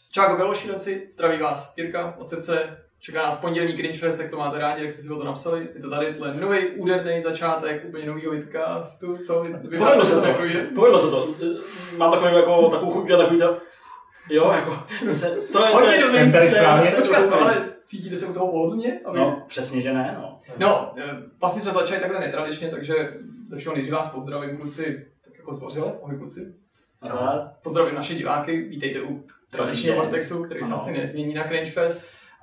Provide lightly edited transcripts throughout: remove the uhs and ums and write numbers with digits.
Čau, bylo šílenci, zdraví vás Jirka od srdce. Čeká nás pondělní Cringe Fest, jak to máte rádi, jak jste si o to napsali. Je to tady nový úderný začátek úplně novýho vidcastu, co? Povedlo se to. Mám takovou chuť, takový to... Jo, jako... To je... Jsem tady správně. Počkat, ale cítíte se u toho pohodlně? Aby... No, přesně, že ne, no. No, vlastně jsme začali takhle netradičně, takže ze všeho nejdřív vás pozdravím, kluci, tak jako zdvořile, ahoj kluci. Pozdravím naše diváky, vítejte u tradičního Vortexu, který se asi nezmění na Cringe Fest.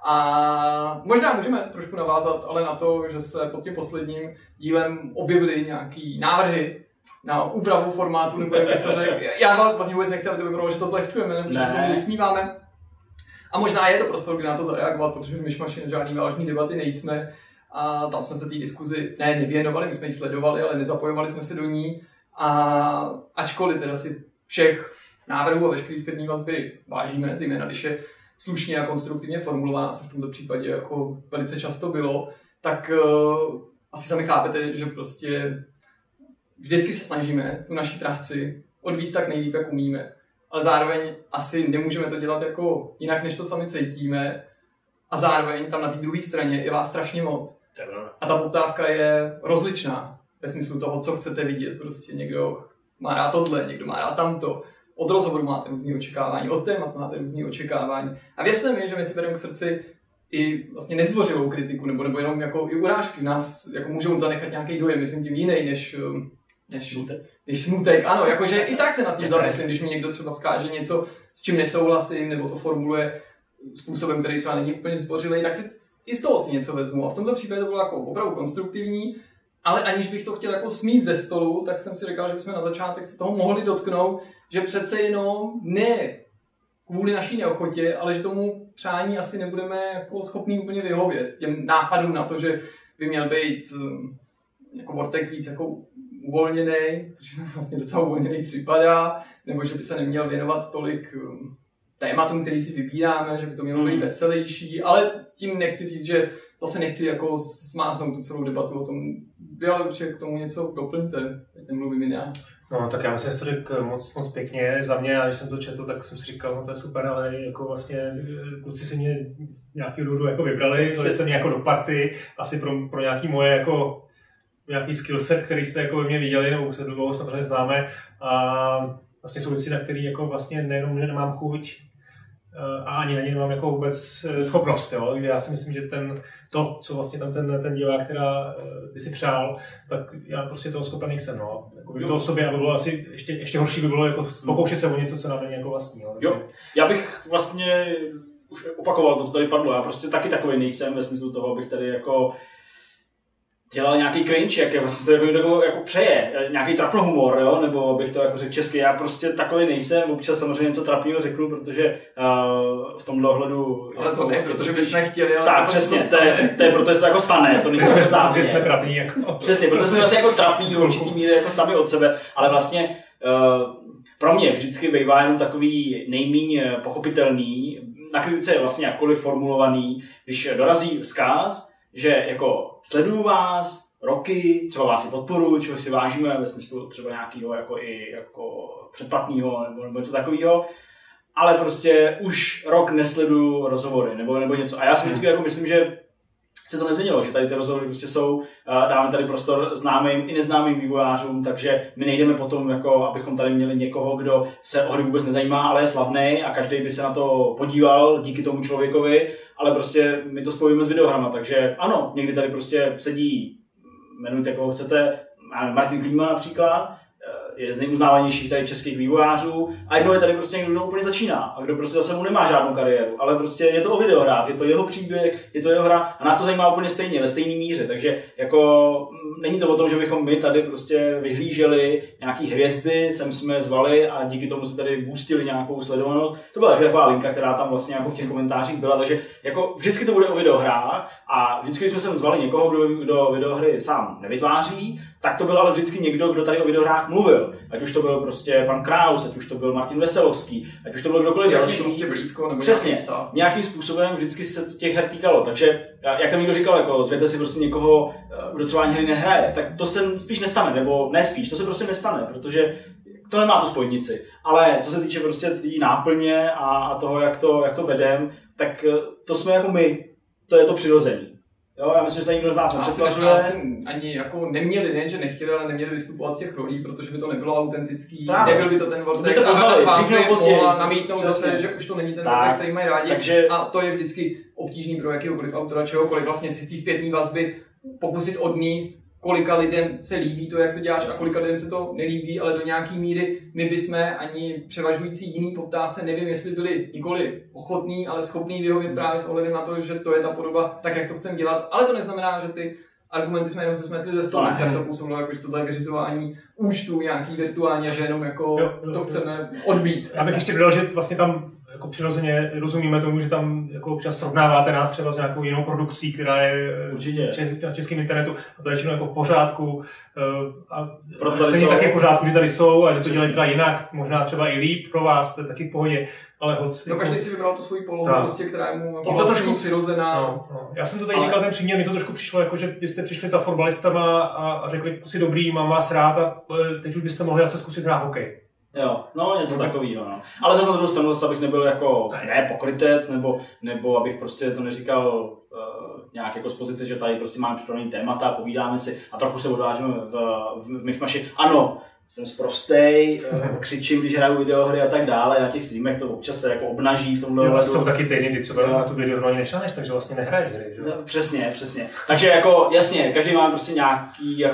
A možná můžeme trošku navázat ale na to, že se pod tím posledním dílem objevily nějaký návrhy na úpravu formátu, nebo jak bych to řekl. Já vlastně vůbec nechci, aby to vypadalo, že to zlehčujeme, nebo že se tomu vysmíváme. A možná je to prostor, kde na to zareagovat, protože v Myšmaši na žádný vážný debaty nejsme. A tam jsme se té diskuzi nevěnovali, my jsme ji sledovali, ale nezapojovali jsme se do ní. A ačkoliv teda si všech návrhů a veškerý zpětný vazby vážíme, zejména když je slušně a konstruktivně formulovaná, co v tomto případě jako velice často bylo, tak asi sami chápete, že prostě vždycky se snažíme tu naši práci odvíct tak nejlíp, jak umíme. Ale zároveň asi nemůžeme to dělat jako jinak, než to sami cítíme. A zároveň tam na té druhé straně je vás strašně moc. A ta poptávka je rozličná. Ve smyslu toho, co chcete vidět. Prostě někdo má rád tohle, někdo má rád tamto. Od rozhovoru máte různý očekávání, od témat máte různý očekávání. A věřte mi, že my si bereme k srdci i vlastně nezdvořilou kritiku, nebo jenom jako i urážky. Nás jako můžou zanechat nějaký dojem, myslím tím jiný než smutek. Ano, jakože i tak se nad tím zamyslím, když mi někdo třeba vzkáže něco, s čím nesouhlasím, nebo to formuluje způsobem, který třeba není úplně zdvořilý, tak si i z toho si něco vezmu. A v tomto případě to bylo jako opravdu konstruktivní, ale aniž bych to chtěl jako smít ze stolu, tak jsem si říkal, že bychom na začátek se toho mohli dotknout, že přece jenom ne kvůli naší neochotě, ale že tomu přání asi nebudeme jako schopní úplně vyhovět. Těm nápadům na to, že by měl být jako Vortex víc jako uvolněný, protože vlastně docela uvolněný připadá, nebo že by se neměl věnovat tolik tématům, který si vybíráme, že by to mělo být veselější, ale tím nechci říct, že zase nechci jako smáznout tu celou debatu o tom. Vy ale určitě k tomu něco doplňte, teď nemluvím jen já. No tak já myslím, že to řekl moc pěkně za mě, a když jsem to četl, tak jsem si říkal, no to je super, ale jako vlastně kluci si mě z nějakého důvodu jako vybrali, dali jste mě jako do party, asi pro nějaký moje jako nějaký skillset, který jste jako ve mě viděli, nebo už se dlouho samozřejmě známe, a vlastně jsou věci, na který jako vlastně nejenom, že nemám chuť, a ani na ně nemám jako vůbec schopnost, jo? Takže já si myslím, že to, co vlastně tam ten divák, která by si přál, tak já prostě toho schopen nejsem, no. Jako to sobě, aby bylo asi ještě horší by bylo jako pokoušet se o něco, co nám není jako vlastní, jo. Já bych vlastně už opakoval to, co tady padlo, já prostě taky takový nejsem ve smyslu toho, abych tady jako dělal nějaký cringe, jak je vlastně to jako přeje, nějaký trapnohumor, jo, nebo bych to jako řekl česky, já prostě takový nejsem, občas samozřejmě něco trapného řeknu, protože v tomhle ohledu... Ale to ne, protože bychom chtěli, ale... Tak, přesně, to je proto, že se to jako stane, to není záměr. jsme trapní jako... Přesně, protože jsme vlastně jako trapní do určitý míry jako sami od sebe, ale vlastně pro mě vždycky bývá jenom takový nejmíň pochopitelný, na kritice je vlastně jakkoliv formulovaný, když dorazí vzkaz, že jako sleduju vás roky, třeba vás i podporuji, čeho si vážíme ve smyslu třeba nějakého jako i jako předplatného nebo něco takového, ale prostě už rok nesleduju rozhovory nebo něco. A já si vždycky jako myslím, že se to nezměnilo, že tady ty rozhovory prostě jsou, dáme tady prostor známým i neznámým vývojářům, takže my nejdeme potom, jako, abychom tady měli někoho, kdo se o hry vůbec nezajímá, ale je slavný a každý by se na to podíval díky tomu člověkovi, ale prostě my to spojíme s videohrama, takže ano, někdy tady prostě sedí, jmenujte koho chcete, Martin Klíma například, je z nejuznávanějších tady českých vývojářů a jednou je tady prostě někdo, kdo úplně začíná a kdo prostě zase mu nemá žádnou kariéru, ale prostě je to o videohrách, je to jeho příběh, je to jeho hra a nás to zajímá úplně stejně, ve stejné míře, takže jako není to o tom, že bychom my tady prostě vyhlíželi nějaký hvězdy, sem jsme zvali a díky tomu si tady boostili nějakou sledovanost. To byla taková linka, která tam vlastně jako v těch komentářích byla, takže jako vždycky to bude o videohrách a vždycky jsme sem zvali někoho, kdo videohry sám nevytváří, tak to byl ale vždycky někdo, kdo tady o videohrách mluvil. Ať už to byl prostě pan Kraus, ať už to byl Martin Veselovský, ať už to byl kdokoliv další. Prostě blízko, nebo přesně, nějakým způsobem vždycky se těch her týkalo. Takže, jak tam někdo říkal, jako zvěte si prostě někoho, kdo třeba ani hry nehraje, tak to se spíš nestane, nebo ne spíš, to se prostě nestane, protože to nemá tu spojnici. Ale co se týče prostě té náplně a toho, jak to vedem, tak to jsme jako my. To je to přirozený. Jo, já myslím, že se nikdo z nás nepřesvědčuje. Asi ani jako neměli, ne, že nechtěli, ale neměli vystupovat z těch rolí, protože by to nebylo autentický, nebyl by to ten Vortex a řada z vás by mohla namítnout zase, že už to není ten Vortex, který mají rádi. Takže... A to je vždycky obtížný pro jakéhokoliv autora, čehokoliv vlastně si z té zpětné vazby pokusit odníst, kolika lidem se líbí to, jak to děláš a kolika lidem se to nelíbí, ale do nějaký míry my bychom ani převažující jiný poptávce, nevím, jestli byli nikoli ochotní, ale schopní vyhovět právě s ohledem na to, že to je ta podoba, tak jak to chceme dělat, ale to neznamená, že ty argumenty jsme jenom se smetli ze stolu, se to působilo, jako že to je vyřizování účtu nějaký virtuálně, že jenom jako to chceme odbít. Já bych ještě dodal, že vlastně tam jako přirozeně rozumíme tomu, že tam jako občas srovnáváte nás třeba s nějakou jinou produkcí, která je na českém internetu a to je většinou jako v pořádku a stejně taky v pořádku, že tady jsou a že to dělají teda jinak, možná třeba i líp pro vás, to je taky v pohodě, ale hod. No každý si vybral tu svoji polohu, prostě, která je mu vlastně přirozená. No. Já jsem to tady říkal ten příměr, mi to trošku přišlo, jako že byste přišli za fotbalistama a řekli si dobrý, mám vás rád a teď už byste mohli zase zkusit hrát hokej. Jo, no něco takového, no. Ale zase na druhou stranu abych nebyl jako pokrytec, nebo abych prostě to neříkal nějak jako z pozice, že tady prostě máme připravený témata, povídáme si a trochu se odvážeme v myšmaši. Ano, jsem sprostej, křičím, když hraju videohry a tak dále, na těch streamech to občas se jako obnaží v tomhle ohledu. Jsou taky týdny, kdy třeba na tu videohru ani nešáneš, takže vlastně nehraješ hry, že? No, přesně. Takže jako jasně, každý má prostě nějaký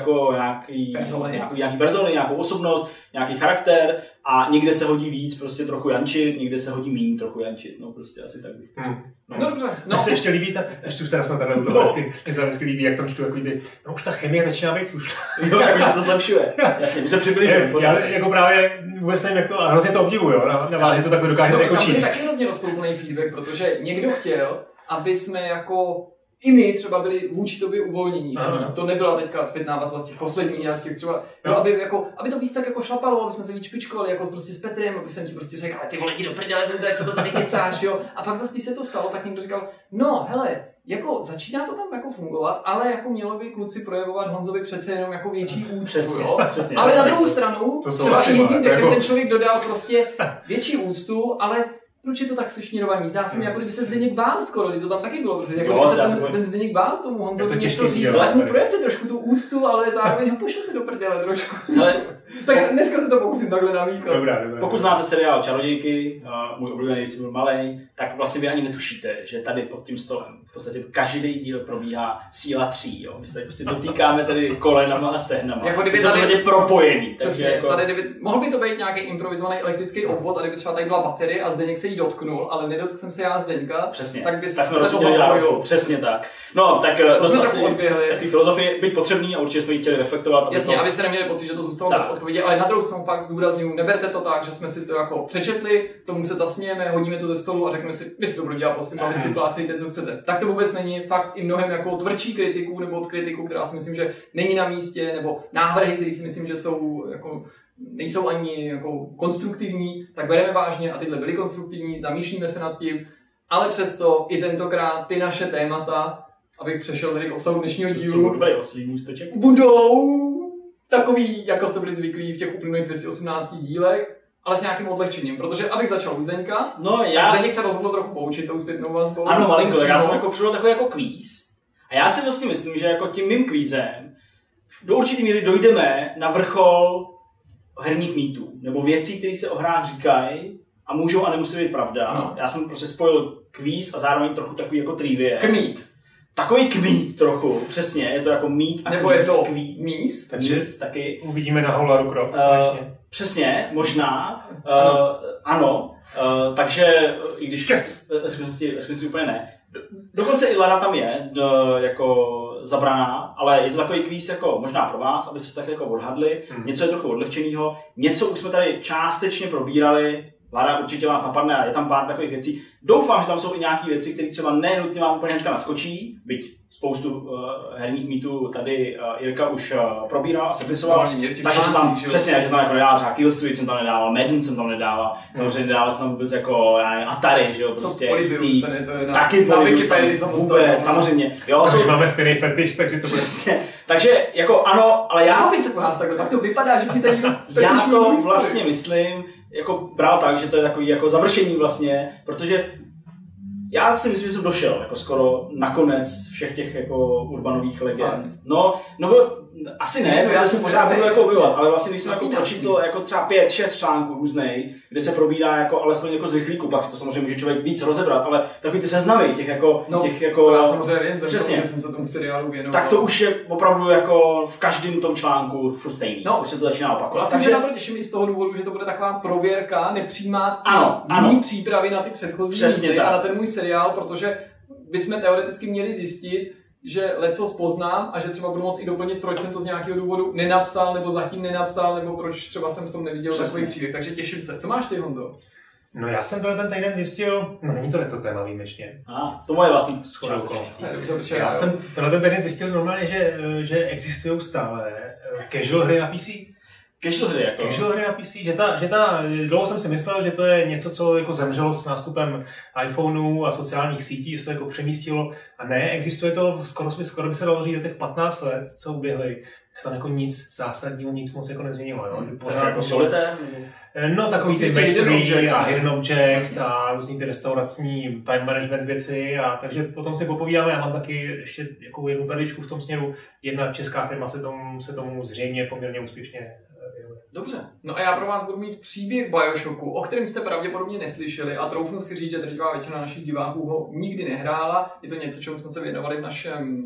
persony, nějakou osobnost, nějaký charakter a někde se hodí víc prostě trochu jančit, někde se hodí méně trochu jančit, no prostě asi tak bych. No dobře. Mně se ještě líbí, ještě už teda jsme takhle to vždycky líbí, jak tam čtu takový ty, no už ta chemie začíná být slušná. Jo, jakože se to zlepšuje. Jasně, my se přibližujeme. Já jako právě vůbec nevím, jak to, a hrozně to obdivuju, že to takhle dokážete jako číst. To je taky hrozně rozporuplný feedback, protože někdo chtěl, aby jsme jako i my třeba byli vůči tobě uvolnění. To nebyla teďka zpětná vazba z těch posledních, z těch třeba, aby to víc tak jako šlapalo, aby jsme se víc špičkovali, jako prostě s Petrem, aby jsem ti prostě řekl, ale ty vole, jdi do prdele, co to tady kecáš, jo. A pak zase, když se to stalo, tak někdo říkal, no hele, jako začíná to tam jako fungovat, ale jako mělo by kluci projevovat Honzovi přece jenom jako větší úctu, jo. Ale na druhou stranu, třeba i jiným dechem ten člověk dodal prostě větší úctu, ale proč je to tak sešněrovaný? Zdá se mi, jako kdyby se Zdeněk bál skoro, kdy to tam taky bylo, prostě, jako kdyby se ten Zdeněk bál tomu Honzovi něco říct, tak mu projevte trošku tu úctu, ale zároveň ho pošlete do prdele trošku. Tak dneska se to pokusím takhle namíchat. Dobrá. Pokud znáte seriál Čarodějky, můj oblíbený, jestli byl malej, tak vlastně vy ani netušíte, že tady pod tím stolem v podstatě každý díl probíhá síla 3, jo. My se tady prostě dotýkáme tady kolenama a stehnama. Jako kdyby tady propojený. Přesně, jako... mohl by to být nějaký improvizovaný elektrický obvod, a kdyby třeba tady byla baterie a Zdeněk se jí dotknul, ale nedotkl jsem se já Zdeňka, přesně. Tak by tak se to zapojilo. Přesně tak. No, tak to jsme trochu odběhli. Takový filozofie být potřebný a určitě jsme ji chtěli reflektovat. Jasně, abyste neměli pocit, že to zůstalo bez odpovědi, ale na druhou stranu fakt zdůrazňuji, neberte to tak, že jsme si to jako přečetli, tomu se zasmějeme, hodíme to ze stolu a řekneme si, my si to budeme dělat po svým, ale si plácejte, co chcete. Tak to vůbec není, fakt i mnohem jako tvrdší kritiku nebo od kritiku, která si myslím, že není na místě, nebo návrhy, které si myslím, že jsou jako nejsou ani jako konstruktivní, tak bereme vážně a tyhle byly konstruktivní, zamýšlíme se nad tím, ale přesto i tentokrát ty naše témata, abych přešel tady k obsahu dnešního dílu, budou takový, jako jste byli zvyklí v těch uplynulých 218 dílech, ale s nějakým odlehčením, protože abych začal u Zdeňka, tak Zdeněk se rozhodl trochu poučit tou zpětnou vazbou. Ano, malinko, já jsem jako přišel takový jako kvíz. A já si vlastně myslím, že jako tím mým kvízem do určitý míry dojdeme na vrchol herních mýtů, nebo věcí, které se o hrách říkají a můžou a nemusí být pravda. No. Já jsem prostě spojil kvíz a zároveň trochu takový jako trivie. Kmít. Takový kmít trochu, přesně, je to jako mít a nebo kvíz. Nebo je to mís. Takže taky. Uvidíme na Holaru krok. Přesně, možná. Ano. Takže, i když skutečně úplně ne. Dokonce i Lara tam je jako zabraná, ale je to takový kvíz jako možná pro vás, abyste se tak jako odhadli. Něco je trochu odlehčenýho, něco už jsme tady částečně probírali. Lara určitě vás napadne a je tam pár takových věcí. Doufám, že tam jsou i nějaké věci, které třeba nenutně vám úplně hnedka naskočí, byť spoustu herních mýtů tady Jirka už probíral a sepisoval. Takže jsem tam, přesně, že tam jako nedával třeba Killswitch jsem tam nedával, Madden jsem tam nedával, samozřejmě nedával jsem tam vůbec jako Atari, že jo, prostě taky Polybius vůbec, samozřejmě. Jo, máme stejný fetiš, takže to přesně. Takže jako ano, ale já... Tak to vypadá, že tady já to vlastně myslím, jako bral tak, že to je takový jako završení vlastně, protože já si myslím, že jsem došel jako skoro na konec všech těch jako urbanových legend. No asi ne, já jsem pořád budu jako objevovat, ale vlastně když jsem jako pročítl jako třeba 5-6 článků různej, kde se probídá jako alespoň jako z rychlíku, pak si to samozřejmě může člověk víc rozebrat, ale takový ty seznamy těch jako to já samozřejmě vím, přesně, že jsem se tomu seriálu věnoval. Tak to už je opravdu jako v každém tom článku furt stejný. Už se to začíná opakovat. Vlastně takže na to těším i z toho důvodu, že to bude taková prověrka, nepřímá mý přípravy na ty předchozí místy a na ten můj seriál, protože bychom teoreticky měli zjistit, že lecos poznám a že třeba budu moct i doplnit, proč jsem to z nějakého důvodu nenapsal, nebo zatím nenapsal, nebo proč třeba jsem v tom neviděl takový příběh. Takže těším se. Co máš ty, Honzo? No já jsem ten týden zjistil, není to téma výjimečně. To moje vlastní schoda okolností. Já jsem ten týden zjistil normálně, že existují stále casual hry na PC. Casual hry na PC, dlouho jsem si myslel, že to je něco, co jako zemřelo s nástupem iPhoneů a sociálních sítí, že se to jako přemístilo a ne, existuje to, skoro by se dalo říct, těch 15 let, co uběhly, se tam jako nic zásadního, nic moc jako nezměnilo. Jo? Pořád jako solitér? No takový ty Match a Hidden Object a různý ty restaurační time management věci a takže potom si popovídáme, já mám taky ještě jako jednu perličku v tom směru, jedna česká firma se tomu zřejmě poměrně úspěšně věnuje. Dobře. No a já pro vás budu mít příběh Bioshocku, o kterém jste pravděpodobně neslyšeli a troufnu si říct, že drtivá většina našich diváků ho nikdy nehrála. Je to něco, čemu jsme se věnovali v našem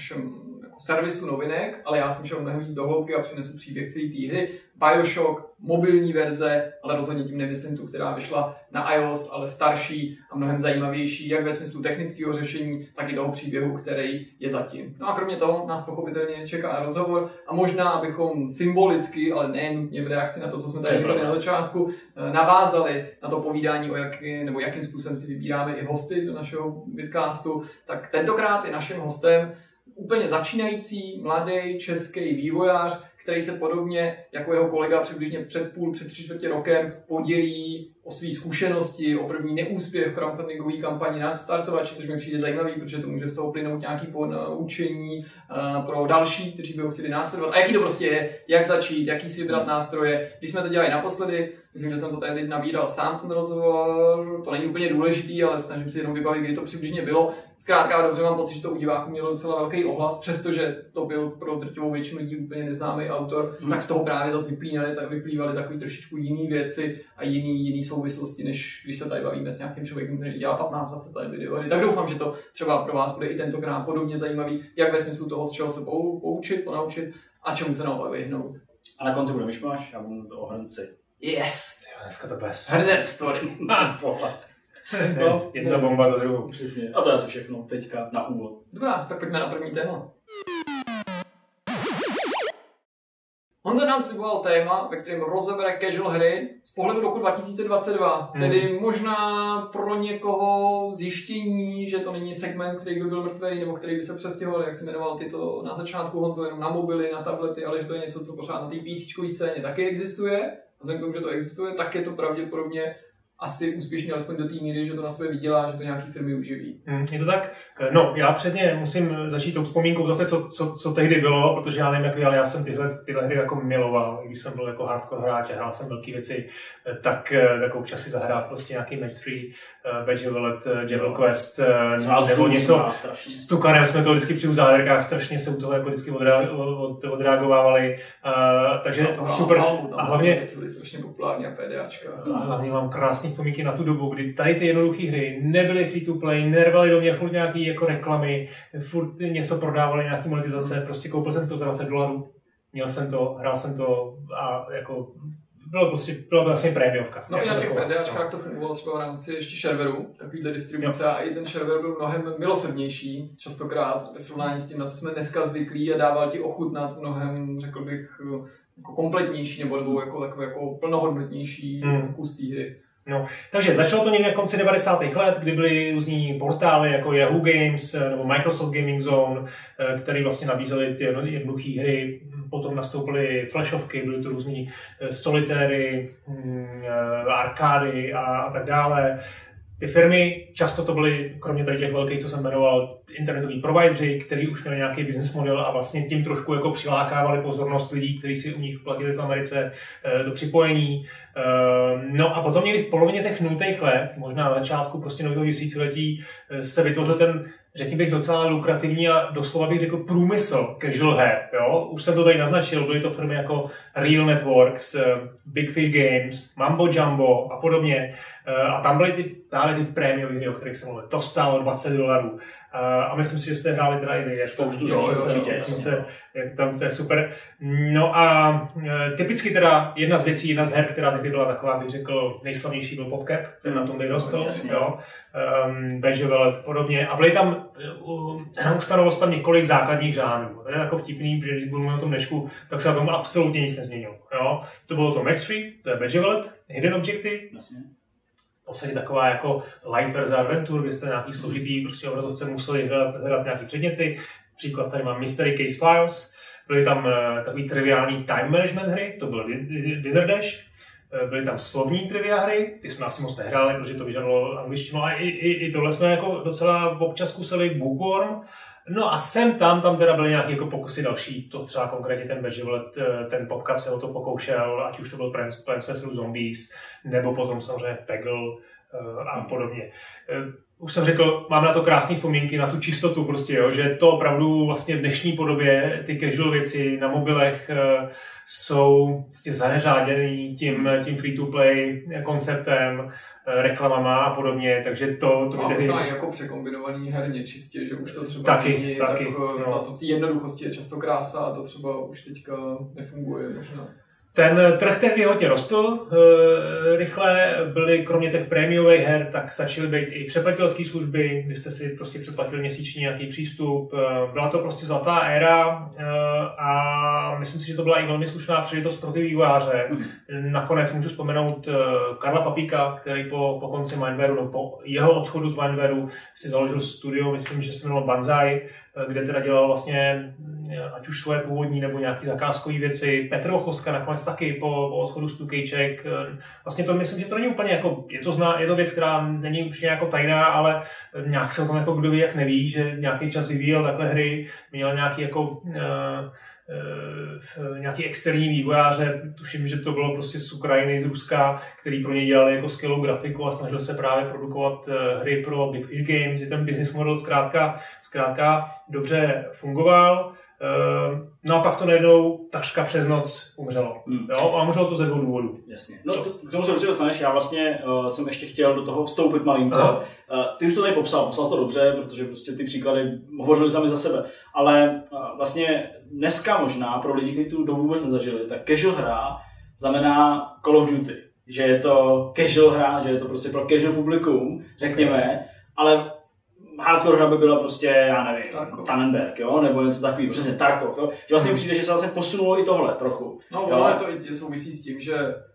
servisu novinek, ale já jsem šel mnohem víc do hloubky a přinesu příběh celé té hry. Bioshock, mobilní verze, ale rozhodně tím nemyslím tu, která vyšla na iOS, ale starší a mnohem zajímavější, jak ve smyslu technického řešení, tak i toho příběhu, který je zatím. No a kromě toho nás pochopitelně čeká rozhovor a možná, abychom symbolicky, ale ne nutně v reakci na to, co jsme tady říkali na začátku, navázali na to povídání, jakým způsobem si vybíráme i hosty do našeho vidcastu, tak tentokrát je naším hostem úplně začínající, mladý český vývojář, který se podobně jako jeho kolega přibližně před 3/4 rokem podělí o své zkušenosti, o první neúspěch v crowdfundingové kampani na startovači, což mi přijde zajímavý, protože to může z toho plynout nějaké ponaučení pro další, kteří by ho chtěli následovat. A jaký to prostě je, jak začít, jaký si vybrat nástroje. Když jsme to dělali naposledy, myslím, že jsem to tady nabíral sám ten rozhovor, to není úplně důležitý, ale snažím si jenom vybavit, kdy to přibližně bylo. Zkrátka dobře, mám pocit, že to u diváků mělo docela velký ohlas, přestože to byl pro drtivou většinu lidí úplně neznámý autor, tak z toho právě zase vyplývaly takový trošičku jiný věci a jiný souvislosti, než když se tady bavíme s nějakým člověkem, který dělá 15-20 let videohry. Tak doufám, že to třeba pro vás bude i tentokrát podobně zajímavý, jak ve smyslu toho, z čeho se ponaučit a čemu se naopak vyhnout. A na konci bude myšmaš a budu o hrnci. Yes! Dneska to bez. Hrnec story. No, jedna bomba za druhou. Přesně. A to je asi všechno teďka na úvod. Dobrá, tak pojďme na první téma. Honza nám sliboval téma, ve kterém rozebere casual hry z pohledu roku 2022. Tedy možná pro někoho zjištění, že to není segment, který by byl mrtvý, nebo který by se přestěhoval, jak si jmenoval ty to na začátku, Honzo, jenom na mobily, na tablety, ale že to je něco, co pořád na té PC scéně taky existuje. A vzhledem k tomu, že to existuje, tak je to pravděpodobně asi úspěšně, alespoň do té míry, že to na sebe vydělá, že to nějaký firmy uživí. Je to tak? No, já předně musím začít tou vzpomínkou zase, co tehdy bylo, protože já nevím, jak vy, ale já jsem tyhle hry jako miloval. Když jsem byl jako hardcore hráč a hrál jsem velké věci, tak občas si zahrát prostě nějaký Match 3, Badge Wallet, Devil Quest, nebo něco. S Tukanem jsme to vždycky při uzávěrkách strašně se u toho jako vždycky odreagovávali. Takže super. A hlavně byly strašně populární a PDAčka. A hlavně mám krásný vzpomínky na tu dobu, kdy tady ty jednoduché hry nebyly free to play, nervaly do mě furt nějaký jako reklamy, furt něco prodávali, nějaký monetizace, prostě koupil jsem to za $20, měl jsem to, hrál jsem to a jako bylo to vlastně prémiovka. No i na těch PDAčkách to fungovalo třeba v rámci ještě shareware, takovýhle distribuce a i ten shareware byl mnohem milosrdnější, častokrát ve srovnání s tím, na co jsme dneska zvyklí a dával ti ochutnat mnohem, řekl bych, jako kompletnější nebo jako plnohodnotnější kus té hry. No, takže začalo to někde na konci 90. let, kdy byly různý portály jako Yahoo Games nebo Microsoft Gaming Zone, které vlastně nabízely ty jednoduché hry. Potom nastoupily flashovky, byly to různý solitéry, arkády a tak dále. Ty firmy, často to byly, kromě tady těch velkých, co jsem jmenoval, internetoví provideři, kteří už měli nějaký business model a vlastně tím trošku jako přilákávali pozornost lidí, kteří si u nich platili v Americe do připojení. No a potom někdy v polovině těch 0. let, možná na začátku prostě nového tisíciletí, se vytvořil ten, řekněme bych, docela lukrativní a doslova bych řekl průmysl casual her. Jo? Už jsem to tady naznačil, byly to firmy jako Real Networks, Big Fish Games, Mambo Jumbo a podobně. A tam byly ty prémiové hry, o kterých jsem mluvil. To stálo $20. A myslím si, že jste hráli teda i vy. Spoustu určitě. To je super. No a typicky teda jedna z her, která tehdy byla taková, bych řekl, nejslavnější, byl PopCap, ten na tom vyrostl. Badger podobně. A byly tam, ustanovilo se tam několik základních žánrů. To je jako vtipný, protože když budu mluvit o tom dnešku, tak se na tom absolutně nic nezměnilo. Jo? To bylo to Match 3, to je Badger, Hidden Objecty. V podstatě taková jako light verze adventure, kde jste nějaký složitý prostě obrazovce museli hledat nějaký předměty. Příklad tady mám Mystery Case Files. Byly tam takový triviální time management hry, to byl Dinner Dash. Byly tam slovní trivia hry, ty jsme asi moc nehráli, protože to vyžadovalo angličtinu, a i tohle jsme jako docela občas zkusili. Bookworm. No a tam teda byly nějaké jako pokusy další, to třeba konkrétně ten Badger, ten PopCap se o to pokoušel, ať už to byl Plants vs. Zombies, nebo potom samozřejmě Peggle a podobně. Už jsem řekl, mám na to krásné vzpomínky, na tu čistotu prostě, jo, že to opravdu vlastně v dnešní podobě, ty casual věci na mobilech jsou vlastně zaneřáděný tím free-to-play konceptem, reklamama a podobně, takže to a možná i jako překombinovaný herně čistě, že už to třeba taky, no. V té jednoduchosti je často krása a to třeba už teďka nefunguje možná. Ten trh tehdy hodně rostl rychle, byly kromě těch prémiových her, tak začaly být i přeplatitelské služby, kdy jste si prostě přeplatili měsíčně nějaký přístup. Byla to prostě zlatá éra a myslím si, že to byla i velmi slušná příležitost pro ty vývojáře. Nakonec můžu vzpomenout Karla Papíka, který po konci Mindwareu, no po jeho odchodu z Mindwareu si založil studio, myslím, že se jmenovalo Banzai, kde teda dělal vlastně ať už svoje původní nebo nějaký zakázkové věci. Petr Ochozka nakonec taky po odchodu z Tukejček. Vlastně to myslím, že to není úplně jako, je to věc, která není už jako tajná, ale nějak se o tom jako kdo ví, jak neví, že nějaký čas vyvíjel takhle hry, měl nějaký jako nějaký externí vývojáře, tuším, že to bylo prostě z Ukrajiny, z Ruska, který pro ně dělali jako skvělou grafiku a snažil se právě produkovat hry pro Big Fish Games, že ten business model zkrátka dobře fungoval. No a pak to najednou takřka přes noc umřelo. Jo? A umřelo to ze 2 důvodů. Jasně. No k tomu se určitě dostaneš. Já vlastně jsem ještě chtěl do toho vstoupit malinko. Ty už to tady popsal to dobře, protože prostě ty příklady hovořily sami za sebe. Ale vlastně dneska možná pro lidi, kteří tu dobu vůbec nezažili, tak casual hra znamená Call of Duty. Že je to casual hra, že je to prostě pro casual publikum, řekněme, ale hardcore hra by byla prostě, já nevím, Tannenberg, jo, nebo něco takového, přesně Tarkov, jo. Že vlastně přijde, že se vlastně posunulo i tohle trochu. No, ale to i souvisí s tím, že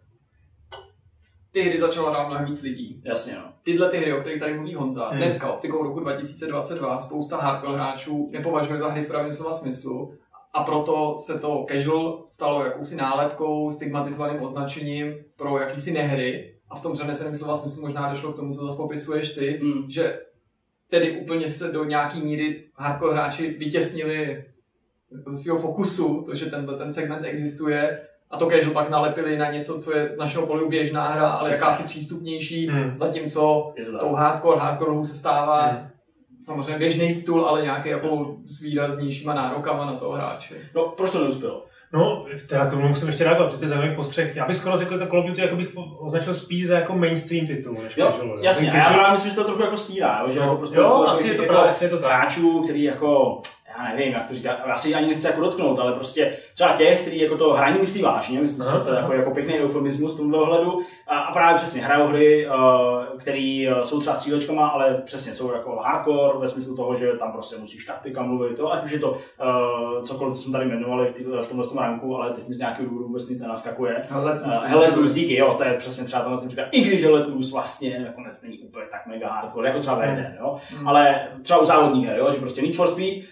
ty hry začalo hrát mnohem víc lidí. Jasně, no. Tyhle ty hry, o kterých tady mluví Honza, dneska, optikou roku 2022, spousta hardcore hráčů nepovažuje za hry v pravém slova smyslu a proto se to casual stalo jakousi nálepkou, stigmatizovaným označením pro jakýsi nehry a v tom přeneseném slova smyslu možná došlo k tomu, co zase popisuješ ty, že tedy úplně se do nějaký míry hardcore hráči vytěsnili ze svého fokusu, to, že ten segment existuje a to casual pak nalepili na něco, co je z našeho pohledu běžná hra, ale jakási přístupnější, zatímco tou hardcore se stává samozřejmě běžný titul, ale nějaký jako s výraznějšíma nárokama na toho hráče. No, proč to neuspělo? No, teda tomu musím ještě reagovat, protože to je zajímavý postřeh. Já bych skoro řekl, že Call of Duty jako bych označil spíš za jako mainstream titul, než casual. Jasně, já myslím, že to trochu jako snírá, že jako prostě jo, asi je to právě, hráčů, který jako, já nevím, jak to říct, já si ani nechci jako dotknout, ale prostě třeba těch, kteří jako to hraní myslí vážně, myslím, že to je jako pěkný eufemismus v tomhle ohledu a právě přesně hrajou hry, které jsou třeba střílečkama, ale přesně jsou jako hardcore ve smyslu toho, že tam prostě musíš taktika mluvit, ať už je to cokoliv, co jsme tady jmenovali v tomhle ranku, ale teď mi z nějakého důvodu vůbec nic nenaskakuje. Hele, díky, jo, to je přesně třeba to, říká, i když Letus vlastně nakonec není úplně tak mega hardcore, jako třeba Verden, jo, ale třeba u závodních her, jo, že prostě Need for Speed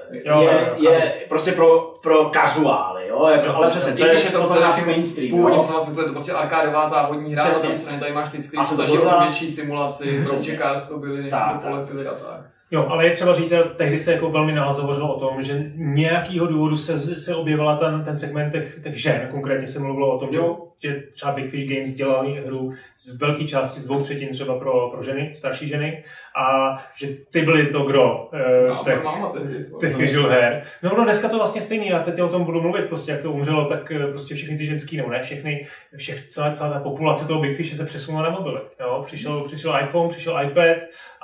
je prostě pro casuály, jo, jako, ale přesně, to je to nějaký mainstream. Původně jsem vlastně to je prostě arkádová závodní hra, na druhé straně tady máš vždycky větší simulaci, prostě cars to byly, než to polepili a tak. Jo, ale je třeba říct, že tehdy se jako velmi nahlas hovořilo o tom, že nějakýho důvodu se objevila ten segment těch žen. Konkrétně se mluvilo o tom, že třeba Big Fish Games dělali hru z velké části, z 2/3 třeba pro ženy, starší ženy, a že ty byly to gro těch casual her. No, dneska to vlastně stejný, já teď o tom budu mluvit, prostě jak to umřelo, tak prostě všechny ty ženský, nebo ne všechny, celá ta populace toho Big Fishe se přesunula na mobily. Jo? Přišel iPhone, přišel iPad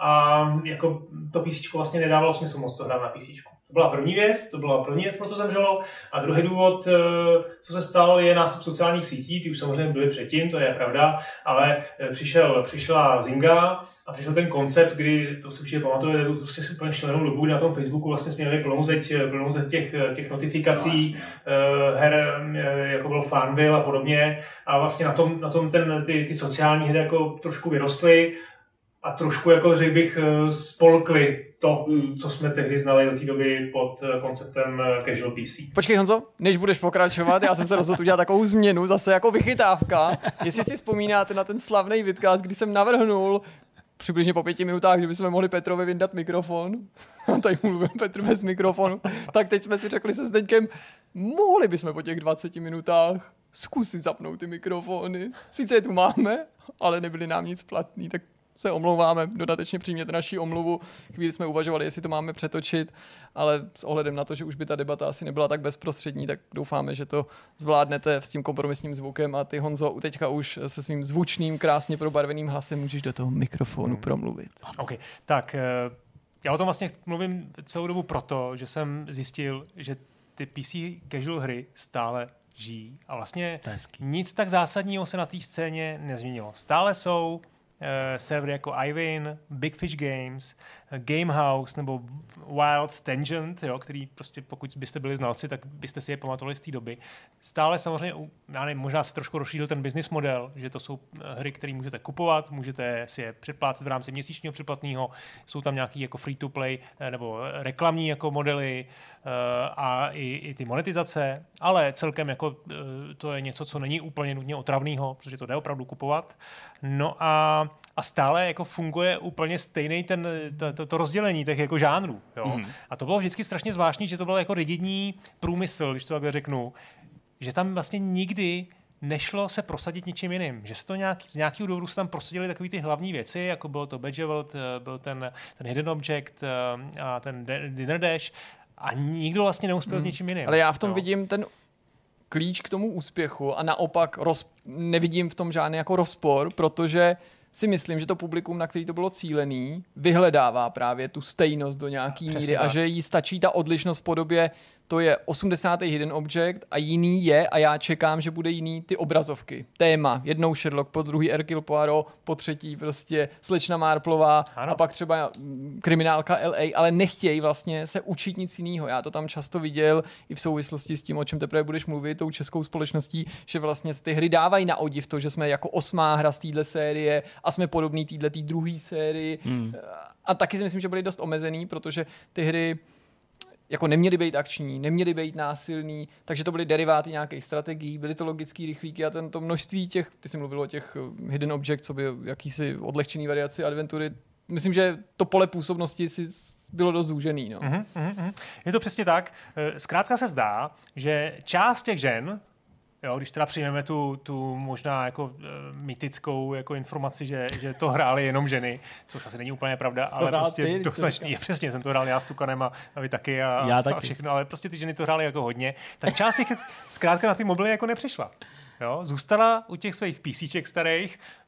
a jako to písíčko vlastně nedávalo smysl moc to hrát na písíčku. To byla první věc, proto zemřelo. A druhý důvod, co se stalo, je nástup sociálních sítí, ty už samozřejmě byly předtím, to je pravda, ale přišla Zynga a přišel ten koncept, kdy, to si určitě pamatuje, to prostě si úplně šlenou dobu, kdy na tom Facebooku vlastně jsme měli plnou zeď těch notifikací, her, jako byl Farmville a podobně. A vlastně na tom ty sociální hry jako trošku vyrostly a trošku, jako řekl bych, spolkli to, co jsme tehdy znali do té doby pod konceptem casual PC. Počkej, Honzo, než budeš pokračovat, já jsem se rozhodl udělat takovou změnu, zase jako vychytávka. Jestli si vzpomínáte na ten slavný vidcast, kdy jsem navrhnul přibližně po 5 minutách, že bychom mohli Petrovi vyndat mikrofon. Tady mluvil Petr bez mikrofonu. Tak teď jsme si řekli se Zdeňkem, mohli bychom po těch 20 minutách zkusit zapnout ty mikrofony. Sice je tu máme, ale nebyly nám nic platný, tak se omlouváme, dodatečně přijměte naši omluvu. Chvíli jsme uvažovali, jestli to máme přetočit, ale s ohledem na to, že už by ta debata asi nebyla tak bezprostřední, tak doufáme, že to zvládnete s tím kompromisním zvukem a ty, Honzo, teďka už se svým zvučným, krásně probarveným hlasem můžeš do toho mikrofonu promluvit. OK, tak já o tom vlastně mluvím celou dobu proto, že jsem zjistil, že ty PC casual hry stále žijí a vlastně nic tak zásadního se na té scéně nezměnilo. Stále jsou servery jako iWin, Big Fish Games, Gamehouse nebo Wild Tangent, jo, který prostě pokud byste byli znalci, tak byste si je pamatovali z té doby. Stále samozřejmě, já nevím, možná se trošku rozšířil ten business model, že to jsou hry, které můžete kupovat, můžete si je předplácet v rámci měsíčního předplatného, jsou tam nějaký jako free to play nebo reklamní jako modely a i ty monetizace, ale celkem jako to je něco, co není úplně nutně otravného, protože to jde opravdu kupovat. No a stále jako funguje úplně stejný to rozdělení těch jako žánrů. Jo? Mm-hmm. A to bylo vždycky strašně zvláštní, že to byl jako rigidní průmysl, když to takhle řeknu, že tam vlastně nikdy nešlo se prosadit ničím jiným. Že se to z nějakého důvodu se tam prosadily takové ty hlavní věci, jako bylo to Bejeweled, byl ten Hidden Object a ten Dinner Dash a nikdo vlastně neuspěl s ničím jiným. Ale já v tom vidím ten klíč k tomu úspěchu a naopak nevidím v tom žádný jako rozpor, protože si myslím, že to publikum, na který to bylo cílený, vyhledává právě tu stejnost do nějaký míry a že jí stačí ta odlišnost v podobě, to je 80. Hidden Object a jiný je a já čekám, že bude jiný ty obrazovky. Téma, jednou Sherlock, po druhý Hercule Poirot, po třetí prostě Slečna Marplová a pak třeba kriminálka LA, ale nechtějí vlastně se učit nic jiného. Já to tam často viděl i v souvislosti s tím, o čem teprve budeš mluvit, tou českou společností, že vlastně ty hry dávají na odiv to, že jsme jako 8. hra z téhle série a jsme podobný této druhé sérii. A taky si myslím, že byly dost omezený, protože ty hry jako neměly být akční, neměly být násilný, takže to byly deriváty nějakých strategií, byly to logický rychlíky a to množství těch, ty jsi mluvil o těch Hidden Object, co by jakýsi odlehčený variaci adventury, myslím, že to pole působnosti si bylo dost zúžený. No. Je to přesně tak. Zkrátka se zdá, že část těch žen, jo, když teda přijmeme tu možná jako mytickou jako informaci, že to hrály jenom ženy, což asi není úplně pravda, ale prostě přesně, jsem to hrál já s Tukanem a vy taky a všechno, ale prostě ty ženy to hrály jako hodně. Ta část těch zkrátka na ty mobily jako nepřišla. Jo, zůstala u těch svých PCček starých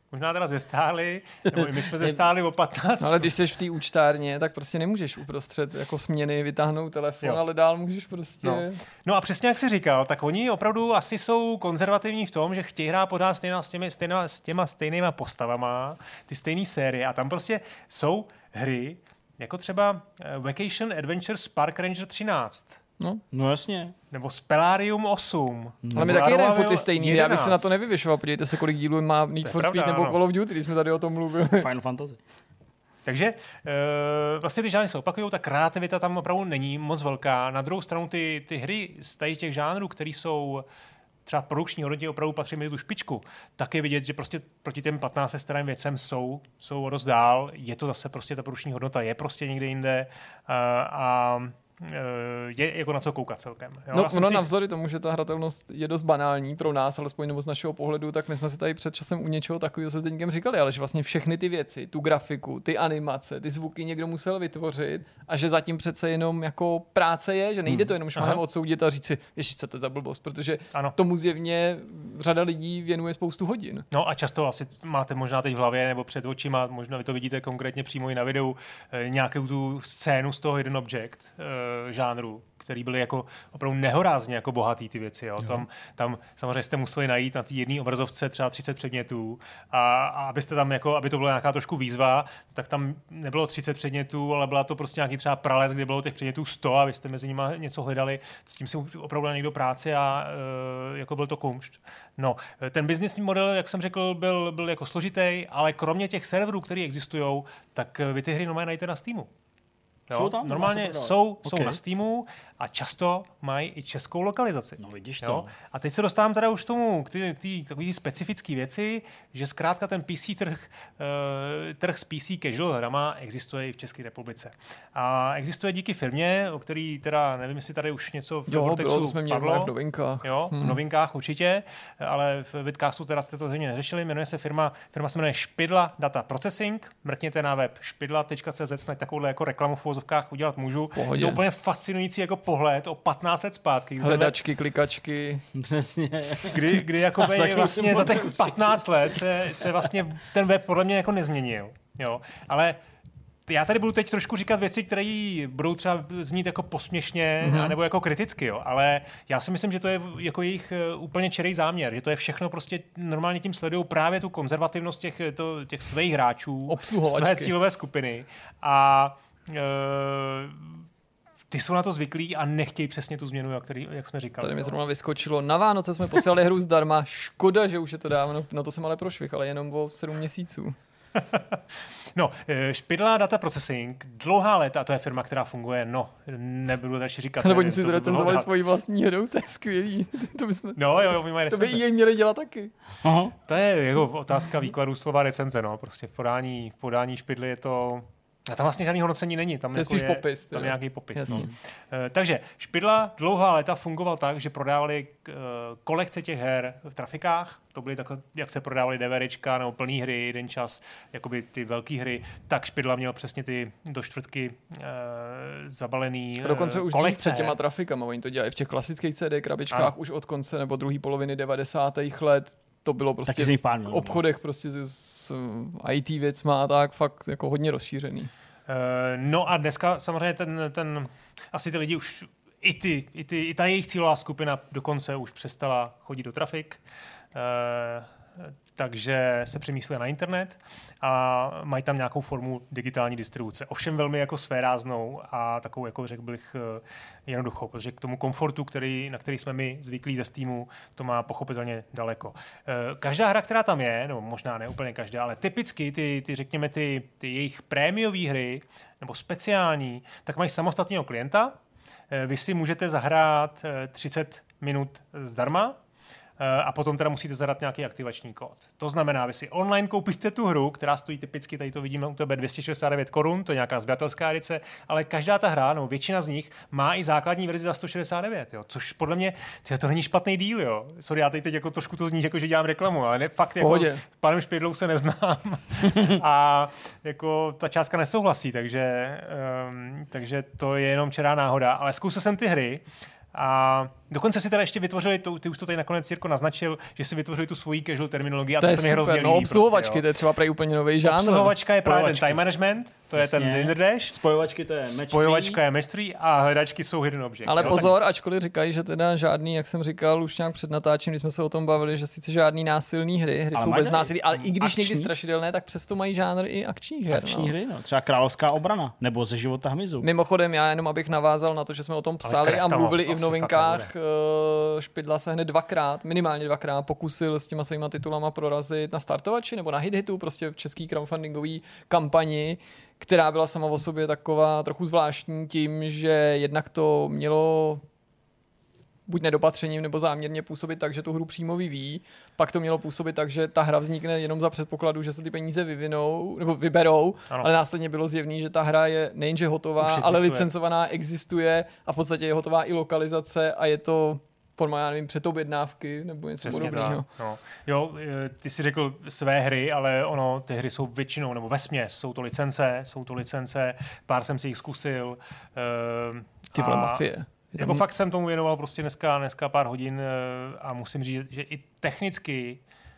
možná teda zestáli, nebo i my jsme zestáli o 15. No, ale když jsi v té účtárně, tak prostě nemůžeš uprostřed jako směny vytáhnout telefon, ale dál můžeš prostě... No a přesně jak jsi říkal, tak oni opravdu asi jsou konzervativní v tom, že chtějí hrát pořád s těma stejnýma postavama, ty stejné série a tam prostě jsou hry, jako třeba Vacation Adventure Spark Ranger 13. No jasně. Nebo Spelarium 8. Ale my taky hrajeme ty stejný, já bych se na to nevyvyšoval. Podívejte se, kolik dílů má Need for Speed nebo Call of Duty, když jsme tady o tom mluvili. Final Fantasy. Takže vlastně ty žánry se opakují, ta kreativita tam opravdu není moc velká. Na druhou stranu ty hry z těch žánrů, které jsou třeba produkční hodnotě opravdu patří mezi tu špičku, tak je vidět, že prostě proti těm 15 starým věcem jsou dost dál. Je to zase prostě ta produkční hodnota, je prostě někde jinde a je jako na co koukat celkem. Jo? No navzdory tomu, že ta hratelnost je dost banální pro nás, alespoň nebo z našeho pohledu, tak my jsme si tady před časem u něčeho takového se Zdeňkem říkali, ale že vlastně všechny ty věci, tu grafiku, ty animace, ty zvuky někdo musel vytvořit a že zatím přece jenom jako práce je, že nejde to jenom šmahem odsoudit a říct si, ježiš, co to je za blbost, protože tomu zjevně řada lidí věnuje spoustu hodin. No a často asi máte možná teď v hlavě nebo před očima, možná vy to vidíte konkrétně přímo i na videu, nějakou tu scénu z toho Hidden Object žánru, který byly jako opravdu nehorázně jako bohatý ty věci. Jo. Tam samozřejmě jste museli najít na té jedné obrazovce třeba 30 předmětů a abyste tam jako, aby to byla nějaká trošku výzva, tak tam nebylo 30 předmětů, ale byla to prostě nějaký třeba prales, kde bylo těch předmětů 100 a vy jste mezi nimi něco hledali. S tím si opravdu dal někdo práci a jako byl to kumšt. No, ten business model, jak jsem řekl, byl jako složitý, ale kromě těch serverů, které existují, tak vy ty hry normálně najdete na Steamu. Jo? Normálně jsou na Steamu a často mají i českou lokalizaci. No vidíš to. Jo? A teď se dostávám teda už k té specifické věci, že zkrátka ten PC trh s PC casual hrama existuje i v České republice. A existuje díky firmě, o který teda nevím, jestli tady už něco v Vortexu jsme měli v novinkách. Jo, v novinkách určitě, ale v Vidcastu teda jste to zřejmě neřešili. Jmenuje se firma se jmenuje Špidla Data Processing. Mrkněte na web špidla.cz, snad takovouhle jako reklamu v uvozovkách udělat můžu. Je to úplně fascinující jako pohled o 15 let zpátky. Hledačky, klikačky. Přesně. Kdy jakoby vlastně za těch 15 let se vlastně ten web podle mě jako nezměnil. Jo. Ale já tady budu teď trošku říkat věci, které budou třeba znít jako posměšně nebo jako kriticky, jo. Ale já si myslím, že to je jako jejich úplně čirý záměr, že to je všechno prostě normálně tím sledují právě tu konzervativnost těch svých hráčů, své cílové skupiny a ty jsou na to zvyklí a nechtějí přesně tu změnu, jak jsme říkali. Tady mi zrovna vyskočilo. Na Vánoce jsme posílali hru zdarma. Škoda, že už je to dávno. No to jsem ale prošvih, ale jenom o 7 měsíců. No, Špidla Data Processing, dlouhá léta, a to je firma, která funguje, nebudu radši říkat. Nebo oni si zrecenzovali svoji vlastní hru, to je skvělý. To bychom... Jo, my mají recenze. To by jej měli dělat taky. Aha. To je jako otázka výkladu slova recenze, prostě v podání Špidly je to... A tam vlastně žádný hodnocení není, tam, to je spíš popis. Tam nějaký popis. No. Takže Špidla dlouhá léta fungoval tak, že prodávali kolekce těch her v trafikách, to byly takhle, jak se prodávaly DVDčka nebo plný hry, jeden čas, jakoby ty velké hry, tak Špidla měl přesně ty do čtvrtky zabalený dokonce už kolekce před těma trafikama, oni to dělají v těch klasických CD krabičkách už od konce nebo druhé poloviny 90. let. To bylo prostě v obchodech prostě s IT věcma a tak fakt jako hodně rozšířený. No a dneska samozřejmě ten asi ty lidi už i ta jejich cílová skupina dokonce už přestala chodit do trafik. Takže se přemýšleli na internet a mají tam nějakou formu digitální distribuce. Ovšem velmi jako svéráznou a takovou, jako řekl bych, jednoduchou, protože k tomu komfortu, na který jsme my zvyklí ze Steamu, to má pochopitelně daleko. Každá hra, která tam je, no možná ne úplně každá, ale typicky řekněme ty jejich prémiové hry nebo speciální, tak mají samostatného klienta. Vy si můžete zahrát 30 minut zdarma, a potom teda musíte zadat nějaký aktivační kód. To znamená, vy si online koupíte tu hru, která stojí typicky, tady to vidíme u tebe 269 korun, to je nějaká sběratelská edice, ale každá ta hra, no většina z nich, má i základní verzi za 169, jo, což podle mě to není špatný díl, jo. Sorry, já teď jako trošku to zní, jako že dělám reklamu, ale ne, fakt jako s panem Špidlou se neznám a jako ta částka nesouhlasí, takže to je jenom čirá náhoda, ale zkusil jsem ty hry. A dokonce si teda ještě vytvořili, ty už to tady nakonec Jirko naznačil, že si vytvořili tu svoji casual terminologii a to se mi hrozně líbí. No obsluhovačky, prostě, to je třeba prej úplně nový žánr. Obsluhovačka je právě ten time management, to je ten Dinner Dash. Spojovačky to je match 3. Spojovačka je match 3 a hledačky jsou hidden objects. Ale pozor, ačkoliv říkají, že teda žádný, jak jsem říkal už nějak před natáčením, když jsme se o tom bavili, že sice žádný násilný hry jsou bez násilí, ale i když někdy strašidelné, tak přesto mají žánr i akčních her. Akční hry, no. Třeba Královská obrana, nebo Ze života hmyzu. Mimochodem, já jenom abych navázal na to, že jsme o tom psali a mluvili i v novinkách. Špidla se hned minimálně dvakrát pokusil s těma svýma titulama prorazit na startovači nebo na hitu, prostě v český crowdfundingové kampani, která byla sama o sobě taková trochu zvláštní tím, že jednak to mělo buď nedopatřením nebo záměrně působit tak, že tu hru přímo vyvíjí, pak to mělo působit tak, že ta hra vznikne jenom za předpokladu, že se ty peníze vyvinou nebo vyberou, ale následně bylo zjevný, že ta hra je nejenže hotová, ale licencovaná, existuje a v podstatě je hotová i lokalizace a je to forma, já nevím, předobjednávky nebo něco podobného. No. Jo, ty jsi řekl své hry, ale ty hry jsou většinou, nebo vesměs, jsou to licence, pár jsem si jich zkusil. Ty vole Mafie. Jako fakt jsem tomu věnoval prostě dneska pár hodin a musím říct, že i technicky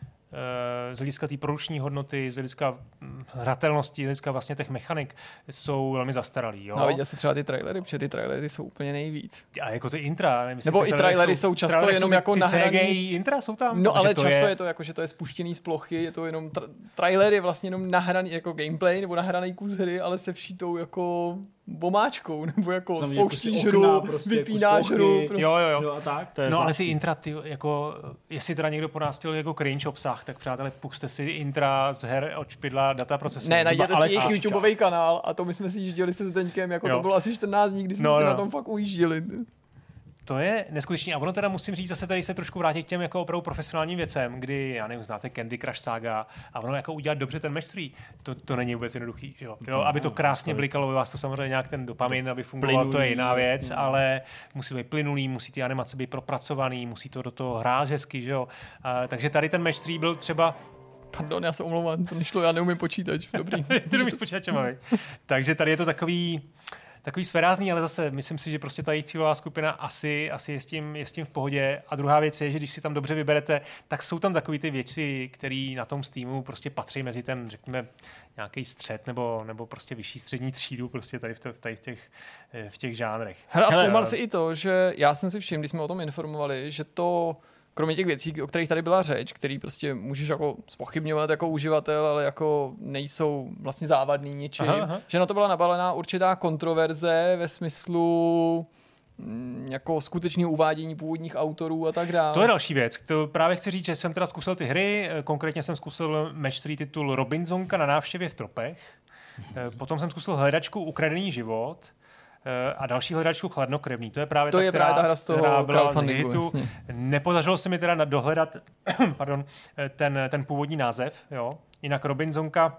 z hlediska té produkční hodnoty, z hlediska hratelnosti, z hlediska vlastně těch mechanik jsou velmi zastaralý. Jo? No viděl jsi třeba ty trailery, protože ty trailery jsou úplně nejvíc. A jako ty intra. Nevím, nebo i trailery jsou často jenom jako nahraný. CGI intra jsou tam? No ale často je to jako, že to je spuštěný z plochy, je to jenom trailer je vlastně jenom nahraný jako gameplay nebo nahraný kus hry, ale se všitou jako bomáčkou, nebo jako spouštíš hru, prostě, vypínáš hru. Prostě. Jo. A tak, no ale ty intra, jako, jestli teda někdo po nás chtěl jako cringe obsah, tak přátelé, puste si intra z her od Špidla data procesy. Ne, najděte si jejich YouTubeový kanál a to my jsme si jížděli se Zdeňkem, jako to bylo asi 14 dní, kdy jsme si na tom fakt ujížděli. To je neskutečný. A ono teda musím říct, zase tady se trošku vrátit k těm jako opravdu profesionálním věcem, kdy, já nevím, znáte Candy Crush Saga a ono jako udělat dobře ten match 3, to není vůbec jednoduchý. Jo, aby to krásně blikalo ve vás, to samozřejmě nějak ten dopamin, aby fungoval, to je jiná věc, ale musí být plynulý, musí ty animace být propracovaný, musí to do toho hrát hezky, že jo. Takže tady ten match 3 byl třeba. Pardon, já se omlouvám, to nešlo, já neumím počítač. Dobrý. Ty neumíš s počítačem, takže tady je to takový svérázný, ale zase myslím si, že prostě ta jejich cílová skupina asi je s tím v pohodě. A druhá věc je, že když si tam dobře vyberete, tak jsou tam takové ty věci, které na tom Steamu prostě patří mezi ten, řekněme, nějaký střed nebo prostě vyšší střední třídu prostě tady v těch žánrech. Hele, a zkoumal si i to, že já jsem si všiml, když jsme o tom informovali, že to kromě těch věcí, o kterých tady byla řeč, který prostě můžeš jako zpochybňovat jako uživatel, ale jako nejsou vlastně závadný ničím, že na to byla nabalená určitá kontroverze ve smyslu jako skutečného uvádění původních autorů a tak dále. To je další věc. To právě chci říct, že jsem teda zkusil ty hry, konkrétně jsem zkusil match 3 titul Robinsonka na návštěvě v tropech, potom jsem zkusil hledačku Ukradený život, a další hledačku Chladnokrevný. To je právě ta hra z toho crowdfundingu. Nepodařilo se mi teda dohledat ten původní název. Jo. Jinak Robinsonka,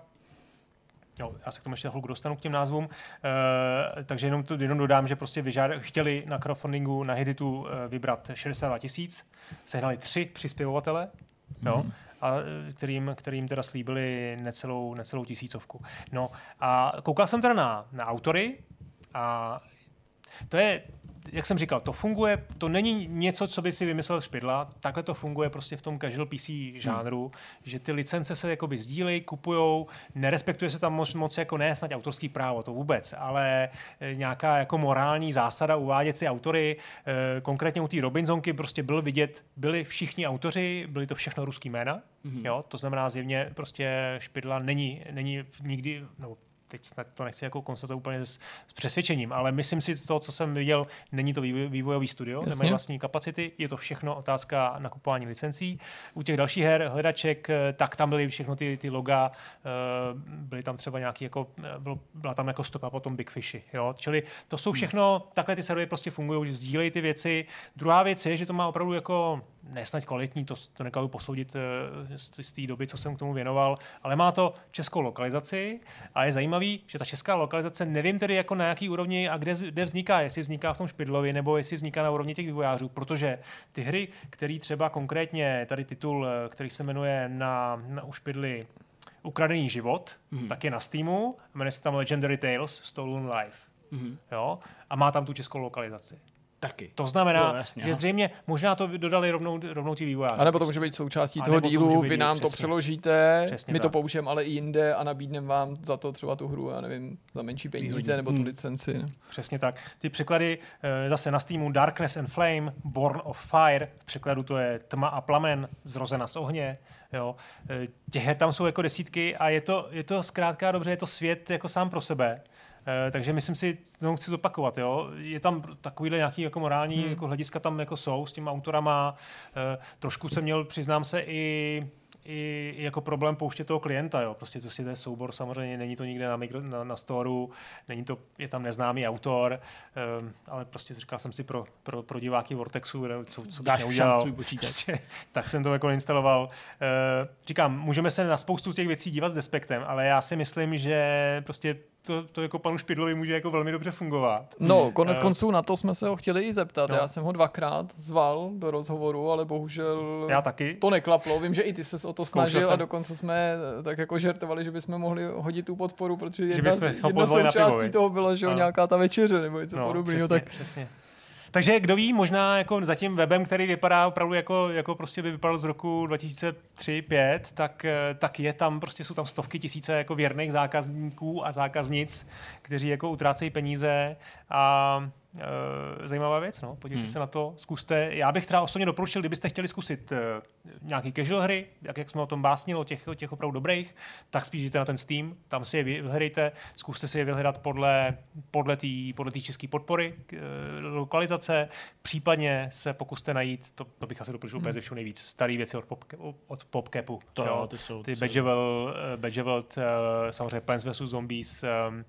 já se k tomu ještě chvilku dostanu k těm názvům, takže jenom dodám, že prostě chtěli na crowdfundingu na Hiditu vybrat 62 000, sehnali 3 přispěvovatele, a kterým teda slíbili necelou 1000. No a koukal jsem teda na autory, a to je, jak jsem říkal, to funguje, to není něco, co by si vymyslel Špidla, takhle to funguje prostě v tom casual PC žánru, že ty licence se jakoby sdílejí, kupujou, nerespektuje se tam moc jako ne snad autorský právo, to vůbec, ale nějaká jako morální zásada uvádět ty autory, konkrétně u té Robinsonky prostě byli všichni autoři, byli to všechno ruský jména, jo, to znamená zjevně prostě Špidla není nikdy, no, teď snad to nechci jako konstatovat úplně s přesvědčením, ale myslím si z toho, co jsem viděl, není to vývojový studio, nemají vlastní kapacity, je to všechno otázka nakupování licencí. U těch dalších her, hledaček, tak tam byly všechno ty loga, byly tam třeba nějaký jako, byla tam jako stopa potom Big Fishy, jo? Čili to jsou všechno, takhle ty servery prostě fungují, že sdílejí ty věci. Druhá věc je, že to má opravdu jako nesnad kvalitní, to nekážu posoudit z té doby, co jsem k tomu věnoval, ale má to českou lokalizaci a je zajímavý, že ta česká lokalizace, nevím tedy jako na jaký úrovni a kde vzniká, jestli vzniká v tom Špidlovi, nebo jestli vzniká na úrovni těch vývojářů, protože ty hry, který třeba konkrétně, tady titul, který se jmenuje na u Špidli Ukradený život, tak je na Steamu, jmenuje se tam Legendary Tales Stolen Life. Jo? A má tam tu českou lokalizaci. Taky. To znamená, jo, jasně, že zřejmě možná to dodali rovnou ti vývojáři. A nebo to může být součástí toho dílu, vy nám to přeložíte, my to použijeme ale i jinde a nabídneme vám za to třeba tu hru, já nevím, za menší peníze nebo tu licenci. Ne? Přesně tak. Ty překlady zase na Steamu Darkness and Flame, Born of Fire, v překladu to je Tma a plamen, Zrozena z ohně. Jo. Těch her tam jsou jako desítky a je to zkrátka dobře, je to svět jako sám pro sebe. Takže myslím si, to chci zopakovat, jo. Je tam takovýhle nějaký jako morální jako hlediska tam jako jsou s těma autorama. Trošku jsem měl, přiznám se, i jako problém pouštět toho klienta, jo. Prostě to je soubor, samozřejmě není to nikde na storu, je tam neznámý autor, ale prostě říkal jsem si pro diváky Vortexu, co bych neudělal, prostě, tak jsem to jako instaloval. Říkám, můžeme se na spoustu těch věcí dívat s despektem, ale já si myslím, že prostě to jako panu Špidlovi může jako velmi dobře fungovat. No, konec konců na to jsme se ho chtěli i zeptat. No. Já jsem ho 2krát zval do rozhovoru, ale bohužel já taky. To neklaplo. Vím, že i ty ses o to snažil a dokonce jsme tak jako žertovali, že bychom mohli hodit tu podporu, protože jedna součástí toho byla, že nějaká ta večeře nebo něco podobného. Tak přesně. Takže kdo ví, možná jako za tím webem, který vypadá opravdu jako prostě by vypadal z roku 2003-2005, tak je tam prostě jsou tam stovky tisíce jako věrných zákazníků a zákaznic, kteří jako utrácejí peníze a zajímavá věc, no. Podívejte se na to, zkuste. Já bych třeba osobně doporučil, kdybyste chtěli zkusit nějaký casual hry, jak jsme o tom básnili, o těch opravdu dobrých, tak spíš jděte na ten Steam, tam si je vyhledejte, zkuste si je vyhledat podle té české podpory, lokalizace, případně se pokuste najít, to bych asi doporučil úplně ze všeho nejvíc, staré věci od PopCapu. Ty Badgeveld, samozřejmě Plants vs. Zombies,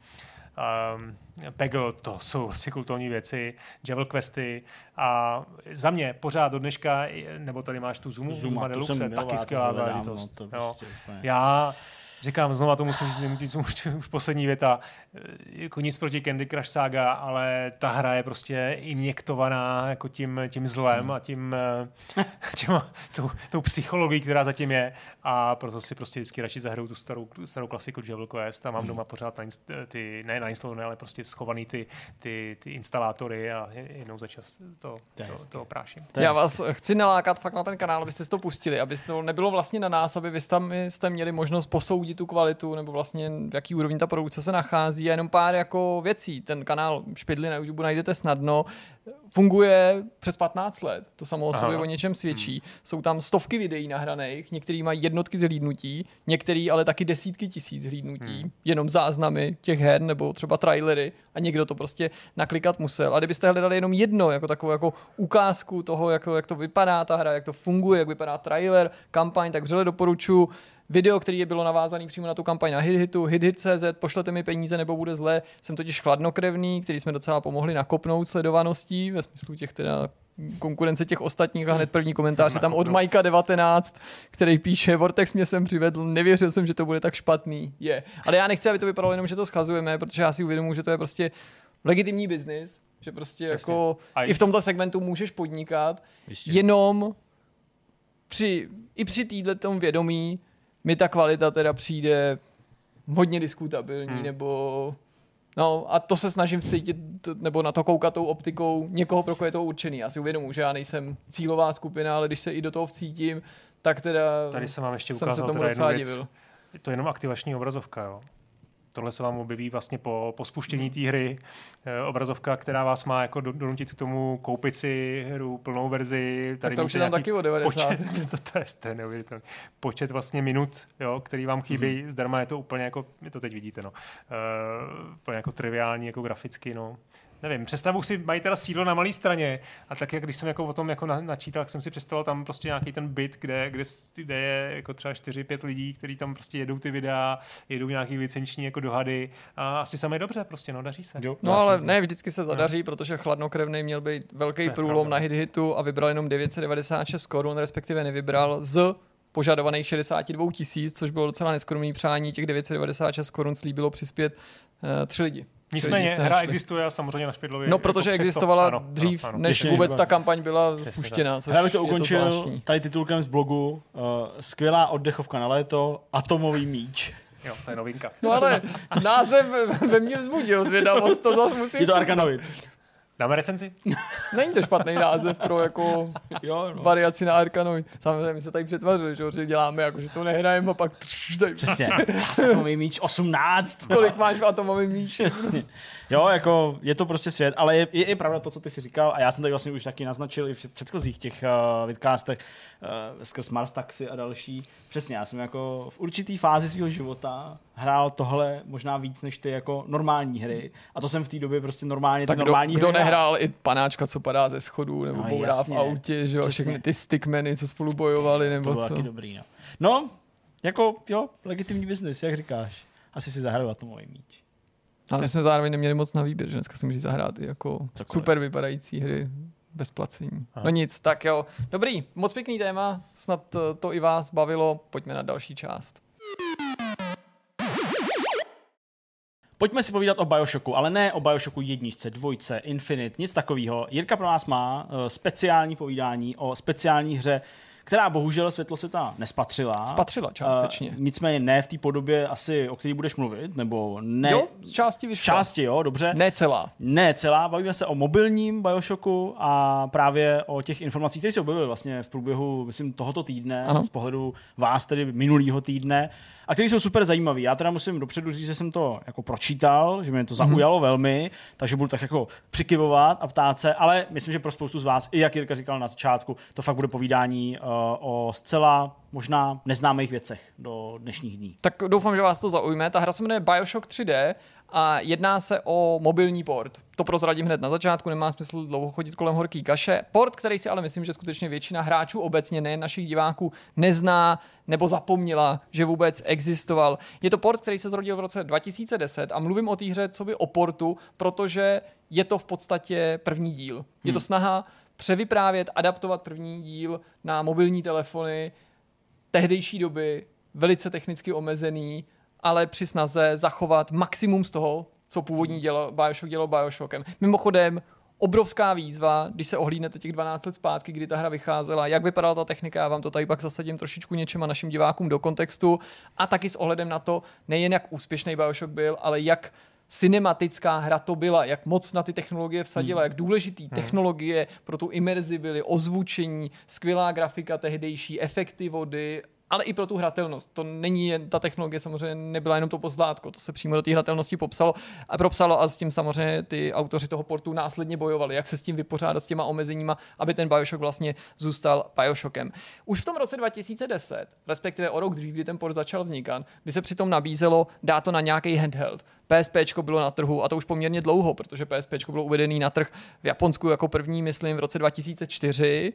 Peggle, to jsou asi kultovní věci, Javel Questy a za mě pořád do dneška, nebo tady máš tu Zuma Deluxe, taky skvělá záležitost. Já říkám, znova to musím říct, už poslední věta, jako nic proti Candy Crush Saga, ale ta hra je prostě injektovaná jako tím zlem a tou psychologií, která zatím je a proto si prostě vždycky radši zahraju tu starou klasiku Javel Quest a mám doma pořád ne nainstalované, ale prostě schovaný ty instalátory a jednou za čas to opráším. Já vás chci nalákat fakt na ten kanál, abyste si to pustili, aby to nebylo vlastně na nás, aby vy jste měli možnost posoudit tu kvalitu nebo vlastně v jaký úrovni ta produkce se nachází a jenom pár jako věcí. Ten kanál Špidly na YouTube najdete snadno. Funguje přes 15 let. To samo o sobě o něčem svědčí. Jsou tam stovky videí nahraných, některý mají jednotky zhlídnutí, některý ale taky desítky tisíc zhlídnutí. Jenom záznamy těch her nebo třeba trailery a někdo to prostě naklikat musel. A kdybyste hledali jenom jedno, jako takovou jako ukázku toho, jak to vypadá ta hra, jak to funguje, jak vypadá trailer, kampaň, tak vřele doporučuji video, který bylo navázaný přímo na tu kampaň na hithit.cz, pošlete mi peníze nebo bude zle. Jsem totiž chladnokrevný, který jsme docela pomohli nakopnout sledovaností, ve smyslu těch teda konkurence těch ostatních a hned první komentář je tam od Majka 19, který píše, Vortex mě sem přivedl, nevěřil jsem, že to bude tak špatný. Ale já nechci, aby to vypadalo jenom, že to schazujeme, protože já si uvědomuji, že to je prostě legitimní biznis, že prostě jako i v tomto segmentu můžeš podnikat, jenom při této vědomí mi ta kvalita teda přijde hodně diskutabilní, nebo no a to se snažím vcítit, nebo na to koukat tou optikou někoho, pro koho je to určený. Já si uvědomuji, že já nejsem cílová skupina, ale když se i do toho vcítím, tak teda tady jsem vám ještě ukázal tomu docela divil. Je to jenom aktivační obrazovka, jo. Tohle se vám objeví vlastně po spuštění té hry. Obrazovka, která vás má jako donutit k tomu koupit si hru, plnou verzi. Tady tak to už je tam taky o 90. To je neuvěřitelné. Počet vlastně minut, jo, který vám chybí zdarma, je to úplně jako, vy to teď vidíte, no. Úplně jako triviální, jako graficky, no. Nevím, představu si, mají teda sídlo na malé straně a tak, jak když jsem jako o tom jako načítal, tak jsem si představil tam prostě nějaký ten byt, kde je jako třeba 4-5 lidí, kteří tam prostě jedou ty videa, jedou nějaký licenční jako dohady a asi samé dobře prostě, no, daří se. Jo, no ale ne, vždycky se zadaří, protože Chladnokrevnej měl být velký průlom na hitu a vybral jenom 996 korun, respektive nevybral z požadovaných 62 000, což bylo docela neskromný přání, těch 996 korun slíbilo přispět 3 lidi. Nicméně hra existuje a samozřejmě na Špidlově. No, protože jako existovala dřív, než vůbec ta kampaň byla spuštěna. Já bych to ukončil tady titulkem z blogu. Skvělá oddechovka na léto, atomový míč. Jo, to je novinka. No ale název ve mně vzbudil zvědavost, to zase musím je to Arkanoid. Dáme recenzi? Není to špatný název pro jako variaci na Arkanoid. Samozřejmě my se tady přetvařili, že děláme jako, že to nehrajeme a pak... Přesně, atomový míč 18. Kolik máš v atomový míč? Jo, jako je to prostě svět, ale je i pravda to, co ty jsi říkal, a já jsem tady vlastně už taky naznačil i v předchozích těch vidcastech skrz Mars Taxi a další. Přesně, já jsem jako v určitý fázi svého života hrál tohle možná víc než ty jako normální hry. A to jsem v té době prostě normálně tak ty normální kdo hry nehrál i panáčka, co padá ze schodů, nebo bourá v autě, že jo, všechny ty stickmeny, co spolu bojovali, nebo to bylo co. taky dobrý, no. No, jako jo, legitimní biznis, jak říkáš. Asi si zahraju atomový míč. Ale my jsme zároveň neměli moc na výběr, že dneska si můžeš zahrát i jako cokoliv. Super vypadající hry bez placení. Aha. No nic, tak jo. Dobrý, moc pěkný téma, snad to i vás bavilo, pojďme na další část. Pojďme si povídat o BioShocku, ale ne o BioShocku 1, 2, Infinite, nic takového. Jirka pro nás má speciální povídání o speciální hře, která bohužel světlo světa nespatřila. Spatřila částečně. Nicméně ne v té podobě asi, o které budeš mluvit, nebo ne. Jo, z části vyšla. Z části, jo, dobře. Ne celá. Ne celá, bavíme se o mobilním BioShocku a právě o těch informacích, které se objevily vlastně v průběhu, myslím, tohoto týdne, z pohledu vás, tedy minulýho týdne, a které jsou super zajímavé. Já teda musím dopředu říct, že jsem to jako pročítal, že mě to zaujalo velmi, takže budu tak jako přikyvovat a ptát se, ale myslím, že pro spoustu z vás, i jak Jirka říkal na začátku, to fakt bude povídání o zcela možná neznámých věcech do dnešních dní. Tak doufám, že vás to zaujme. Ta hra se jmenuje BioShock 3D a jedná se o mobilní port. To prozradím hned na začátku, nemá smysl dlouho chodit kolem horký kaše. Port, který si ale myslím, že skutečně většina hráčů obecně, nejen našich diváků, nezná nebo zapomněla, že vůbec existoval. Je to port, který se zrodil v roce 2010 a mluvím o té hře coby o portu, protože je to v podstatě první díl. Je to snaha převyprávět, adaptovat první díl na mobilní telefony tehdejší doby, velice technicky omezený, ale při snaze zachovat maximum z toho, co původní BioShock dělal BioShockem. Mimochodem, obrovská výzva, když se ohlídnete těch 12 let zpátky, kdy ta hra vycházela, jak vypadala ta technika, já vám to tady pak zasadím trošičku něčema našim divákům do kontextu a taky s ohledem na to, nejen jak úspěšný BioShock byl, ale jak cinematická hra to byla, jak moc na ty technologie vsadila, jak důležitý technologie pro tu imerzi byly, ozvučení, skvělá grafika tehdejší, efekty vody, ale i pro tu hratelnost. To není jen ta technologie, samozřejmě nebyla jenom to pozlátko, to se přímo do té hratelnosti propsalo a s tím samozřejmě ty autoři toho portu následně bojovali, jak se s tím vypořádat, s těma omezeníma, aby ten BioShock vlastně zůstal BioShockem. Už v tom roce 2010, respektive o rok dřív, kdy ten port začal vznikat, by se přitom nabízelo dát to na nějaký handheld. PSPčko bylo na trhu a to už poměrně dlouho, protože PSPčko bylo uvedený na trh v Japonsku jako první, myslím, v roce 2004.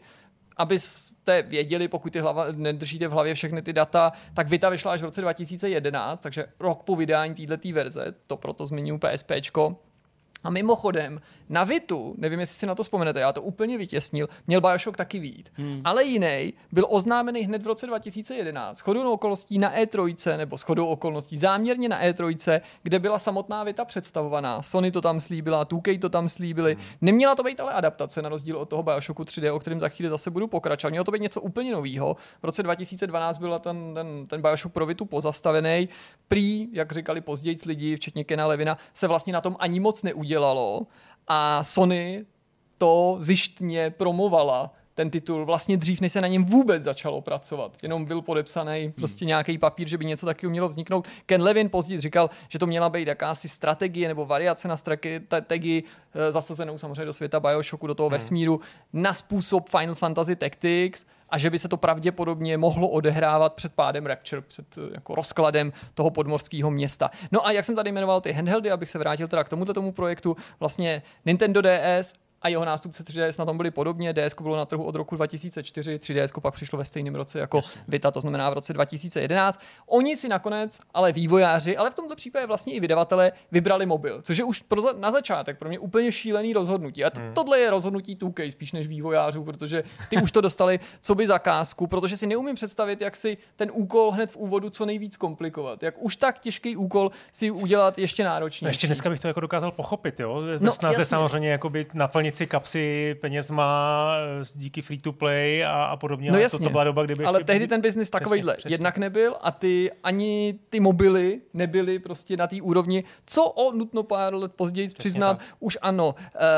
Abyste věděli, pokud nedržíte v hlavě všechny ty data, tak Vita vyšla až v roce 2011, takže rok po vydání této verze, to proto zmiňuji PSPčko. A mimochodem, na Vitu, nevím, jestli si na to vzpomenete, já to úplně vytěsnil, měl BioShock taky vyjít. Ale jiný byl oznámený hned v roce 2011, shodou okolností na E3, nebo shodou okolností záměrně na E3, kde byla samotná Vita představovaná. Sony to tam slíbila, 2K to tam slíbili. Neměla to být ale adaptace, na rozdíl od toho BioShocku 3D, o kterém za chvíli zase budu pokračovat. Mělo to být něco úplně nového. V roce 2012 byl ten BioShock pro Vitu pozastavený. Prý, jak říkali později lidi, včetně Kena Levina, se vlastně na tom ani moc neudělalo. A Sony to zjištně promovala, ten titul, vlastně dřív, než se na něm vůbec začalo pracovat. Jenom byl podepsaný prostě nějaký papír, že by něco takového mělo vzniknout. Ken Levin později říkal, že to měla být jakási strategie nebo variace na strategii zasazenou samozřejmě do světa BioShocku, do toho vesmíru, na způsob Final Fantasy Tactics a že by se to pravděpodobně mohlo odehrávat před pádem Rapture, před jako rozkladem toho podmořského města. No a jak jsem tady jmenoval ty handheldy, abych se vrátil teda k tomu projektu, vlastně Nintendo DS a jeho nástupce 3DS na tom byly podobně. DS bylo na trhu od roku 2004, 3DS pak přišlo ve stejném roce jako Vita, to znamená v roce 2011. Oni si nakonec, ale vývojáři, ale v tomto případě vlastně i vydavatelé vybrali mobil, což je už na začátek pro mě úplně šílený rozhodnutí. A tohle je rozhodnutí 2K spíš než vývojářů, protože ty už to dostali coby zakázku, protože si neumím představit, jak si ten úkol hned v úvodu co nejvíc komplikovat. Jak už tak těžký úkol si udělat ještě náročnější. Ještě dneska bych to jako dokázal pochopit, jo? Ve snaze samozřejmě jakoby naplnit plnit si kapsy penězma díky free to play a podobně. No jasně, to byla doba, kdyby ale tehdy ten biznis takovejhle jednak nebyl a ani ty mobily nebyly prostě na té úrovni, co o nutno pár let později přiznat, už ano.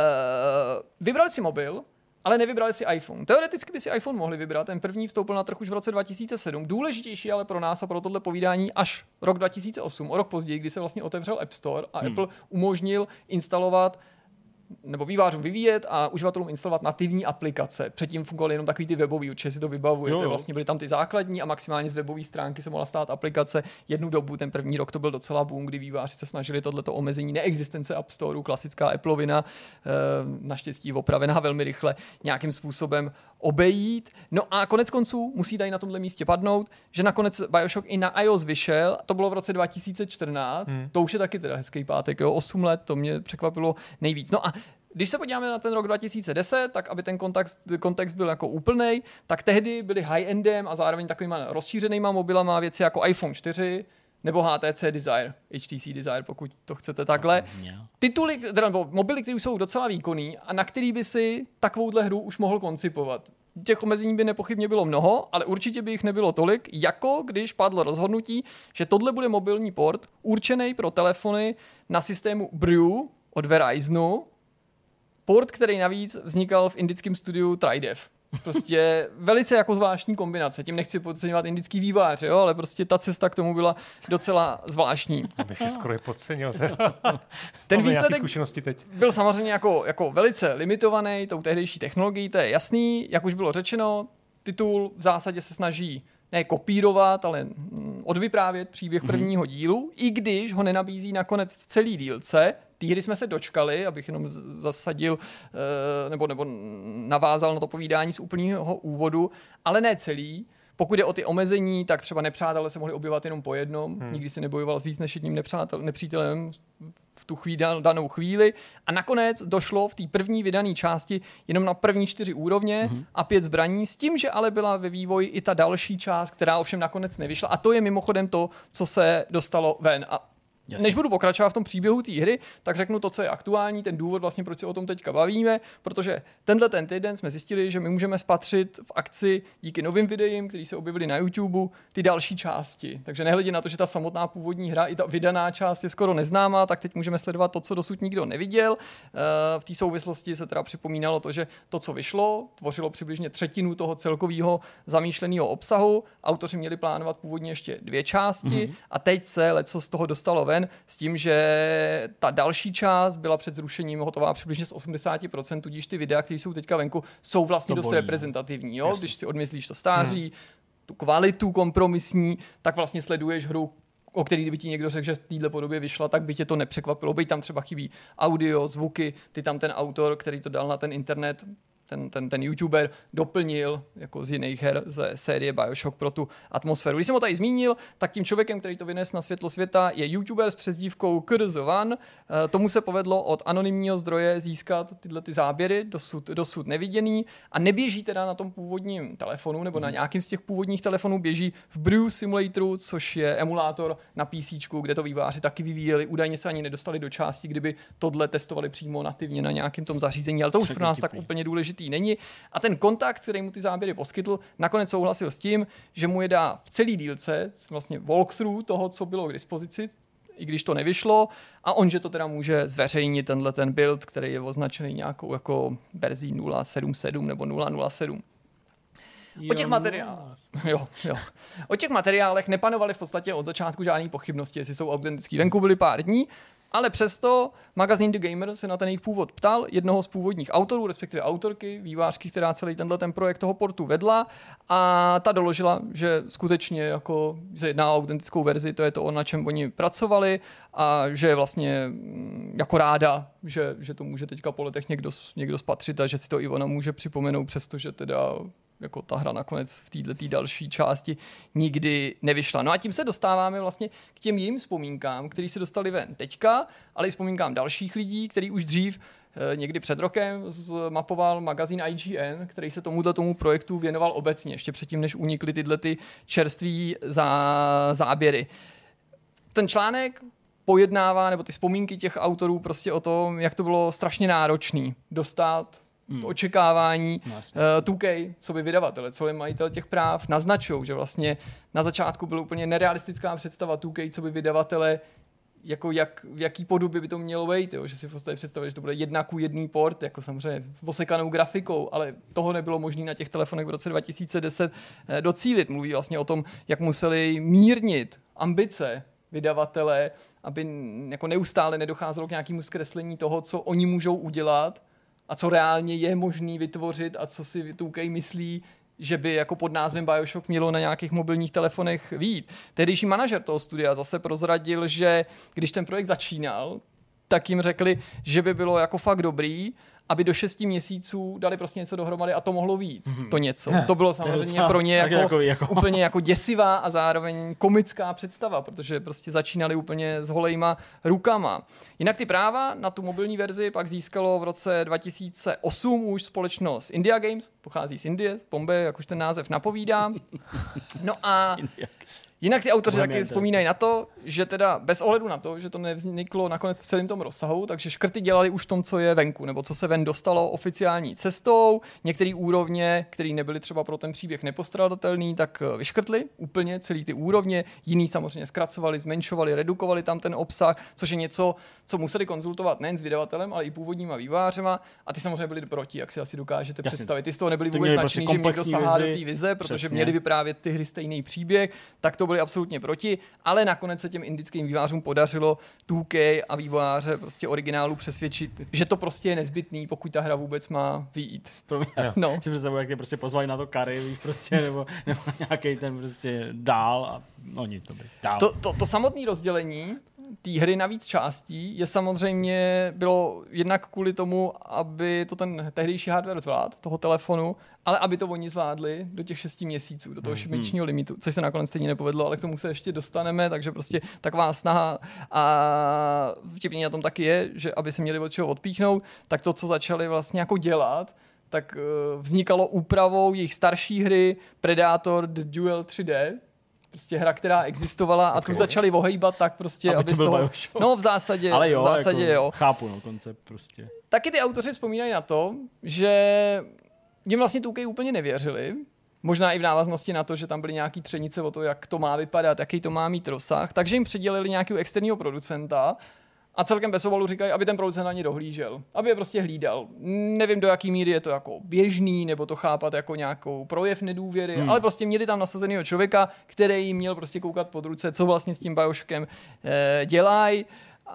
Vybrali si mobil, ale nevybrali si iPhone. Teoreticky by si iPhone mohli vybrat, ten první vstoupil na trh už v roce 2007. Důležitější ale pro nás a pro tohle povídání až rok 2008, o rok později, kdy se vlastně otevřel App Store a Apple umožnil instalovat nebo vývojářům vyvíjet a uživatelům instalovat nativní aplikace. Předtím fungovaly jenom takový ty webový, určitě si to vybavujete. Vlastně byly tam ty základní a maximálně z webové stránky se mohla stát aplikace. Jednu dobu, ten první rok to byl docela boom, kdy vývojáři se snažili tohleto omezení neexistence App Storeu, klasická Appleovina, naštěstí opravená velmi rychle, nějakým způsobem obejít. No a konec konců musí tady na tomhle místě padnout, že nakonec BioShock i na iOS vyšel, to bylo v roce 2014, to už je taky teda hezký pátek, 8 let, to mě překvapilo nejvíc. No a když se podíváme na ten rok 2010, tak aby ten kontext byl jako úplnej, tak tehdy byly high-endem a zároveň takovýma rozšířenýma mobilama věci jako iPhone 4 nebo HTC Desire, HTC Desire, pokud to chcete takhle. Tituly, nebo mobily, které jsou docela výkonný a na který by si takovouhle hru už mohl koncipovat. Těch omezení by nepochybně bylo mnoho, ale určitě by jich nebylo tolik, jako když padlo rozhodnutí, že tohle bude mobilní port určený pro telefony na systému Brew od Verizonu, port, který navíc vznikal v indickém studiu Tridev. Prostě velice jako zvláštní kombinace. Tím nechci podceňovat indický vývojáře, jo, ale prostě ta cesta k tomu byla docela zvláštní. Abych je skoro podcenil. Ten výsledek byl samozřejmě jako velice limitovaný tou tehdejší technologií, to je jasný. Jak už bylo řečeno, titul v zásadě se snaží ne kopírovat, ale odvyprávět příběh prvního dílu, i když ho nenabízí nakonec v celý dílce. Té hry jsme se dočkali, abych jenom zasadil nebo navázal na to povídání z úplného úvodu, ale ne celý. Pokud je o ty omezení, tak třeba nepřátelé se mohli objevovat jenom po jednom. Nikdy se nebojoval s víc než jedním nepřítelem v tu danou chvíli. A nakonec došlo v té první vydané části jenom na první 4 úrovně a 5 zbraní, s tím, že ale byla ve vývoji i ta další část, která ovšem nakonec nevyšla. A to je mimochodem to, co se dostalo ven. A než budu pokračovat v tom příběhu té hry, tak řeknu to, co je aktuální, ten důvod vlastně, proč se o tom teďka bavíme, protože ten týden jsme zjistili, že my můžeme spatřit v akci díky novým videím, které se objevily na YouTube, ty další části. Takže nehledě na to, že ta samotná původní hra i ta vydaná část je skoro neznámá, tak teď můžeme sledovat to, co dosud nikdo neviděl. V té souvislosti se teda připomínalo to, že to, co vyšlo, tvořilo přibližně 1/3 toho celkového zamýšleného obsahu. Autoři měli plánovat původně ještě 2 části a teď se leco z toho dostalo ven, s tím, že ta další část byla před zrušením hotová přibližně z 80%, tudíž ty videa, které jsou teďka venku, jsou vlastně dost reprezentativní. Jo? Když si odmyslíš to stáří, tu kvalitu kompromisní, tak vlastně sleduješ hru, o který kdyby ti někdo řekl, že v této podobě vyšla, tak by tě to nepřekvapilo. Byť tam třeba chybí audio, zvuky, ty tam ten autor, který to dal na ten internet, ten YouTuber doplnil jako z jiných her ze série BioShock pro tu atmosféru. Když jsem ho tady zmínil, tak tím člověkem, který to vynes na světlo světa, je YouTuber s přezdívkou KRZ1. Tomu se povedlo od anonymního zdroje získat tyhle ty záběry, dosud neviděný, a neběží teda na tom původním telefonu, nebo na nějakým z těch původních telefonů, běží v Brew Simulatoru, což je emulátor na PC, kde to vývojáři taky vyvíjeli. Údajně se ani nedostali do části, kdyby tohle testovali přímo nativně na nějakém tom zařízení, ale to už pro nás tak úplně důležitý není. A ten kontakt, který mu ty záběry poskytl, nakonec souhlasil s tím, že mu je dá v celý dílce vlastně walkthrough toho, co bylo k dispozici, i když to nevyšlo, a on, že to teda může zveřejnit ten build, který je označený nějakou jako verzí 0.7.7 nebo 0.07. O těch materiálech nepanovaly v podstatě od začátku žádný pochybnosti, jestli jsou autentický. Venku byly pár dní, ale přesto magazín The Gamer se na ten jejich původ ptal jednoho z původních autorů, respektive autorky, vývojářky, která celý ten projekt toho portu vedla, a ta doložila, že skutečně jako se jedná o autentickou verzi, to je to, na čem oni pracovali, a že je vlastně jako ráda, že to může teďka po letech někdo spatřit a že si to i ona může připomenout, přestože teda jako ta hra nakonec v této další části nikdy nevyšla. No a tím se dostáváme vlastně k těm jejím vzpomínkám, který se dostali ven teďka, ale i vzpomínkám dalších lidí, který už dřív někdy před rokem zmapoval magazín IGN, který se tomu projektu věnoval obecně, ještě předtím, než unikly tyhle ty čerství záběry. Ten článek pojednává, nebo ty vzpomínky těch autorů prostě o tom, jak to bylo strašně náročný dostat to očekávání. 2K, co by vydavatele, co by majitel těch práv, naznačují, že vlastně na začátku byla úplně nerealistická představa 2K, co by vydavatele jako v jaký podobě by to mělo být, jo? Že si v podstatě představili, že to bude 1:1 port, jako samozřejmě s osekanou grafikou, ale toho nebylo možné na těch telefonech v roce 2010 docílit. Mluví vlastně o tom, jak museli mírnit ambice vydavatele, aby jako neustále nedocházelo k nějakému zkreslení toho, co oni můžou udělat a co reálně je možný vytvořit a co si 2K myslí, že by jako pod názvem BioShock mělo na nějakých mobilních telefonech vyjít. Tehdejší manažer toho studia zase prozradil, že když ten projekt začínal, tak jim řekli, že by bylo jako fakt dobrý, aby do 6 měsíců dali prostě něco dohromady a to mohlo vyjít. To něco. To bylo samozřejmě pro ně jako úplně jako děsivá a zároveň komická představa, protože prostě začínali úplně s holejma rukama. Jinak ty práva na tu mobilní verzi pak získalo v roce 2008 už společnost India Games, pochází z Indie, z Bombay, jak už ten název napovídá. No a jinak ty autoři taky vzpomínají na to, že teda bez ohledu na to, že to nevzniklo nakonec v celém tom rozsahu, takže škrty dělali už v tom, co je venku, nebo co se ven dostalo oficiální cestou. Některé úrovně, které nebyly třeba pro ten příběh nepostradatelný, tak vyškrtli úplně celý ty úrovně. Jiný samozřejmě zkracovali, zmenšovali, redukovali tam ten obsah, což je něco, co museli konzultovat nejen s vydavatelem, ale i původníma vývojářema. A ty samozřejmě byli proti, jak si asi dokážete představit. Ty z toho nebyli vůbec nadšení, že někdo sahá do té vize, protože měli vyprávět ty hry stejný příběh, tak to byli absolutně proti, ale nakonec se těm indickým vývojářům podařilo 2K a vývojáře prostě originálu přesvědčit, že to prostě je nezbytný, pokud ta hra vůbec má vyjít. No. Si představuji, jak tě prostě pozvali na to kary, víš, prostě, nebo nějaký ten prostě dál a no nic, to by dál. To samotné rozdělení té hry na víc částí je samozřejmě bylo jednak kvůli tomu, aby to ten tehdejší hardware zvládl, toho telefonu, ale aby to oni zvládli do těch 6 měsíců, do toho šibeničního limitu, což se nakonec stejně nepovedlo, ale k tomu se ještě dostaneme, takže prostě taková snaha a vtipně na tom taky je, že aby se měli od čeho odpíchnout, tak to, co začali vlastně jako dělat, tak vznikalo úpravou jejich starší hry Predator The Duel 3D, prostě hra, která existovala a tu začali ohejbat tak prostě, aby z toho... No v zásadě, ale jo, v zásadě jako, jo. Chápu, no, koncept prostě. Taky ty autoři vzpomínají na to, že jim vlastně 2K úplně nevěřili, možná i v návaznosti na to, že tam byly nějaký třenice o to, jak to má vypadat, jaký to má mít rozsah, takže jim předělili nějakého externího producenta a celkem bez obalu říkají, aby ten producent na ně dohlížel, aby je prostě hlídal. Nevím, do jaký míry je to jako běžný, nebo to chápat jako nějakou projev nedůvěry, ale prostě měli tam nasazeného člověka, který jim měl prostě koukat pod ruce, co vlastně s tím BioShockem dělají.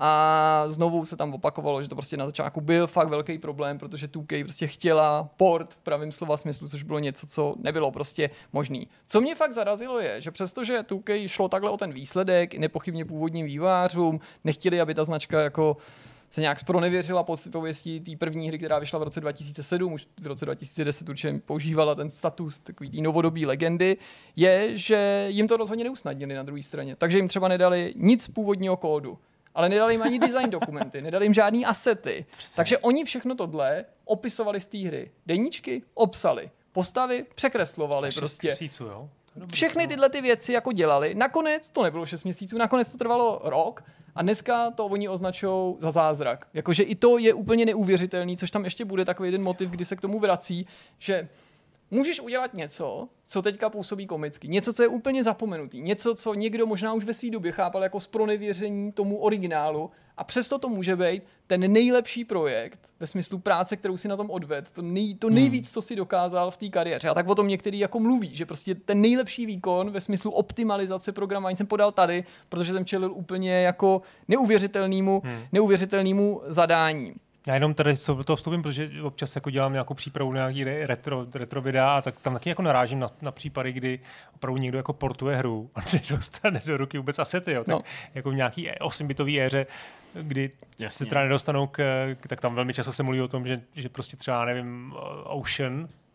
A znovu se tam opakovalo, že to prostě na začátku byl fakt velký problém, protože 2K prostě chtěla port v pravém slova smyslu, což bylo něco, co nebylo prostě možný. Co mě fakt zarazilo je, že přestože 2K šlo takhle o ten výsledek, nepochybně původním vývojářům, nechtěli, aby ta značka jako se nějak zpronevěřila pověstí té první hry, která vyšla v roce 2007, už v roce 2010 určitě používala ten status takový té novodobí legendy, je, že jim to rozhodně neusnadnili na druhé straně. Takže jim třeba nedali nic původního kódu, ale nedali jim ani design dokumenty, nedali jim žádný asety. Takže oni všechno tohle opisovali z té hry. Deníčky obsali, postavy překreslovali prostě. Měsíců, jo? Všechny tyhle ty věci jako dělali. Nakonec to nebylo 6 měsíců, nakonec to trvalo rok a dneska to oni označují za zázrak. Jakože i to je úplně neuvěřitelný, což tam ještě bude takový jeden motiv, kdy se k tomu vrací, že můžeš udělat něco, co teďka působí komicky. Něco, co je úplně zapomenutý. Něco, co někdo možná už ve své době chápal jako zpronevěření tomu originálu a přesto to může být ten nejlepší projekt ve smyslu práce, kterou si na tom odvedl. To nejvíc, co si dokázal v té kariéře. A tak o tom některý jako mluví, že prostě ten nejlepší výkon ve smyslu optimalizace programování jsem podal tady, protože jsem čelil úplně jako neuvěřitelnému zadání. Já jenom tady do toho vstupím, protože občas jako dělám nějakou přípravu na nějaký retro videa a tak tam taky jako narážím na případy, kdy opravdu někdo jako portuje hru a nedostane do ruky vůbec asety, jo. Tak jako v nějaký 8-bitové éře, kdy se teda nedostanou tak tam velmi často se mluví o tom, že prostě třeba, nevím,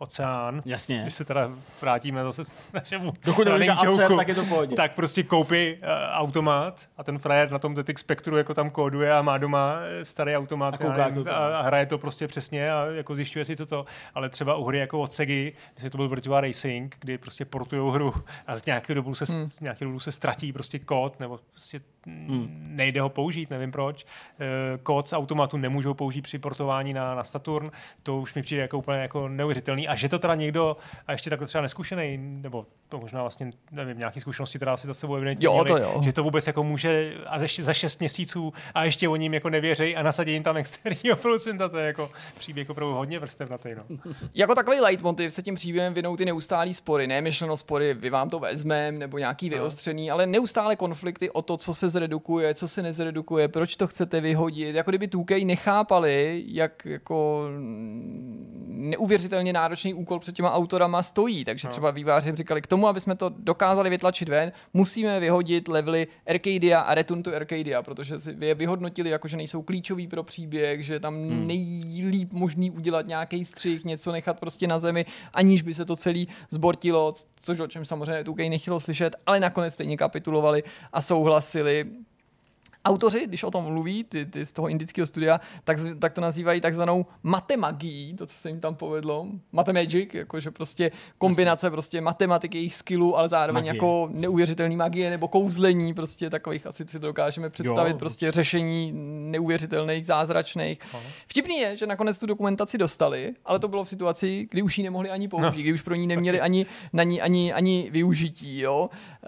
oceán. Jasně. Když se teda vrátíme zase k našemu dokud running joke, tak je to v pohodě. Tak prostě koupí automat a ten frajer na tom ZX Spectru jako tam kóduje a má doma starý automat a hraje to prostě přesně a jako zjišťuje si to. Ale třeba u hry jako od Segy, když to byl Virtua Racing, kdy prostě portujou hru a z nějakého dobu se ztratí prostě kód nebo prostě nejde ho použít, nevím proč. Kód z automatu nemůžou použít při portování na Saturn, to už mi přijde jako úplně jako neuvěřitelný. A že to teda někdo, a ještě takhle třeba neskušený, nebo to možná vlastně, nevím, nějaký zkušenosti teda si za sebou evidentně měli, že to vůbec jako může a ještě za 6 měsíců a ještě o ním jako nevěří a nasadí jim tam externího producenta, to je jako příběh opravdu hodně vrstevnatý. No. Jako takový leitmotiv se tím příběhem vinou ty neustálý spory, ne myšleno spory, vy vám to vezmeme, nebo nějaký vyostřený, ale neustále konflikty o to, co se zredukuje, co se nezredukuje, proč to chcete vyhodit. Jako kdyby 2K nechápali, jak jako neuvěřitelně náročný úkol před těma autorama stojí. Takže třeba vývojáři říkali, k tomu, aby jsme to dokázali vytlačit ven, musíme vyhodit levely Arcadia a Return to Arcadia, protože si je vyhodnotili, jako že nejsou klíčový pro příběh, že tam nejlíp možný udělat nějaký střih, něco nechat prostě na zemi, aniž by se to celý zbortilo, což o čem samozřejmě 2K nechtělo slyšet, ale nakonec stejně kapitulovali a souhlasili. Autoři, když o tom mluví, ty z toho indického studia, tak to nazývají takzvanou matemagii, to, co se jim tam povedlo. Matemagic, jakože prostě kombinace prostě matematiky, jejich skillů, ale zároveň jako neuvěřitelný magie nebo kouzlení, prostě takových asi si to dokážeme představit, prostě řešení neuvěřitelných, zázračných. Vtipný je, že nakonec tu dokumentaci dostali, ale to bylo v situaci, kdy už ji nemohli ani použít, kdy už pro ní neměli ani využití, jo.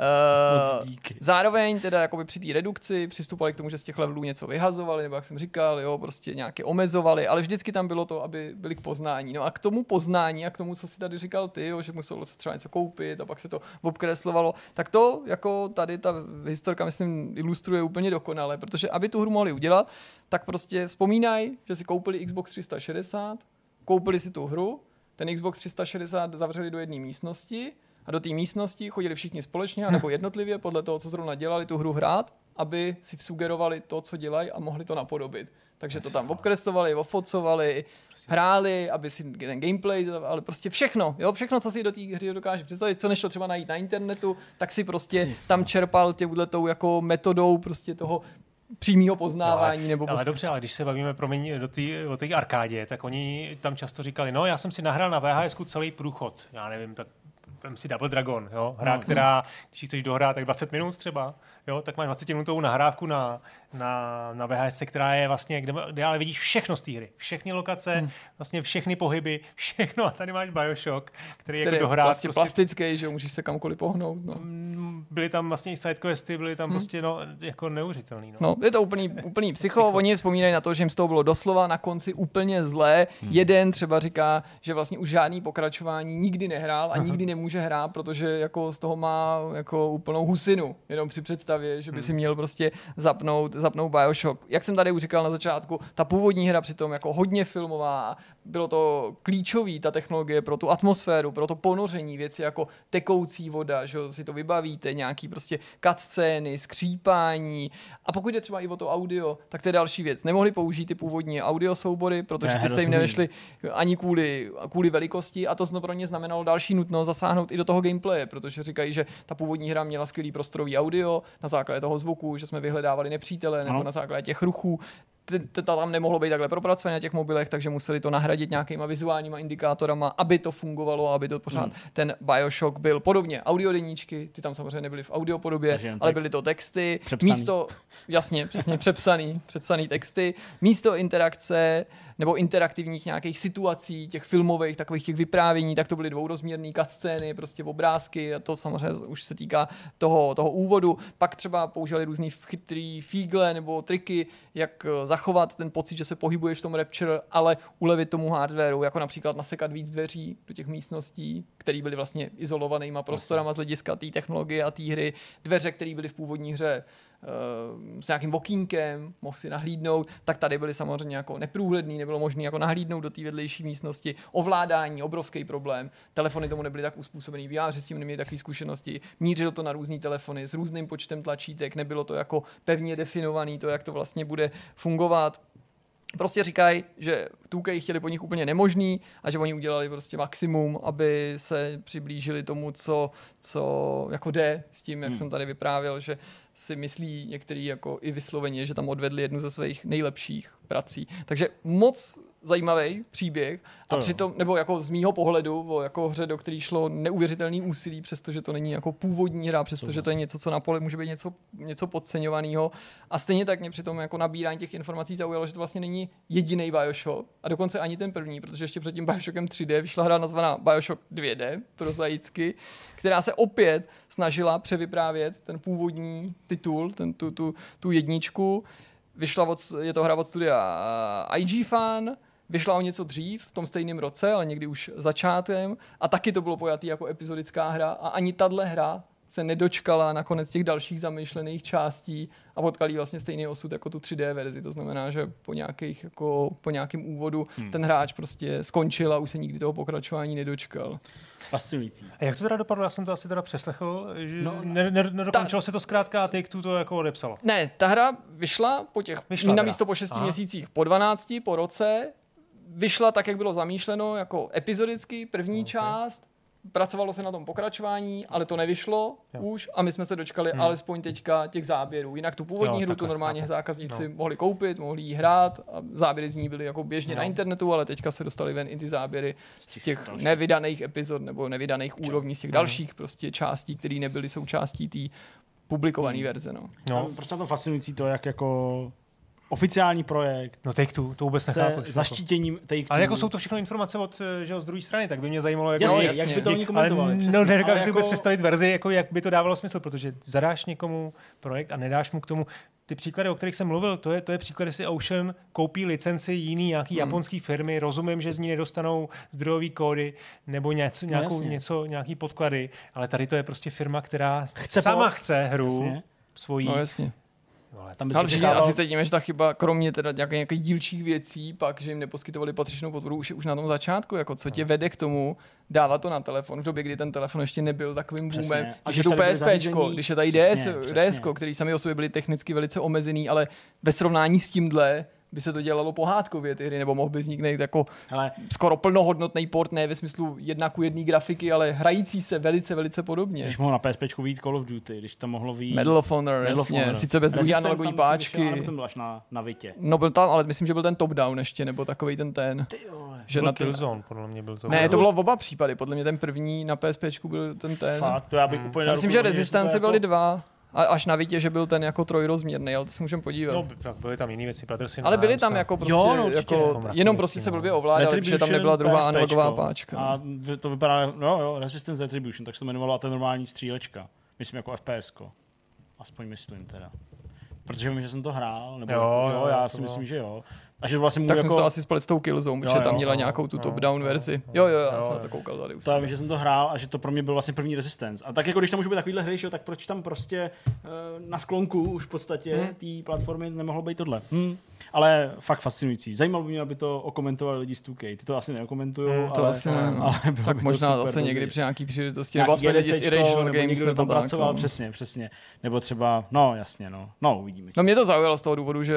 Zároveň teda jakoby při té redukci přistupovali k tomu, že z těch levelů něco vyhazovali, nebo jak jsem říkal, jo, prostě nějaké omezovali, ale vždycky tam bylo to, aby byli k poznání. No a k tomu poznání a k tomu, co si tady říkal ty, jo, že muselo se třeba něco koupit a pak se to obkreslovalo, tak to jako tady ta historka, myslím, ilustruje úplně dokonale, protože aby tu hru mohli udělat, tak prostě vzpomínají, že si koupili Xbox 360, koupili si tu hru, ten Xbox 360 zavřeli do jedné místnosti a do té místnosti chodili všichni společně nebo jednotlivě podle toho, co zrovna dělali, tu hru hrát, aby si vsugerovali to, co dělají a mohli to napodobit. Takže to tam obkreslovali, ofocovali, hráli, aby si ten gameplay, ale prostě všechno, jo, všechno, co si do té hry dokáže představit, co nešlo třeba najít na internetu, tak si prostě tam čerpal těmhletou jako metodou prostě toho přímého poznávání. Nebo ale dobře, ale když se bavíme o té arkádě, tak oni tam často říkali, no já jsem si nahrál na VHSku celý průchod, já nevím, tak vem si Double Dragon, jo? Hra, která, když ji chceš dohrát, tak 20 minut třeba, jo? Tak máš 20-minutovou nahrávku na VHS, která je vlastně, kde ale vidíš všechno z té hry. Všechny lokace, vlastně všechny pohyby, všechno. A tady máš BioShock, který jako dohrát. Vlastně plastický, že můžeš se kamkoliv pohnout. No. Byly tam vlastně i sidequesty, byly tam prostě jako neuvěřitelný. No, je to úplný psycho. Oni vzpomínají na to, že jim z toho bylo doslova na konci úplně zlé. Jeden třeba říká, že vlastně už žádný pokračování nikdy nehrál a nikdy nemůže hrát, protože jako z toho má jako úplnou husinu. Jenom při představě, že by si měl prostě zapnout BioShock. Jak jsem tady už říkal na začátku, ta původní hra přitom jako hodně filmová, bylo to klíčový, ta technologie pro tu atmosféru, pro to ponoření, věci jako tekoucí voda, že si to vybavíte, nějaký prostě cutscény, skřípání. A pokud jde třeba i o to audio, tak to je další věc. Nemohli použít ty původní audio soubory, protože ty se jim nevešly ani kvůli velikosti a to pro ně znamenalo další nutnost zasáhnout i do toho gameplaye, protože říkají, že ta původní hra měla skvělý prostorový audio na základě toho zvuku, že jsme vyhledávali nepřítele nebo na základě těch ruchů. Tam nemohlo být takhle propracované na těch mobilech, takže museli to nahradit nějakýma vizuálníma indikátorama, aby to fungovlo, aby to pořád ten BioShock byl. Podobně audiodeníčky, ty tam samozřejmě nebyly v audiopodobě, ale byly to texty. Místo, jasně, přesně přepsaný texty. Místo interakce nebo interaktivních nějakých situací, těch filmových, takových těch vyprávění, tak to byly dvourozměrné cutscény, prostě obrázky a to samozřejmě už se týká toho úvodu. Pak třeba použili různý chytrý fígle nebo triky, jak zachovat ten pocit, že se pohybuješ v tom Rapture, ale ulevit tomu hardwareu, jako například nasekat víc dveří do těch místností, které byly vlastně izolovanýma prostorama z hlediska té technologie a té hry. Dveře, které byly v původní hře s nějakým okýnkem, mohl si nahlídnout, tak tady byly samozřejmě jako neprůhledný, nebylo možné jako nahlídnout do té vedlejší místnosti. Ovládání, obrovský problém. Telefony tomu nebyly tak uspůsobený, vývojáři s tím neměli takové zkušenosti. Mířil to na různý telefony s různým počtem tlačítek, nebylo to jako pevně definovaný, to, jak to vlastně bude fungovat. prostě říkají, že 2K chtěli po nich úplně nemožný a že oni udělali prostě maximum, aby se přiblížili tomu, co jako jde s tím, jak jsem tady vyprávěl, že si myslí některý jako i vysloveně, že tam odvedli jednu ze svých nejlepších prací. Takže moc zajímavý příběh a přitom, nebo jako z mýho pohledu o jako hře, do který šlo neuvěřitelný úsilí, přestože to není jako původní hra, přestože to je něco, co na poli může být něco podceňovaného. A stejně tak mě při tom jako nabírání těch informací zaujalo, že to vlastně není jediný BioShock a dokonce ani ten první, protože ještě před tím BioShockem 3D vyšla hra nazvaná BioShock 2D, prozaicky, která se opět snažila převyprávět ten původní titul, tu jedničku. Je to hra od studia IG Fan, vyšla o něco dřív, v tom stejném roce, ale někdy už začátkem a taky to bylo pojatý jako epizodická hra a ani tahle hra se nedočkala nakonec těch dalších zamýšlených částí a potkali vlastně stejný osud jako tu 3D verzi. To znamená, že po nějakém úvodu ten hráč prostě skončil a už se nikdy toho pokračování nedočkal. Fascinující. A jak to teda dopadlo? Já jsem to asi teda přeslechl, že nedokončilo se to zkrátka a Take-Two to jako odepsalo. Ne, ta hra vyšla na místo po 6 měsících, po 12, po roce. Vyšla tak, jak bylo zamýšleno, jako epizodicky, první část. Pracovalo se na tom pokračování, ale to nevyšlo už a my jsme se dočkali alespoň teďka těch záběrů. Jinak tu původní hru tu normálně zákazníci mohli koupit, mohli jí hrát a záběry z ní byly jako běžně na internetu, ale teďka se dostaly ven i ty záběry z těch nevydaných epizod nebo nevydaných úrovní z těch dalších prostě částí, které nebyly součástí té publikované verze. Prostě to fascinující to, jak jako oficiální projekt. No Take-Two, to vůbec nechápu. Zaštítěním Take-Two. Ale jako jsou to všechno informace z druhé strany, tak by mě zajímalo, jak by to oni komentovali. No, nedokážu si vůbec představit verzi, jako jak by to dávalo smysl, protože zadáš někomu projekt a nedáš mu k tomu ty příklady, o kterých jsem mluvil, to je příklad, jestli Ocean koupí licenci jiný nějaký japonský firmy, rozumím, že z ní nedostanou zdrojové kódy nebo nějaký podklady, ale tady to je prostě firma, která chce hru svojí. No jasně. Ale asi cítíme, že ta chyba, kromě teda nějakých dílčích věcí, pak, že jim neposkytovali patřičnou podporu už na tom začátku, jako co tě vede k tomu dávat to na telefon, v době, kdy ten telefon ještě nebyl takovým boomem. Když je tu PSPčko, když je tady DSko, který sami o sobě byli technicky velice omezený, ale ve srovnání s tímhle by se to dělalo pohádkově ty hry, nebo mohl by vzniknout jako skoro plnohodnotný port, ne ve smyslu 1:1 grafiky, ale hrající se velice, velice podobně. Když mohlo na PSPčku vyjít Call of Duty, když to mohlo vyjít Medal of Honor, jasně, sice bez druhé analogové páčky. Nebo ten byl až na Vitě. No byl tam, ale myslím, že byl ten top-down ještě, nebo takovej ten. Že byl Killzone, podle mě byl to. Ne, to bylo v oba případy, podle mě ten první na PSPčku byl ten. Fakt, to já bych úplně myslím, že Resistance byly dva. A až na Vitě, že byl ten jako trojrozměrný, ale to se můžeme podívat. No, tak byly tam jiné věci, ale byly tam jako prostě, jenom prostě se blbě ovládali, protože tam nebyla druhá analogová páčka. A to vypadá, Resistance Retribution, tak se to jmenovalo, a to je normální střílečka. Myslím jako FPSko. Aspoň myslím teda. Protože vím, že jsem to hrál, nebo já si myslím, že jo. A že vlastně tak jsem to asi splet s tou Killzone, protože tam měla nějakou tu top-down verzi. Já jsem na to koukal tady. To vím, že jsem to hrál a že to pro mě byl vlastně první Resistance. A tak jako když tam můžou být takovýhle hry, tak proč tam prostě na sklonku už v podstatě té platformy nemohlo být tohle. Ale fakt fascinující. Zajímalo by mě, aby to okomentovali lidi z 2K. Ty to asi neokomentujou, to asi ne. Tak možná zase někdy při nějaký příležitosti. Nebo aspoň lidi z Irrational Games nebo tam pracoval, přesně. Nebo třeba, uvidíme. No mě to zaujalo z toho důvodu, že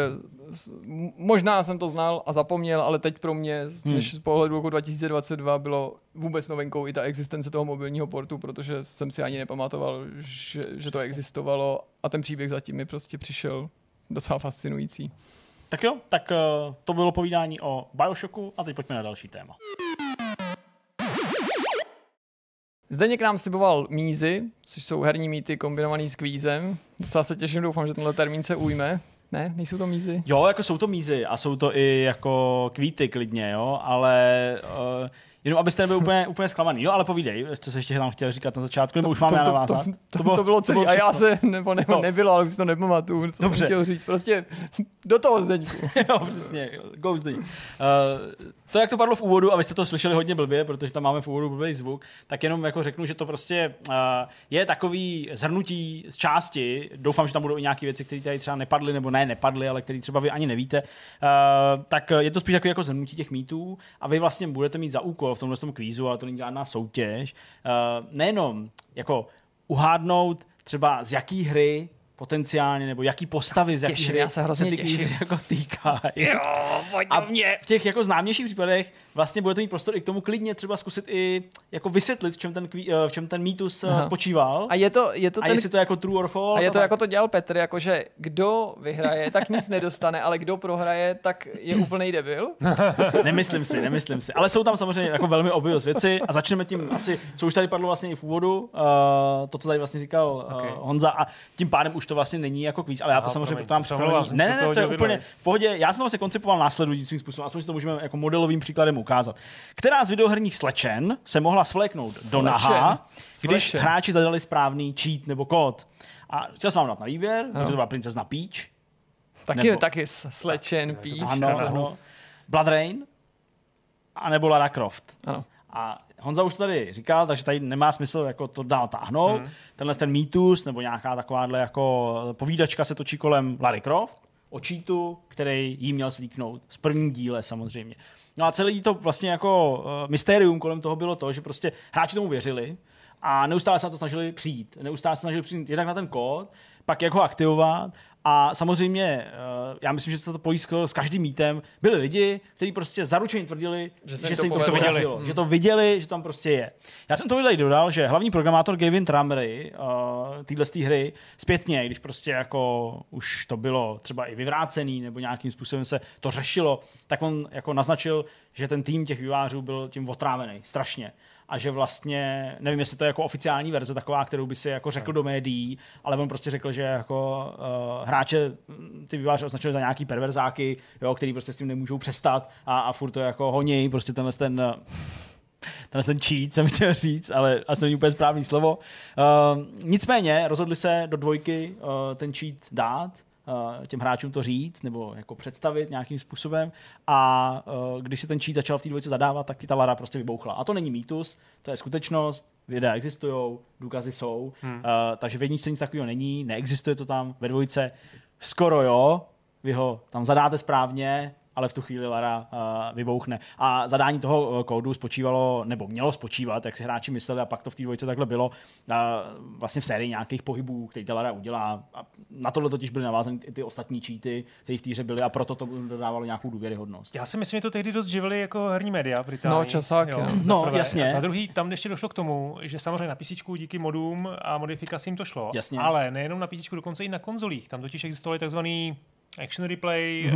možná jsem to znal a zapomněl, ale teď pro mě, než z pohledu roku 2022 bylo vůbec novinkou i ta existence toho mobilního portu, protože jsem si ani nepamatoval, že to existovalo a ten příběh zatím mi prostě přišel docela fascinující. Tak jo, tak to bylo povídání o BioShocku a teď pojďme na další téma. Zdeněk nám sliboval mízy, což jsou herní mýty kombinovaný s kvízem. Docela se těším, doufám, že tenhle termín se ujme. Ne, nejsou to mízy? Jo, jako jsou to mízy a jsou to i jako kvíty klidně, jo, ale jenom abyste nebyli úplně zklamaný. Jo, ale povídej, co se ještě tam chtěl říkat na začátku, nebo už máme navázat? To bylo celý a já se, nebylo, ale už si to nepamatuju, co jsem chtěl říct. Prostě do toho, Zdeňku. Jo, přesně, go Zdeňku. To, jak to padlo v úvodu, a vy jste to slyšeli hodně blbě, protože tam máme v úvodu blbý zvuk, tak jenom jako řeknu, že to prostě je takový shrnutí z části. Doufám, že tam budou i nějaké věci, které tady třeba nepadly, nebo nepadly, ale které třeba vy ani nevíte. Tak je to spíš takový jako shrnutí těch mýtů a vy vlastně budete mít za úkol v tomhle kvízu, ale to není žádná soutěž. Nejenom jako uhádnout třeba z jaký hry potenciálně, nebo jaký postavy z jaký hry se ty kvízy jako týkají. Jo, a v těch jako známějších případech vlastně budete mít prostor i k tomu klidně třeba zkusit i jako vysvětlit, v čem ten mýtus spočíval. A je to jestli to je jako true or false. A je to jako to dělal Petr, jakože kdo vyhraje, tak nic nedostane, ale kdo prohraje, tak je úplnej debil. Nemyslím si. Ale jsou tam samozřejmě jako velmi obvious věci a začneme tím asi, co už tady padlo vlastně i v úvodu, to, co tady vlastně říkal Honza, a tím pádem už to vlastně není jako kvíz, ale já to samozřejmě potom připravený. Ne, to je úplně v pohodě. Já jsem to vlastně koncipoval následujícím způsobem, aspoň si to můžeme jako modelovým příkladem ukázat. Která z videoherních slečen se mohla svléknout do naha, když hráči zadali správný cheat nebo kód. A chtěl jsem vám dát na výběr, protože to byla princezna Peach. Taky slečen Peach. Ano. Blood Rain a nebo Lara Croft. Ano. A Honza už to tady říkal, takže tady nemá smysl jako to dál táhnout. Tenhle ten mýtus nebo nějaká takováhle jako povídačka se točí kolem Lara Croft o cheatu, který jí měl svlíknout. Z prvním díle samozřejmě. No a celý to vlastně jako mystérium kolem toho bylo to, že prostě hráči tomu věřili a neustále se na to snažili přijít. Jednak na ten kód, pak jak ho aktivovat. A samozřejmě, já myslím, že to pojí s každým mýtem. Byli lidi, kteří prostě zaručeně tvrdili, že se jim to podařilo, že to viděli, že tam prostě je. Já jsem to tady dodal, že hlavní programátor Gavin Tramry této hry zpětně, když prostě jako už to bylo třeba i vyvrácený nebo nějakým způsobem se to řešilo, tak on jako naznačil, že ten tým těch vývojářů byl tím otrávený strašně. A že vlastně, nevím, jestli to je jako oficiální verze taková, kterou by si jako řekl do médií, ale on prostě řekl, že jako hráče ty vývojáři označili za nějaký perverzáky, jo, který prostě s tím nemůžou přestat a furt to jako honí, prostě tenhle ten cheat jsem chtěl říct, ale asi není úplně správný slovo. Nicméně rozhodli se do 2 ten cheat dát, těm hráčům to říct nebo jako představit nějakým způsobem a když si ten cheat začal v té 2 zadávat, tak ta Lara prostě vybouchla. A to není mýtus, to je skutečnost, videa existují, důkazy jsou, takže v 1 nic takového není, neexistuje to tam, ve 2 skoro jo, vy ho tam zadáte správně, ale v tu chvíli Lara vybouchne. A zadání toho kódu spočívalo, nebo mělo spočívat, jak si hráči mysleli, a pak to v té 2 takhle bylo, vlastně v sérii nějakých pohybů, který ta Lara udělá. A na tohle totiž byly navázané i ty ostatní cheaty, které v té hře byly, a proto to dodávalo nějakou důvěryhodnost. Já si myslím, že to tehdy dost živili jako herní média Británii. No, časák, jo. No, jasně. A za druhý, tam ještě došlo k tomu, že samozřejmě na PC díky modům a modifikacím to šlo, jasně. Ale nejenom na PC, dokonce i na konzolích. Tam totiž existovaly takzvaný action replay,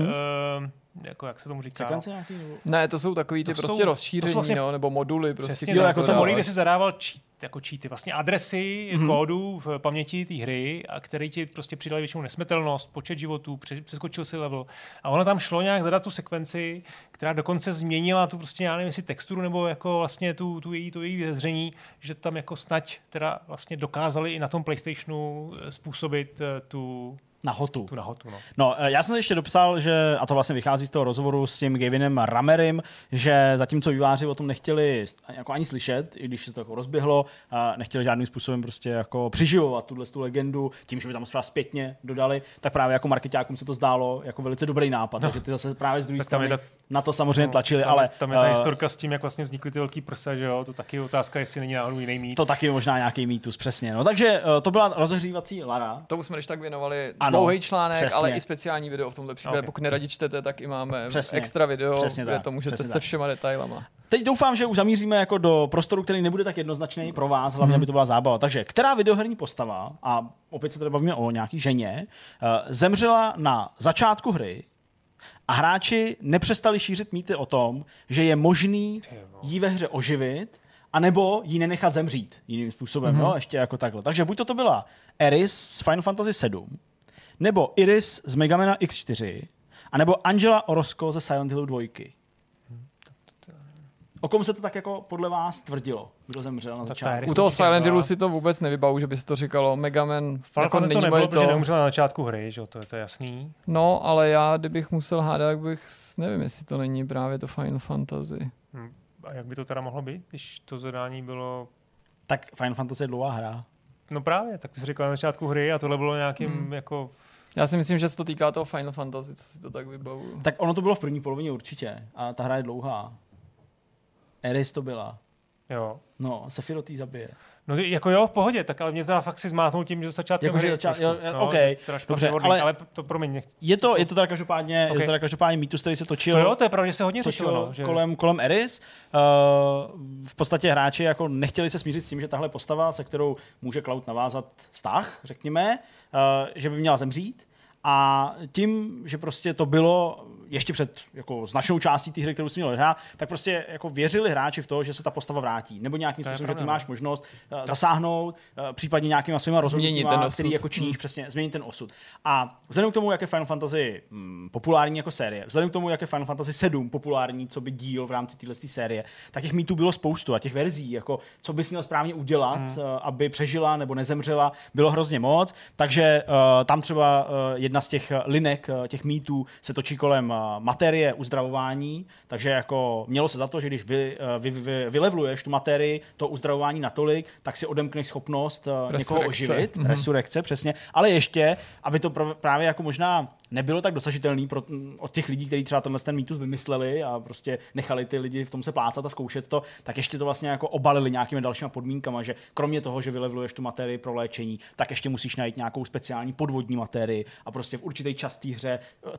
jako jak se tomu říká. Ne, to jsou takový ty prostě rozšíření, vlastně, no, nebo moduly. Prostě přesně, jako to moduly, kde si zadával jako cheaty, vlastně adresy kódů v paměti té hry, a které ti prostě přidali většinou nesmrtelnost, počet životů, přeskočil si level. A ono tam šlo nějak zadat tu sekvenci, která dokonce změnila tu prostě, já nevím, jestli texturu nebo jako vlastně tu její vzezření, že tam jako snad teda vlastně dokázali i na tom PlayStationu způsobit tu nahotu. No, já jsem ještě dopsal, že, a to vlastně vychází z toho rozhovoru s tím Gavinem Ramerem, že zatímco vývojáři o tom nechtěli jako ani slyšet, i když se to jako rozběhlo, nechtěli žádným způsobem prostě jako přiživovat tu legendu tím, že by tam třeba zpětně dodali, tak právě jako marketákům se to zdálo jako velice dobrý nápad, takže ty zase právě z druhé strany na to samozřejmě tlačili, ale tam je ta historka s tím, jak vlastně vznikly ty velký prsa, že jo, to taky je otázka, jestli není náhodou jiný mýtus. To taky možná nějaký mýtus, přesně. No, takže to byla rozehřívací Lara. To už jsme když tak věnovali. Dlouhý článek, přesně. Ale i speciální video v tomhle případě. Okay. Pokud neradi čtete, tak i máme extra video, kde to můžete se všema detailama. Teď doufám, že už zamíříme jako do prostoru, který nebude tak jednoznačný pro vás, hlavně aby to byla zábava. Takže která videoherní postava, a opět se tady bavíme o nějaký ženě, zemřela na začátku hry a hráči nepřestali šířit mýty o tom, že je možný jí ve hře oživit, anebo jí nenechat zemřít jiným způsobem, no, ještě jako takhle. Takže buď to byla Eris z Final Fantasy 7, nebo Iris z Mega Mana X4, anebo Angela Orozco ze Silent Hillu 2. O kom se to tak jako podle vás tvrdilo? Kdo zemřel na začátku? U toho Silent Hillu si to vůbec nevybavu, že by se to říkalo. Mega Man jako není to nebylo, protože neumřel na začátku hry, že? To je jasný. No, ale já, kdybych musel hádat, tak bych, nevím, jestli to není právě to Final Fantasy. A jak by to teda mohlo být, když to zadání bylo... Tak Final Fantasy je dlouhá hra. No právě, tak ty jsi říkal na začátku hry a tohle bylo nějakým jako... Já si myslím, že se to týká toho Final Fantasy, co si to tak vybavuju. Tak ono to bylo v první polovině určitě a ta hra je dlouhá. Eris to byla. Jo. No, Sephiroth jí zabije. No jako jo, v pohodě, tak ale mě teda fakt si zmátnul tím, že začátkem hry. Okay. Dobře, ale to pro mě je to teda každopádně, mýtus, který se točil. To jo, to je pravda, že se hodně řešilo. Že... kolem Eris. V podstatě hráči jako nechtěli se smířit s tím, že tahle postava, se kterou může Cloud navázat vztah, řekněme, že by měla zemřít. A tím, že prostě to bylo ještě před jako značnou částí té hry, kterou si měl hrát, tak prostě jako věřili hráči v to, že se ta postava vrátí. Nebo nějakým způsobem, že ty máš možnost zasáhnout, případně nějakýma svýma rozhodnutíma, který jako činíš přesně, změnit ten osud. A vzhledem k tomu, jak je Final Fantasy populární jako série, vzhledem k tomu, jak je Final Fantasy 7 populární, co by díl v rámci téhle série, tak těch mýtů bylo spoustu a těch verzí, jako co bys měl správně udělat, aby přežila nebo nezemřela, bylo hrozně moc. Takže tam třeba jedna z těch linek, těch mýtů se točí kolem materie uzdravování, takže jako mělo se za to, že když vylevluješ tu materii, to uzdravování natolik, tak si odemkneš schopnost někoho oživit, resurrekce, přesně, ale ještě, aby to právě jako možná nebylo tak dosažitelný od těch lidí, kteří třeba ten mýtus vymysleli a prostě nechali ty lidi v tom se plácat a zkoušet to, tak ještě to vlastně jako obalili nějakými dalšíma podmínkama, že kromě toho, že vylevluješ tu materii pro léčení, tak ještě musíš najít nějakou speciální podvodní materii a prostě v určitý čas té hře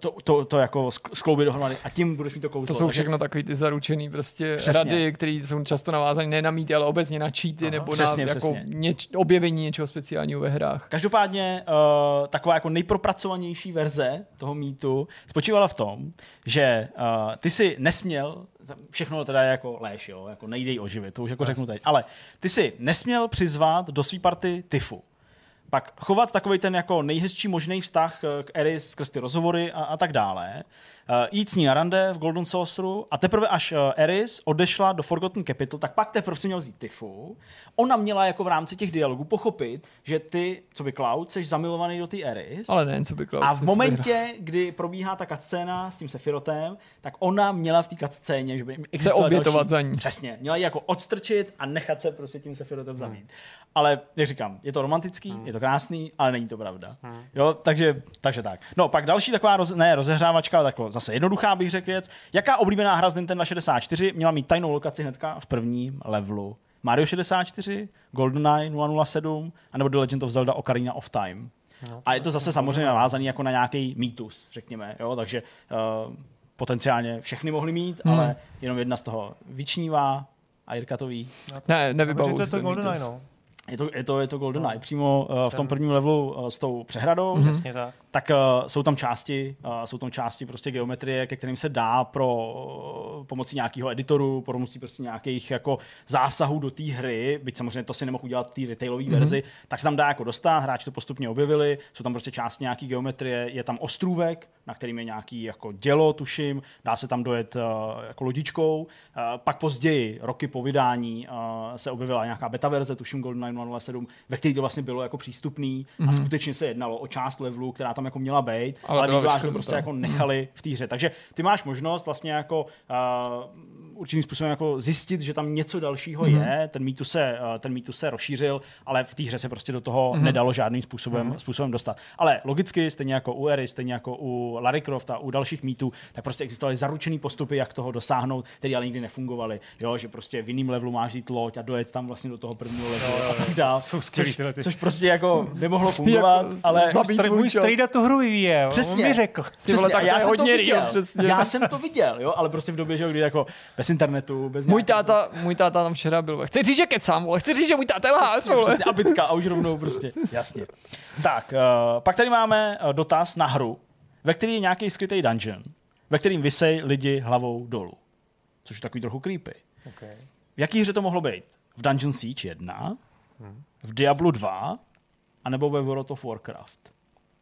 to jako skloubit dohromady a tím budeš mít to kouzlo. To jsou všechno takový ty zaručený prostě rady, které jsou často navázané ne na mýty, ale obecně na cheaty nebo přesně, na jako objevení něčeho speciálního ve hrách. Každopádně taková jako nejpropracovanější verze toho mýtu spočívala v tom, že ty si nesměl, všechno teda je jako léž, jo, jako nejde jí oživit, to už jako řeknu teď, ale ty si nesměl přizvat do svý party Tifu. Pak chovat takovej ten jako nejhezčí možný vztah k Eris skrz ty rozhovory a tak dále. Jít s ní na rande v Golden Sauceru a teprve až Eris odešla do Forgotten Capital, tak pak teprve si měl vzít Tifu. Ona měla jako v rámci těch dialogů pochopit, že ty, co by Cloud, seš zamilovaný do té Eris. Ale ne, co by Cloud. A v momentě, kdy probíhá ta cutscéna s tím Sephirothem, tak ona měla v té cutscéně, že by se obětovat za ní. Přesně. Měla ji jako odstrčit a nechat se prostě tím Sephirothem zabít. Ale jak říkám, je to romantický, je to krásný, ale není to pravda. Jo, takže tak. No, pak další taková rozehřávačka, ale taková zase jednoduchá bych řekl věc. Jaká oblíbená hra z Nintendo 64 měla mít tajnou lokaci hnedka v prvním levelu? Mario 64, GoldenEye 007, anebo The Legend of Zelda Ocarina of Time. A je to zase samozřejmě navázaný jako na nějaký mýtus, řekněme. Jo, takže potenciálně všechny mohly mít, ale jenom jedna z toho vyčnívá a Jirka to ví. Ne, nevybavuji. To je to GoldenEye, no. Je to GoldenEye. Přímo v tom prvním levelu s tou přehradou. Přesně tak. Tak jsou tam části prostě geometrie, ke kterým se dá pomocí nějakého editoru, pomocí prostě nějakých jako zásahů do té hry, byť samozřejmě to si nemohl udělat v té retailové verzi, tak se tam dá jako dostat, hráči to postupně objevili, jsou tam prostě části nějaký geometrie, je tam ostrůvek, na kterým je nějaký jako dělo, tuším, dá se tam dojet jako lodičkou. Pak později, roky po vydání, se objevila nějaká beta verze, tuším GoldenEye 007, ve který to vlastně bylo jako přístupný a skutečně se jednalo o část levelu, která tam jako měla být, ale vývojáři to prostě jako nechali v té hře. Takže ty máš možnost vlastně jako určitým způsobem jako zjistit, že tam něco dalšího je, ten mýtus se rozšířil, ale v té hře se prostě do toho nedalo žádným způsobem dostat. Ale logicky, stejně jako u Eris, stejně jako u Lara Croft a u dalších mýtů, tak prostě existovaly zaručený postupy, jak toho dosáhnout, které ale nikdy nefungovaly. Jo, že prostě v jiném levelu máš jít loď a dojet tam vlastně do toho prvního levelu a tak dál. Což prostě jako nemohlo fungovat, ale můj strejda tu hru vyvíjel. Přesně. On mi řekl. Přesně. Já jsem to viděl. Já jsem to viděl, jo, ale prostě v době, že kdy jako bez internetu, bez můj táta tam včera byl. Chci říct, že kecám, vole. Chci říct, že můj táta je lhář, přesně, a bitka a už rovnou prostě. Jasně. Tak, pak tady máme dotaz na hru, ve který je nějaký skrytý dungeon, ve kterým visej lidi hlavou dolů. Což je takový trochu creepy. Okay. V jaký hře to mohlo být? V Dungeon Siege 1, v Diablo 2, anebo ve World of Warcraft?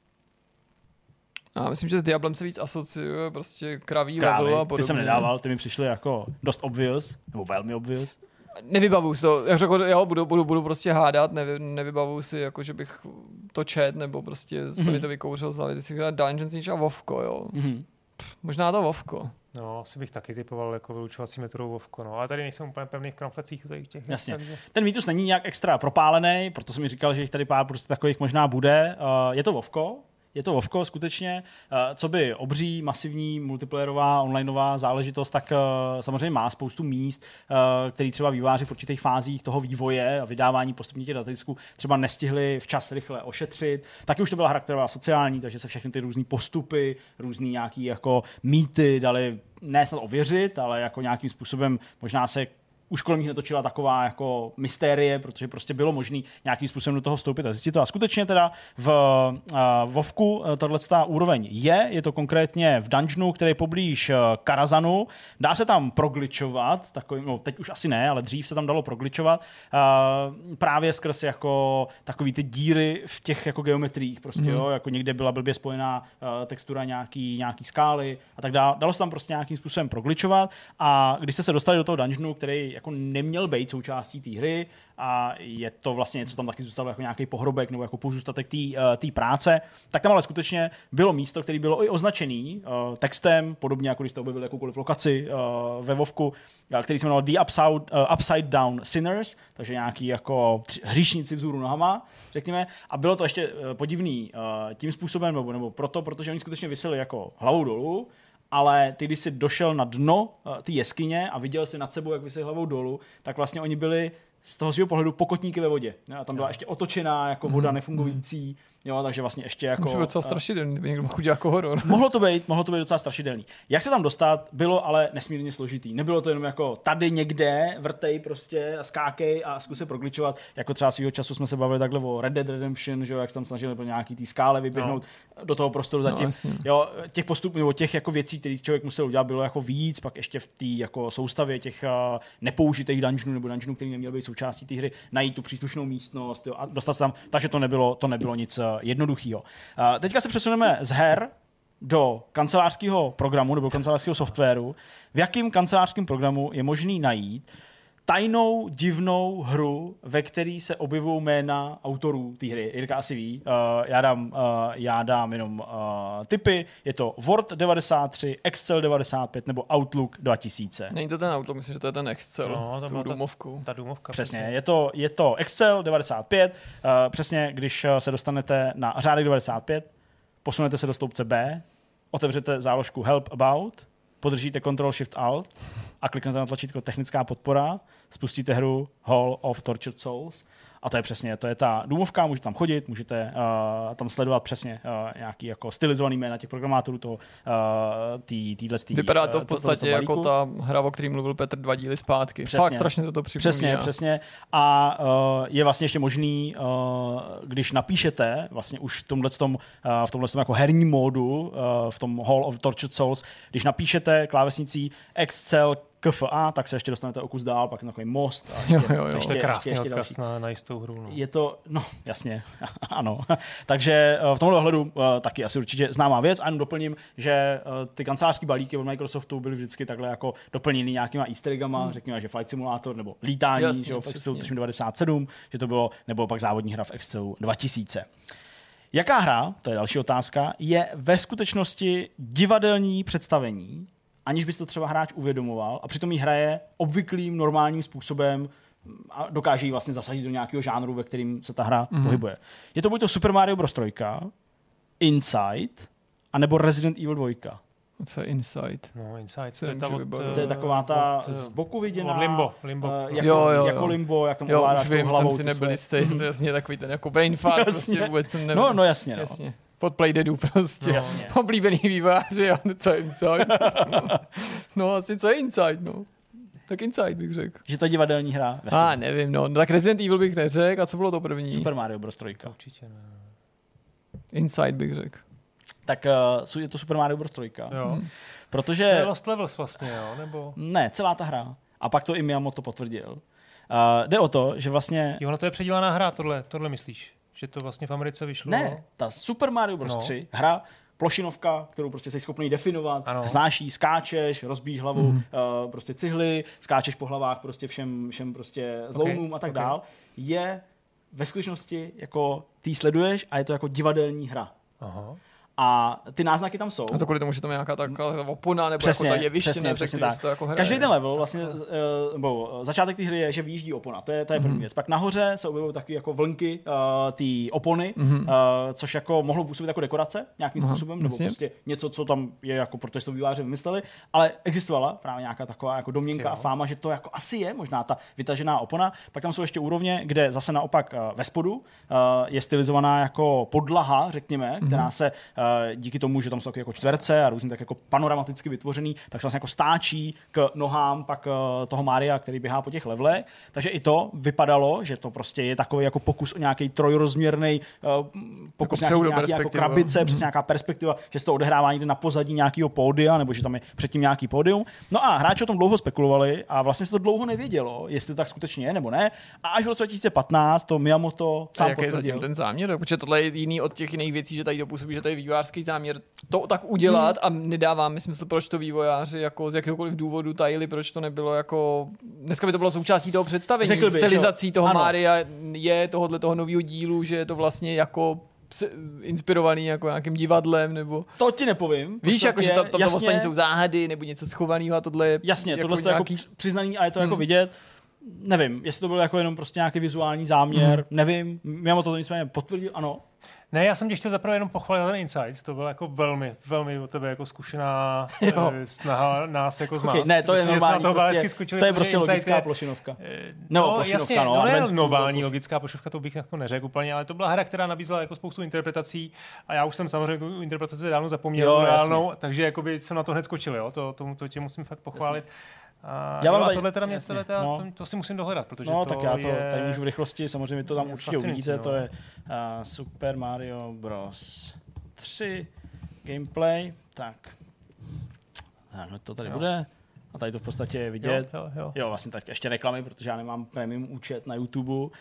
Já myslím, že s Diablem se víc asociuje prostě kraví level a podobně. Ty jsem nedával, ty mi přišly jako dost obvious, nebo velmi obvious. Nevybavuju si to, jak řekl, jo, budu prostě hádat, nevybavuju si, jako, že bych to čet, nebo prostě se mi to vykouřil z hlavy. Ty si říkal Dungeon Siege a Vovko, jo. Možná to Vovko. No, asi bych taky typoval jako vylučovací metodou Vovko, no. Ale tady nejsem úplně pevný v kramflecích těch. Jasně. Ten mýtus není nějak extra propálený, proto jsem mi říkal, že jich tady pár prostě takových možná bude. Je to Vovko. je to Vovko skutečně, co by obří, masivní, multiplayerová, onlineová záležitost, tak samozřejmě má spoustu míst, který třeba vývojáři v určitých fázích toho vývoje a vydávání postupně těch datadisků třeba nestihli včas rychle ošetřit. Taky už to byla hra, která byla sociální, takže se všechny ty různý postupy, různý nějaký jako mýty dali ne snad ověřit, ale jako nějakým způsobem možná se už kolem nich netočila taková jako mystérie, protože prostě bylo možné nějakým způsobem do toho vstoupit a zjistit to. A skutečně teda v Vovku tato úroveň je to konkrétně v dungeonu, který je poblíž Karazanu. Dá se tam progličovat, takový, no teď už asi ne, ale dřív se tam dalo progličovat, právě skrz jako takový ty díry v těch jako geometriích, prostě, jo, jako někde byla blbě spojená textura nějaký skály a tak dále. Dalo se tam prostě nějakým způsobem progličovat a když jste se dostali do toho dungeonu, který jako neměl být součástí té hry a je to vlastně něco, tam taky zůstalo jako nějaký pohrobek nebo jako pozůstatek té práce, tak tam ale skutečně bylo místo, které bylo i označený textem, podobně jako když jste objevili jakoukoliv lokaci ve Vovku, který se jmenoval The Upside Down Sinners, takže nějaký jako hříšníci vzhůru nohama, řekněme, a bylo to ještě podivný tím způsobem, nebo protože oni skutečně viseli jako hlavou dolů, ale ty, když jsi došel na dno té jeskyně a viděl jsi nad sebou, jak vysí hlavou dolů, tak vlastně oni byli z toho svého pohledu pokotníky ve vodě. A tam byla ještě otočená jako voda nefungující, jo, takže vlastně ještě jako... Může být docela strašidelný, kdyby někdo mohl jako horor. Mohlo to být docela strašidelný. Jak se tam dostat, bylo ale nesmírně složitý. Nebylo to jenom jako tady někde, vrtej prostě a skákej a zkus se progličovat. Jako třeba svýho času jsme se bavili takhle o Red Dead Redemption, že jo, jak se tam snažili po nějaký té skále vyběhnout do toho prostoru zatím. Jo, těch postupů nebo těch jako věcí, které člověk musel udělat, bylo jako víc, pak ještě v té jako soustavě těch nepoužitých dungeonů nebo dungeonů, který neměl být součástí té hry, najít tu příslušnou místnost, jo, a dostat se tam, takže to nebylo nic jednoduchýho. Teďka se přesuneme z her do kancelářského programu nebo kancelářského softwaru. V jakém kancelářském programu je možný najít tajnou, divnou hru, ve který se objevují jména autorů té hry. Jirka asi ví. Já dám jenom tipy. Je to Word 93, Excel 95 nebo Outlook 2000. Není to ten Outlook, myslím, že to je ten Excel s tou důmovkou. Ta důmovka. Přesně. Je to Excel 95. Přesně, když se dostanete na řádek 95, posunete se do sloupce B, otevřete záložku Help About, podržíte Ctrl-Shift-Alt a kliknete na tlačítko Technická podpora, spustíte hru Hall of Tortured Souls a to je přesně, to je ta důmovka, můžete tam chodit, můžete tam sledovat přesně nějaký jako stylizovaný jména těch programátorů toho týhletý. Vypadá to v podstatě jako ta hra, o který mluvil Petr 2 díly zpátky. Přesně. Fakt strašně to připomíná. Přesně. A je vlastně ještě možný, když napíšete vlastně už v tomhletom jako herním módu, v tom Hall of Tortured Souls, když napíšete klávesnicí Excel KFA, tak se ještě dostanete o kus dál, pak na takový most. A ještě, to je krásný odkaz na jistou hru. No. Je to, no jasně, ano. Takže v tomhle ohledu taky asi určitě známá věc. A jenom doplním, že ty kancelářský balíky od Microsoftu byly vždycky takhle jako doplněny nějakýma easter eggama, řekněme, že Flight Simulator nebo lítání, jasně, že v Excelu 97, že to bylo, nebo pak závodní hra v Excelu 2000. Jaká hra, to je další otázka, je ve skutečnosti divadelní představení, aniž by to třeba hráč uvědomoval a přitom jí hraje obvyklým normálním způsobem a dokáže ji vlastně zasadit do nějakého žánru, ve kterým se ta hra pohybuje. Je to buď to Super Mario Bros. 3, Inside, anebo Resident Evil 2. Co je Inside? No, Inside. To je taková ta z boku viděná. Limbo. Jako Limbo, jak tam ovládáš tou hlavou. Jsem si nebyl jistý, to je jasně takový ten jako brain fart, prostě vůbec jsem nebyl. No jasně. Pod Playdeadu prostě. Jasně. Oblíbený vývojáři, co je Inside? No asi co je Inside, no. Tak Inside bych řekl. Že to je divadelní hra. Nevím, no. Tak Resident Evil bych neřekl. A co bylo to první? Super Mario Bros. 3. Určitě ne. Inside bych řekl. Tak je to Super Mario Bros. 3. Jo. Protože... To je Lost Levels vlastně, jo? Nebo... Ne, celá ta hra. A pak to i Miyamoto potvrdil. Jde o to, že vlastně... Jo, to je předělaná hra, tohle myslíš? Že to vlastně v Americe vyšlo? Ne, ta Super Mario Bros. 3 hra, plošinovka, kterou prostě jsi schopný definovat, znáš jí, skáčeš, rozbíjíš hlavu prostě cihly, skáčeš po hlavách prostě všem prostě zlounům a tak dál, je ve skutečnosti jako ty sleduješ a je to jako divadelní hra. Aha. A ty náznaky tam jsou. A to kvůli tomu, že tam je nějaká taková opona, nebo přesně, jako ta jeviště, přesně tak. To jako hraje. Každý ten level, vlastně, začátek té hry je, že vyjíždí opona, to je první věc. Pak nahoře se objevují taky jako vlnky té opony, což jako mohlo působit jako dekorace nějakým způsobem, nebo prostě něco, co tam je jako protože to vývojáři vymysleli, ale existovala právě nějaká taková jako domněnka a fáma, že to jako asi je možná ta vytažená opona. Pak tam jsou ještě úrovně, kde zase naopak ve spodu je stylizovaná jako podlaha, řekněme, která se díky tomu, že tam jsou jako čtverce a různě tak jako panoramaticky vytvořený, tak se vlastně jako stáčí k nohám pak toho Mária, který běhá po těch levelech. Takže i to vypadalo, že to prostě je takový jako pokus o nějaký trojrozměrný pokus jako nějaký jako krabice, přes nějaká perspektiva, že se to odehrává někde na pozadí nějakého pódia, nebo že tam je předtím nějaký pódium. No a hráči o tom dlouho spekulovali a vlastně se to dlouho nevědělo, jestli to tak skutečně je nebo ne. A až v roce 2015 to Miyamoto sám potvrdil. Jaký je zatím ten záměr? Protože tohle je jiný od těch jiných věcí, že tady to působí, že to je vývojářský záměr to tak udělat a nedává mi smysl, proč to vývojáři jako z jakéhokoliv důvodu tajili, proč to nebylo jako dneska by to bylo součástí toho představení, stylizací toho Mária je toho nového dílu, že je to vlastně jako inspirovaný jako nějakým divadlem, nebo... To ti nepovím. Víš, jako, že to vlastně jsou záhady, nebo něco schovaného a tohle je... Jasně, jako tohle je nějaký... jako přiznaný a je to jako vidět. Nevím, jestli to byl jako jenom prostě nějaký vizuální záměr, nevím. Miyamoto to nicméně potvrdil, ano. Ne, já jsem tě chtěl zaprvé jenom pochválit ten insight. To byla jako velmi, velmi od tebe jako zkušená snaha nás jako zmást. Okay, ne, to je normální, to je prostě logická plošinovka. No, jasně, normální logická plošinovka, to bych jako neřekl úplně, ale to byla hra, která nabízela jako spoustu interpretací a já už jsem samozřejmě tu interpretaci dávno zapomněl reálnou, takže jakoby jsem na to hned skočil, jo, to tě musím fakt pochválit. A tohle teda mě to si musím dohledat, protože no, to tak já to je... tady můžu v rychlosti, samozřejmě to tam určitě uvidíte, to je Super Mario Bros. 3 gameplay, tak to tady bude a tady to v podstatě je vidět. Jo, vlastně tak ještě reklamy, protože já nemám premium účet na YouTube.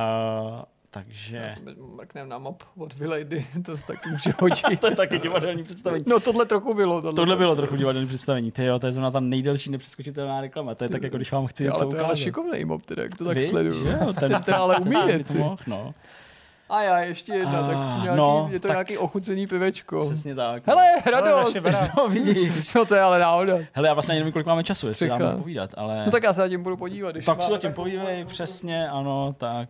Takže... Já se mrknem na map od Villady, to se taky může hodit. To je taky divadelní představení. No tohle trochu bylo. Tohle bylo trochu divadelní představení. To je zrovna ta nejdelší nepřeskočitelná reklama. To je tak, jako když vám chci něco ukázat. Ale to je šikovnej map, teda, jak to tak sleduju. Ten ale umí věci. No. A já ještě jedna, tak je to nějaký ochucený pivečko. Přesně tak. Hele, radost! No, vidíš. No to je ale náhoda. Hele, já vlastně nevím, kolik máme času, jestli dám povídat, ale... No tak já se zatím budu podívat. Tak se zatím povídej, přesně, ano, tak...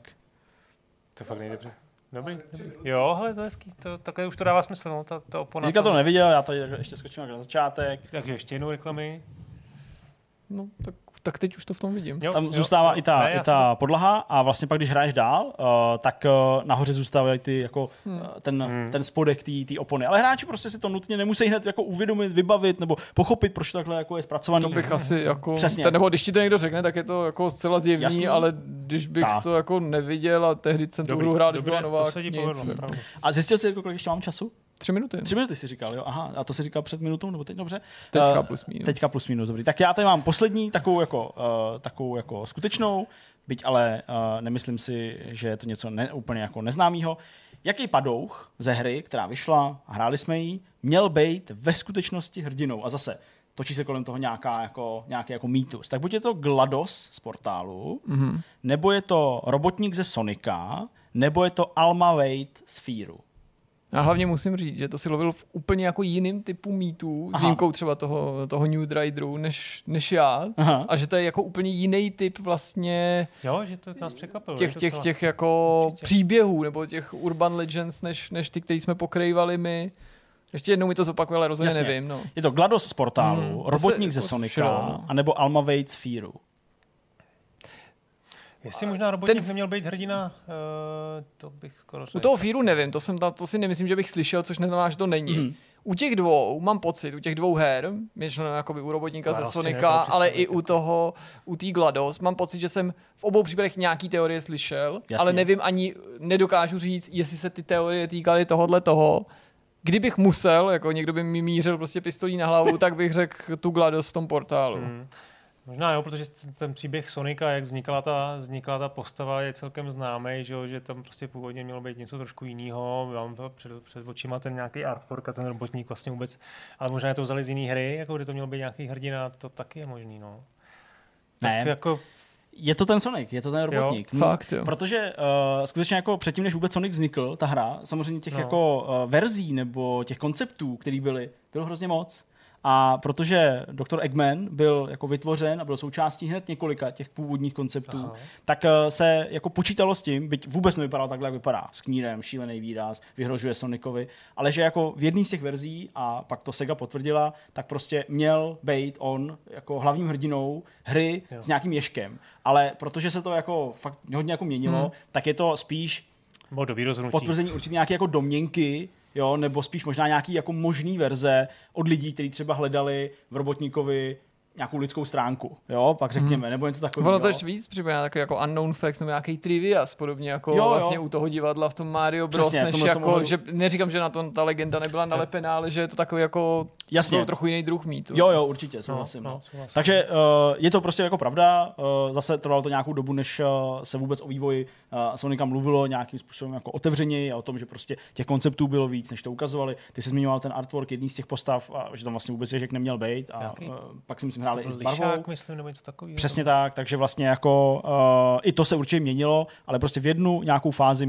To fakt nejde dobře. Dobrý. Jo, hele, to je hezký. Takhle už to dává smysl, no, ta opona. Díka to neviděl, já tady ještě skočím na začátek. Takže ještě jednou reklamy. No, tak teď už to v tom vidím. Tam zůstává i ta podlaha a vlastně pak, když hraješ dál, tak nahoře zůstávají ty jako ten spodek té opony. Ale hráči prostě si to nutně nemusí hned jako uvědomit, vybavit nebo pochopit, proč to takhle jako je zpracovaný. To bych asi jako... Přesně. Nebo když ti to někdo řekne, tak je to jako zcela zjevný, jasný. Ale když bych to jako neviděl a tehdy jsem tu hru hrál, když byla nová, a zjistil jsi, kolik ještě mám času? 3 minuty. 3 minuty si říkal, jo? Aha, a to si říkal před minutou, nebo teď dobře? Teďka plus minus, dobrý. Tak já tady mám poslední takovou jako skutečnou, byť ale nemyslím si, že je to něco úplně jako neznámýho. Jaký padouch ze hry, která vyšla, hráli jsme ji, měl být ve skutečnosti hrdinou? A zase, točí se kolem toho nějaký jako mýtus. Tak buď je to GLaDOS z Portálu, nebo je to robotník ze Sonika, nebo je to Alma Wade z Fearu. A hlavně musím říct, že to si lovil v úplně jako jiným typu mýtů, s výjimkou třeba toho New Rideru, než já. Aha. A že to je jako úplně jiný typ vlastně... Jo, že to nás překvapilo. Těch jako příběhů, nebo těch urban legends, než ty, který jsme pokrývali my. Ještě jednou mi to zopakuje, ale rozhodně nevím. No. Je to GLaDOS z Portálu, robotník ze Sonika, anebo Alma Wade z Fearu. Jestli možná robotník neměl být hrdina, to bych skoro řekl. U toho Fearu nevím, to si nemyslím, že bych slyšel, což neznamená, že to není. U těch dvou, mám pocit, u těch dvou her, myšleno jakoby u robotníka ze Sonika, ale i u té GLaDOS, mám pocit, že jsem v obou případech nějaký teorie slyšel, ale nevím ani, nedokážu říct, jestli se ty teorie týkaly toho. Kdybych musel, jako někdo by mi mířil prostě pistolí na hlavu, tak bych řekl tu GLaDOS v tom Portálu. Možná jo, protože ten příběh Sonika, jak vznikla ta postava, je celkem známý, že tam prostě původně mělo být něco trošku jiného. Mám před očima ten nějaký artwork a ten robotník vlastně vůbec, ale možná je to vzali z jiné hry, jako kde to mělo být nějaký hrdina, to taky je možný, no. Ne. Tak jako... Je to ten Sonic, je to ten robotník. Fakt, jo. Protože skutečně jako předtím, než vůbec Sonic vznikl, ta hra, samozřejmě těch jako verzí nebo těch konceptů, které bylo hrozně moc. A protože Dr. Eggman byl jako vytvořen a byl součástí hned několika těch původních konceptů, tak se jako počítalo s tím, byť vůbec nevypadal takhle, jak vypadá, s knírem, šílený výraz, vyhrožuje Sonicovi, ale že jako v jedné z těch verzí, a pak to Sega potvrdila, tak prostě měl být on jako hlavním hrdinou hry s nějakým ježkem. Ale protože se to jako fakt hodně jako měnilo, tak je to spíš potvrzení určitě nějaké jako domněnky, jo, nebo spíš možná nějaký jako možný verze od lidí, kteří třeba hledali v robotníkovi nějakou lidskou stránku, jo, pak řekněme, nebo něco takového. Ono to ještě víc připomíná takový jako unknown facts nebo nějaký trivias, podobně jako vlastně u toho divadla v tom Mario Bros. Přesně, než jako, že neříkám, že na to ta legenda nebyla nalepená, ale že je to takový jako trochu jiný druh mýtu. Jo, určitě, souhlasím. Takže je to prostě jako pravda, zase trvalo to nějakou dobu, než se vůbec o vývoji Sonika mluvilo nějakým způsobem jako otevřeněji a o tom, že prostě těch konceptů bylo víc, než to ukazovali. Ty jsi zmiňoval ten artwork jedný z těch postav, a že tam vlastně vůbec ježek neměl být a pak si myslím hráli i s barvou. Myslím, nebo něco takového. Přesně tak, takže vlastně jako i to se určitě měnilo, ale prostě v jednu nějakou fázi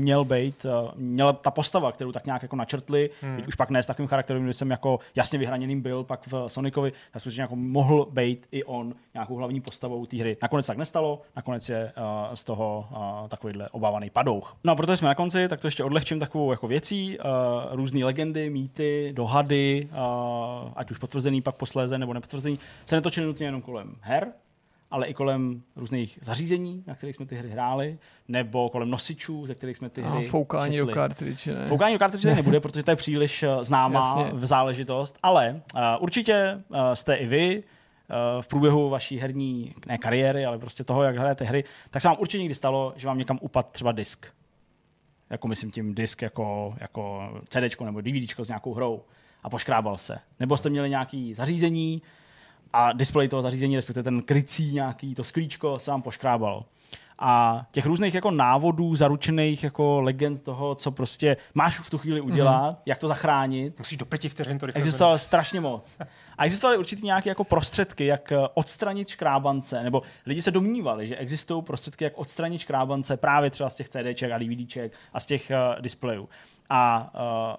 měla ta postava, kterou tak nějak jako načrtli, teď už pak ne s takovým charakterem, kdy jsem jako jasně vyhraněným byl pak v Sonicovi, tak skutečně jako mohl být i on nějakou hlavní postavou té hry. Nakonec tak nestalo, nakonec je z toho takovýhle obávaný padouch. No a protože jsme na konci, tak to ještě odlehčím takovou jako věcí, různé legendy, mýty, dohady, ať už potvrzený pak posléze nebo nepotvrzený, se netočily nutně jenom kolem her, ale i kolem různých zařízení, na kterých jsme ty hry hráli, nebo kolem nosičů, ze kterých jsme ty hry foukání četli. do kartridže, ne? Foukání do kartridže nebude, protože to je příliš známá záležitost, ale určitě jste i vy v průběhu vaší herní, ne kariéry, ale prostě toho, jak hrajete hry, tak se vám určitě někdy stalo, že vám někam upadl třeba disk. Jako myslím tím disk jako CDčko nebo DVDčko s nějakou hrou a poškrábal se. Nebo jste měli nějaký zařízení a displej toho zařízení, respektive ten krycí nějaký, to sklíčko se vám poškrábalo. A těch různých jako návodů, zaručených jako legend toho, co prostě máš v tu chvíli udělat, jak to zachránit. Musíš do 5 vteřin to rychle. Existovalo strašně moc. A existovaly určitě nějaké jako prostředky, jak odstranit škrábance, nebo lidi se domnívali, že existují prostředky, jak odstranit škrábance právě třeba z těch CDček a DVDček a z těch displejů. A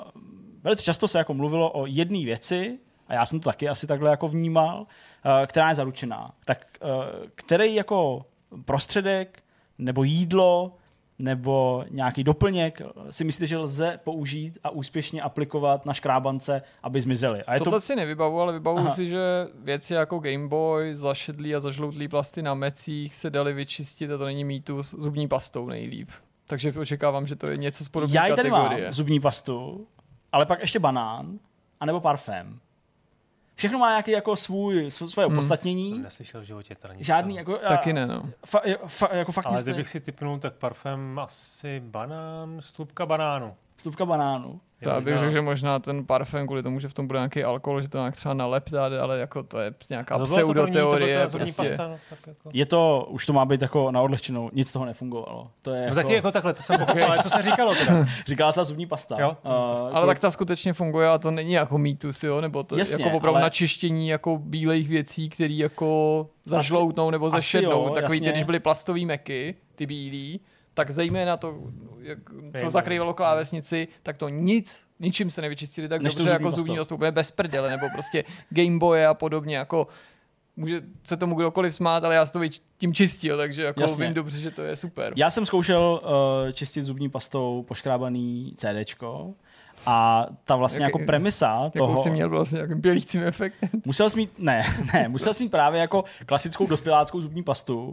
velice často se jako mluvilo o jedné věci, a já jsem to taky asi takhle jako vnímal, která je zaručená. Tak který jako prostředek nebo jídlo nebo nějaký doplněk si myslíte, že lze použít a úspěšně aplikovat na škrábance, aby zmizely? A tohle si nevybavu, ale vybavuji si, že věci jako Game Boy, zašedlý a zažloutlý plasty na mecích se daly vyčistit a to není mýtus zubní pastou nejlíp. Takže očekávám, že to je něco z podobné kategorie. Já tady mám zubní pastu, ale pak ještě banán anebo parfém. Všechno má nějaký jako svoje opodstatnění. To neslyšel v životě teda nic. Žádný jako... Taky ne, no. Jako fakt ale kdybych si tipnul, tak parfém asi banán, slupka banánu. Slupka banánu. To já bych řekl, že možná ten parfém kvůli tomu, že v tom bude nějaký alkohol, že to nějak třeba naleptat, ale jako to je nějaká pseudoteorie. Prostě. Je to, už to má být jako na odlehčenou, nic z toho nefungovalo. To je no taky jako takhle, to jsem pochopil, ale co se říkalo teda? Říkala se zubní pasta. Jo? Ale tak ta skutečně funguje a to není jako mýtus, jo? Nebo to jasně, jako opravdu načištění jako bílejch věcí, které jako zažloutnou nebo zašednou. Takový ty, když byly plastový meky, ty bílý, tak zejména to, co zakrývalo klávesnici, tak to ničím se nevyčistili tak dobře jako zubní pastu, úplně bez prdele, nebo prostě Game Boy a podobně, jako může se tomu kdokoliv smát, ale já se to tím čistil, takže jako vím dobře, že to je super. Já jsem zkoušel čistit zubní pastou poškrábaný CDčko a ta vlastně jako premisa toho... Jakou jsi měl vlastně jakým bělícím efektem? Musel jsi mít, musel jsi mít právě jako klasickou dospěláckou zubní pastu.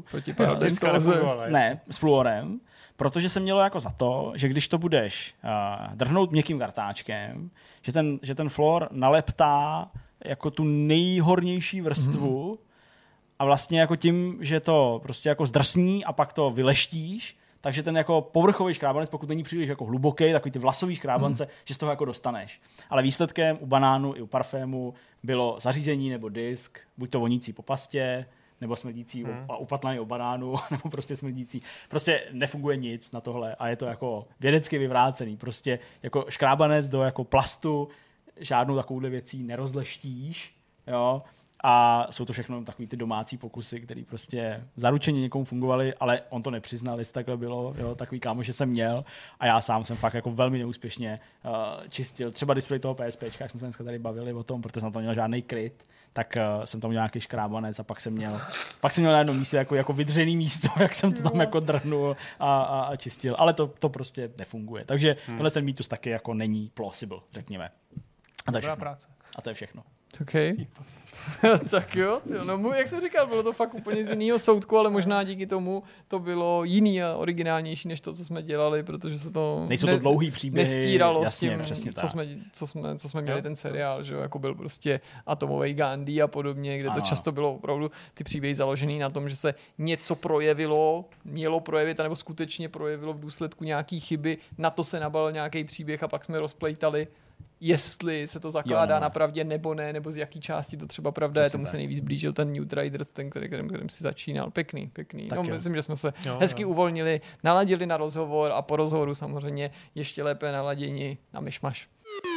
Ne, s fluorem. Protože se mělo jako za to, že když to budeš drhnout měkkým kartáčkem, že ten fluor naleptá jako tu nejhornější vrstvu a vlastně jako tím, že to prostě jako zdrsní a pak to vyleštíš, takže ten jako povrchový škrábanec, pokud není příliš jako hluboký, takový ty vlasový škrábance, že z toho jako dostaneš. Ale výsledkem u banánu i u parfému bylo zařízení nebo disk, buď to vonící po pastě, nebo smrdící a upatlaný o banánu, nebo prostě smrdící. Prostě nefunguje nic na tohle a je to jako vědecky vyvrácený. Prostě jako škrábanec do jako plastu žádnou takovouhle věcí nerozleštíš, jo. A jsou to všechno takový ty domácí pokusy, které prostě zaručeně někomu fungovaly, ale on to nepřiznal, jestli takhle bylo, jo, takový kámoš, že jsem měl a já sám jsem fakt jako velmi neúspěšně čistil. Třeba displej toho PSPčka, jak jsme se dneska tady bavili o tom, protože jsem tam měl žádný kryt, tak jsem tam měl nějaký škrábanec a pak jsem měl na jednom místě jako vydřený místo, jak jsem to tam jako drhnul a čistil, ale to prostě nefunguje. Takže tohle ten mýtus taky jako není plausible, řekněme. A to je všechno. Práce. A to je všechno. Okay. Tak jo, no, jak jsem říkal, bylo to fakt úplně z jiného soudku, ale možná díky tomu to bylo jiný a originálnější než to, co jsme dělali, protože se to nejsou to dlouhý příběhy, nestíralo jasně, s tím, co jsme měli ten seriál, že jo, jako byl prostě Atomový Gandhi a podobně, kde to často bylo opravdu ty příběhy založený na tom, že se něco mělo projevit, anebo skutečně projevilo v důsledku nějaký chyby, na to se nabalil nějaký příběh a pak jsme rozplejtali, jestli se to zakládá na pravdě nebo ne, nebo z jaký části to třeba pravda je. Tomu se nejvíc blížil ten New Riders, ten, kterým si začínal. Pěkný. No, myslím, že jsme se hezky uvolnili, naladili na rozhovor a po rozhovoru samozřejmě ještě lépe naladěni na myšmaš.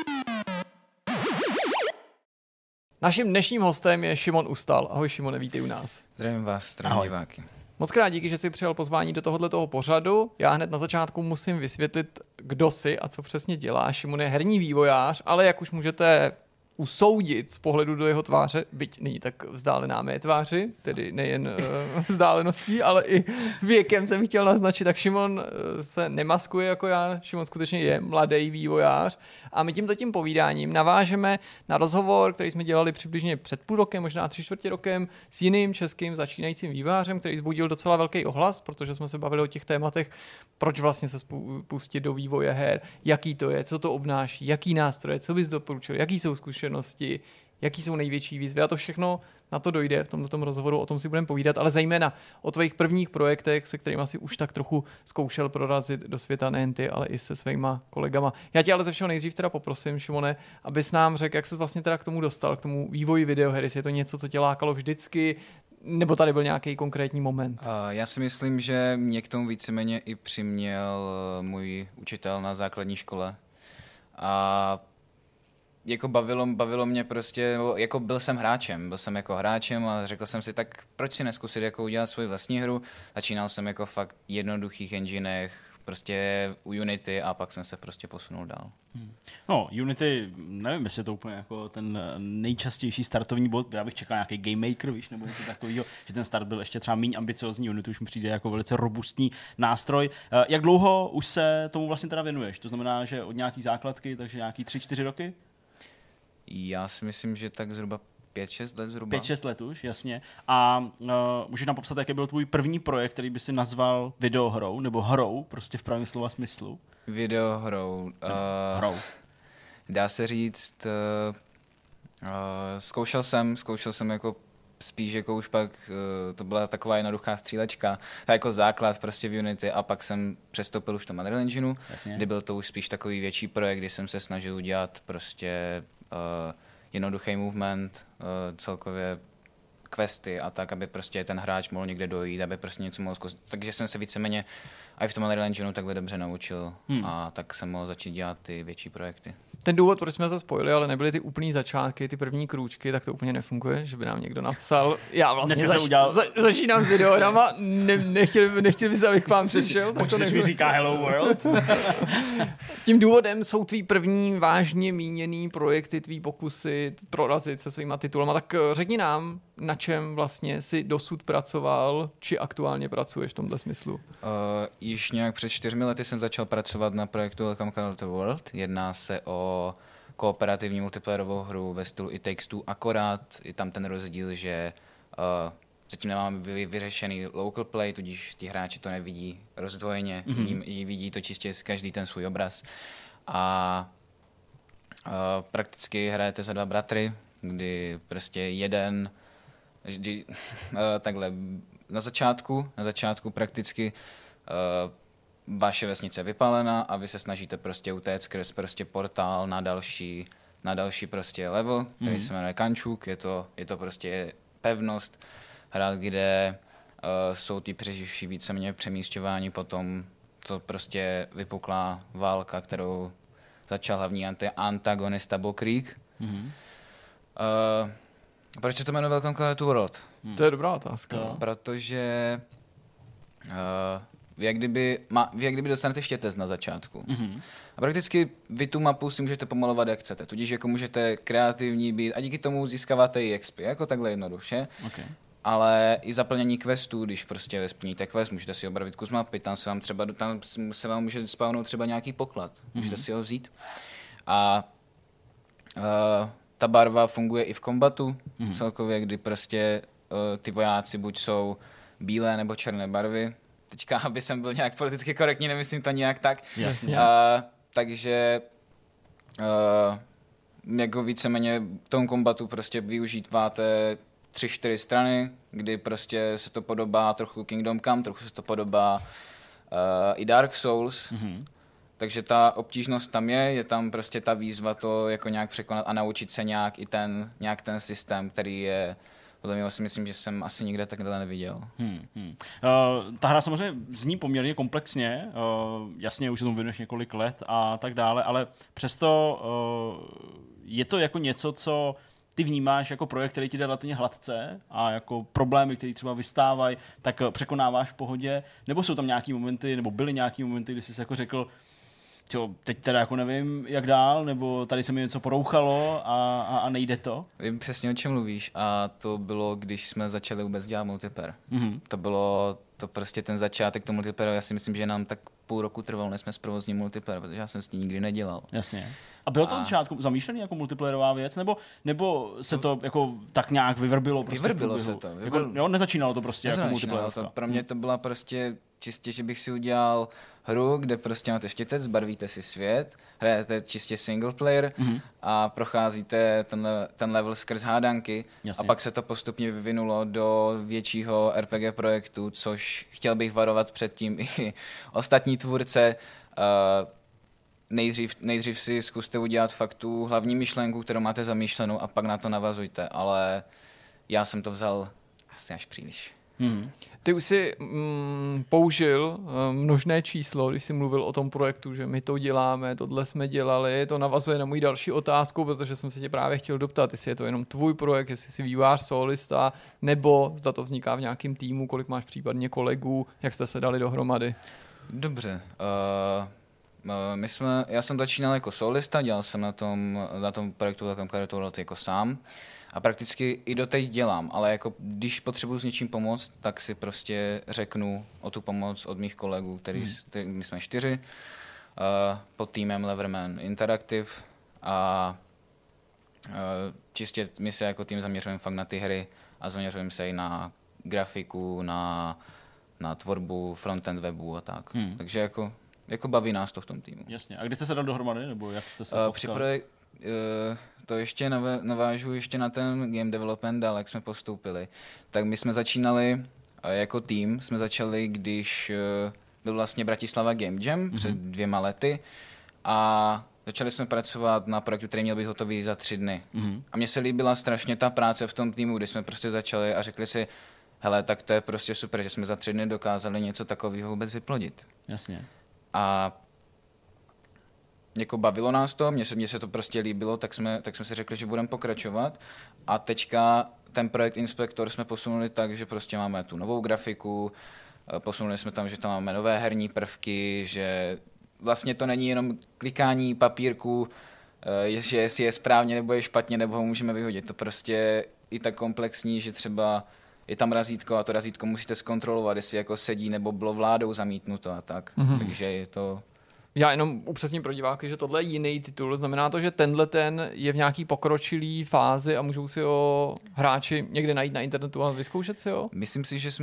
Naším dnešním hostem je Šimon Ustal. Ahoj Šimone, vítej u nás. Zdravím vás, zdravím diváky. Moc krát díky, že jsi přijal pozvání do tohoto pořadu. Já hned na začátku musím vysvětlit, kdo jsi a co přesně děláš. Šimon je herní vývojář, ale jak už můžete usoudit z pohledu do jeho tváře, byť není tak vzdálená mé tváři, tedy nejen vzdáleností, ale i věkem jsem chtěl naznačit, tak Šimon se nemaskuje jako já, Šimon skutečně je mladý vývojář a my tím povídáním navážeme na rozhovor, který jsme dělali přibližně před půl rokem, možná 3/4 rokem s jiným českým začínajícím vývojářem, který vzbudil docela velký ohlas, protože jsme se bavili o těch tématech, proč vlastně se pustit do vývoje her, jaký to je, co to obnáší, jaký nástroje, co bys doporučil, jaký jsou zkušenosti, jaký jsou největší výzvy a to všechno na to dojde v tomto rozhovoru, o tom si budeme povídat, ale zejména o tvých prvních projektech, se kterými si už tak trochu zkoušel prorazit do světa nejen ty, ale i se svýma kolegama. Já tě ale ze všeho nejdřív teda poprosím, Šimone, abys nám řekl, jak ses vlastně teda k tomu dostal, k tomu vývoji videoher, jestli je to něco, co tě lákalo vždycky, nebo tady byl nějaký konkrétní moment? Já si myslím, že mě k tomu víceméně i přiměl můj učitel na základní škole. A jako bavilo mě prostě, jako byl jsem jako hráčem a řekl jsem si, tak proč si neskusit jako udělat svoji vlastní hru. Začínal jsem jako fakt jednoduchých enginech, prostě u Unity a pak jsem se prostě posunul dál. No, Unity, nevím, jestli je to úplně jako ten nejčastější startovní bod, já bych čekal nějaký Game Maker, víš, nebo něco takového, že ten start byl ještě třeba méně ambiciozní, Unity už mi přijde jako velice robustní nástroj. Jak dlouho už se tomu vlastně teda věnuješ? To znamená, že od nějaký základky, takže nějaký 3-4 roky? Já si myslím, že tak zhruba 5-6 let zhruba. 5-6 let už, jasně. A můžeš nám popsat, jaký byl tvůj první projekt, který by si nazval videohrou, nebo hrou, prostě v pravém slova smyslu? Videohrou. Hrou. Dá se říct, zkoušel jsem jako spíš jako už pak, to byla taková jednoduchá střílečka, jako základ prostě v Unity a pak jsem přestoupil už do Unreal Engineu, kdy byl to už spíš takový větší projekt, kdy jsem se snažil udělat prostě jednoduchý movement, celkově questy a tak, aby prostě ten hráč mohl někde dojít, aby prostě něco mohl zkusit. Takže jsem se víceméně i v tom Unreal Engineu takhle dobře naučil a tak jsem mohl začít dělat ty větší projekty. Ten důvod, proč jsme se spojili, ale nebyly ty úplný začátky, ty první krůčky, tak to úplně nefunguje, že by nám někdo napsal. Já vlastně začínám s videohrama, nechtěl bys, abych k vám přišel. Počteš mi říká Hello World. Tím důvodem jsou tvý první vážně míněný projekty, tvý pokusy prorazit se svýma titulama. Tak řekni nám, na čem vlastně si dosud pracoval, či aktuálně pracuješ v tomto smyslu? Již nějak před 4 lety jsem začal pracovat na projektu Welcome to the World. Jedná se o kooperativní multiplayerovou hru ve stylu It Takes Two, akorát je tam ten rozdíl, že zatím nemáme vyřešený local play, tudíž ti hráči to nevidí rozdvojeně, vidí to čistě každý ten svůj obraz. A prakticky hrajete za 2 bratry, kdy prostě jeden takhle na začátku prakticky vaše vesnice je vypálená a vy se snažíte prostě utéct skrz prostě portál na další prostě level, který se jmenuje Kančuk, je to prostě pevnost, hrad, kde jsou ty přeživší víceméně přemísťování potom, co prostě vypukla válka, kterou začal hlavní antagonista Bo Creek. Proč se to jmenuje Welcome to World? To je dobrá otázka. Protože vy jak kdyby dostanete štětec na začátku. A prakticky vy tu mapu si můžete pomalovat, jak chcete. Tudíž jako můžete kreativní být a díky tomu získáváte i XP, jako takhle jednoduše. Okay. Ale i zaplnění questů, když prostě splníte quest, můžete si obravit kus mapy, tam se vám může spawnout třeba nějaký poklad. Můžete si ho vzít. A ta barva funguje i v kombatu celkově, kdy prostě ty vojáci buď jsou bílé nebo černé barvy. Teďka, aby jsem byl nějak politicky korektní, nemyslím to nějak tak. Takže jako víceméně v tom kombatu prostě využíváte 3-4 strany, kdy prostě se to podobá trochu Kingdom Come, trochu se to podobá i Dark Souls. Takže ta obtížnost tam je tam prostě ta výzva to jako nějak překonat a naučit se nějak ten systém, který je, podle mě si myslím, že jsem asi nikde takhle neviděl. Ta hra samozřejmě zní poměrně komplexně, jasně, už se tomu věnuješ několik let a tak dále, ale přesto je to jako něco, co ty vnímáš jako projekt, který ti jde relativně hladce a jako problémy, které třeba vystávají, tak překonáváš v pohodě, nebo jsou tam nějaký momenty, nebo byly nějaký momenty, kdy jsi jako řekl, teď teda jako nevím, jak dál, nebo tady se mi něco porouchalo a nejde to? Vím přesně, o čem mluvíš a to bylo, když jsme začali vůbec dělat multiplayer. To prostě ten začátek toho multiplayeru, já si myslím, že nám tak půl roku trvalo, než jsme zprovozní multiplayer, protože já jsem s tím nikdy nedělal. Jasně. A bylo to od začátku zamýšlený jako multiplayerová věc, nebo se to jako tak nějak vyvrbilo? Prostě vyvrbilo se to. Jako, nezačínalo to prostě jako multiplayerovka. Pro mě to byla prostě čistě, že bych si udělal hru, kde prostě máte štětec, barvíte si svět, hrajete čistě single player a procházíte ten level skrz hádanky. Jasně. A pak se to postupně vyvinulo do většího RPG projektu, což chtěl bych varovat předtím i ostatní tvůrce. Nejdřív si zkuste udělat fakt tu hlavní myšlenku, kterou máte zamýšlenou a pak na to navazujte, ale já jsem to vzal asi až příliš. Ty už jsi použil množné číslo, když jsi mluvil o tom projektu, že my to děláme, tohle jsme dělali, to navazuje na můj další otázku, protože jsem se tě právě chtěl doptat, jestli je to jenom tvůj projekt, jestli jsi vývojář, solista, nebo zda to vzniká v nějakém týmu, kolik máš případně kolegů, jak jste se dali dohromady? Dobře, já jsem začínal jako solista, dělal jsem na tom projektu jako sám. A prakticky i doteď dělám, ale jako když potřebuji s něčím pomoct, tak si prostě řeknu o tu pomoc od mých kolegů, my jsme 4, pod týmem Leverman Interactive a čistě my se jako tým zaměřujeme fakt na ty hry a zaměřujeme se i na grafiku, na tvorbu frontend webu a tak. Takže jako baví nás to v tom týmu. Jasně. A kdy jste se dali dohromady, nebo jak jste se potkali? To ještě navážu ještě na ten game development dál, jak jsme postoupili. Tak my jsme začínali jako tým, když byl vlastně Bratislava Game Jam před 2 lety a začali jsme pracovat na projektu, který měl být hotový za 3 dny. A mně se líbila strašně ta práce v tom týmu, kdy jsme prostě začali a řekli si, hele, tak to je prostě super, že jsme za 3 dny dokázali něco takového vůbec vyplodit. Jasně. A jako bavilo nás to, mně se to prostě líbilo, tak jsme si řekli, že budeme pokračovat a teďka ten projekt Inspektor jsme posunuli tak, že prostě máme tu novou grafiku, posunuli jsme tam, že tam máme nové herní prvky, že vlastně to není jenom klikání papírku, že jestli je správně nebo je špatně, nebo ho můžeme vyhodit. To prostě i tak komplexní, že třeba je tam razítko a to razítko musíte zkontrolovat, jestli jako sedí nebo bylo vládou zamítnuto a tak. Takže je to... Já jenom upřesním pro diváky, že tohle je jiný titul. Znamená to, že ten je v nějaký pokročilý fázi a můžou si ho hráči někde najít na internetu a vyzkoušet si ho? Myslím si, že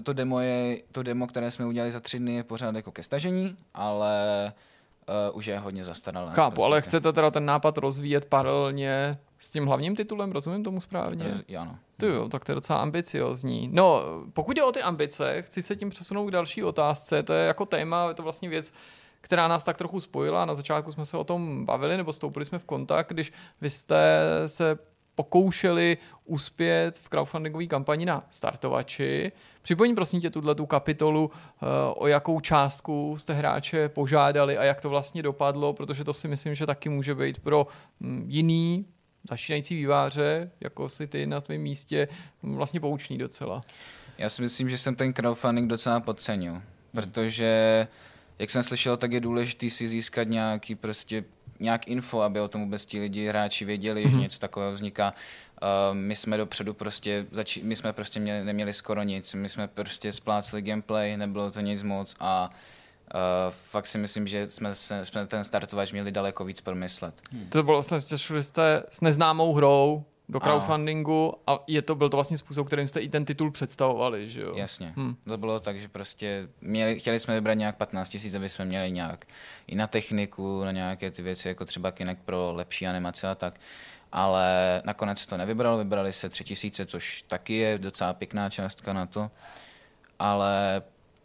to demo, které jsme udělali za 3 dny, je pořád jako ke stažení, ale už je hodně zastaralé. Chápu, prostě ale chcete teda ten nápad rozvíjet paralelně s tím hlavním titulem, rozumím tomu správně? Ano. Jo, tak to je docela ambiciozní. No, pokud jde o ty ambice, chci se tím přesunout k další otázce. To je jako téma, je to vlastně věc, která nás tak trochu spojila. Na začátku jsme se o tom bavili, nebo vstoupili jsme v kontakt, když vy jste se pokoušeli uspět v crowdfundingové kampani na startovači. Připomeň prosím tě tu kapitolu, o jakou částku jste hráče požádali a jak to vlastně dopadlo, protože to si myslím, že taky může být pro jiný začínající výváře, jako si ty na tvém místě, vlastně poučný docela. Já si myslím, že jsem ten crowdfunding docela podcenil, protože jak jsem slyšel, tak je důležité si získat nějak info, aby o tom vůbec ti lidi, hráči věděli, že něco takového vzniká. My jsme dopředu neměli skoro nic, my jsme prostě spláceli gameplay, nebylo to nic moc a fakt si myslím, že jsme ten startovač měli daleko víc promyslet. To bylo vlastně, šli jste s neznámou hrou do crowdfundingu a byl to vlastně způsob, kterým jste i ten titul představovali, že jo? Jasně. To bylo tak, že prostě chtěli jsme vybrat nějak 15 000, aby jsme měli nějak i na techniku, na nějaké ty věci, jako třeba Kinect pro lepší animace a tak. Ale nakonec to vybrali se 3 000, což taky je docela pěkná částka na to. Ale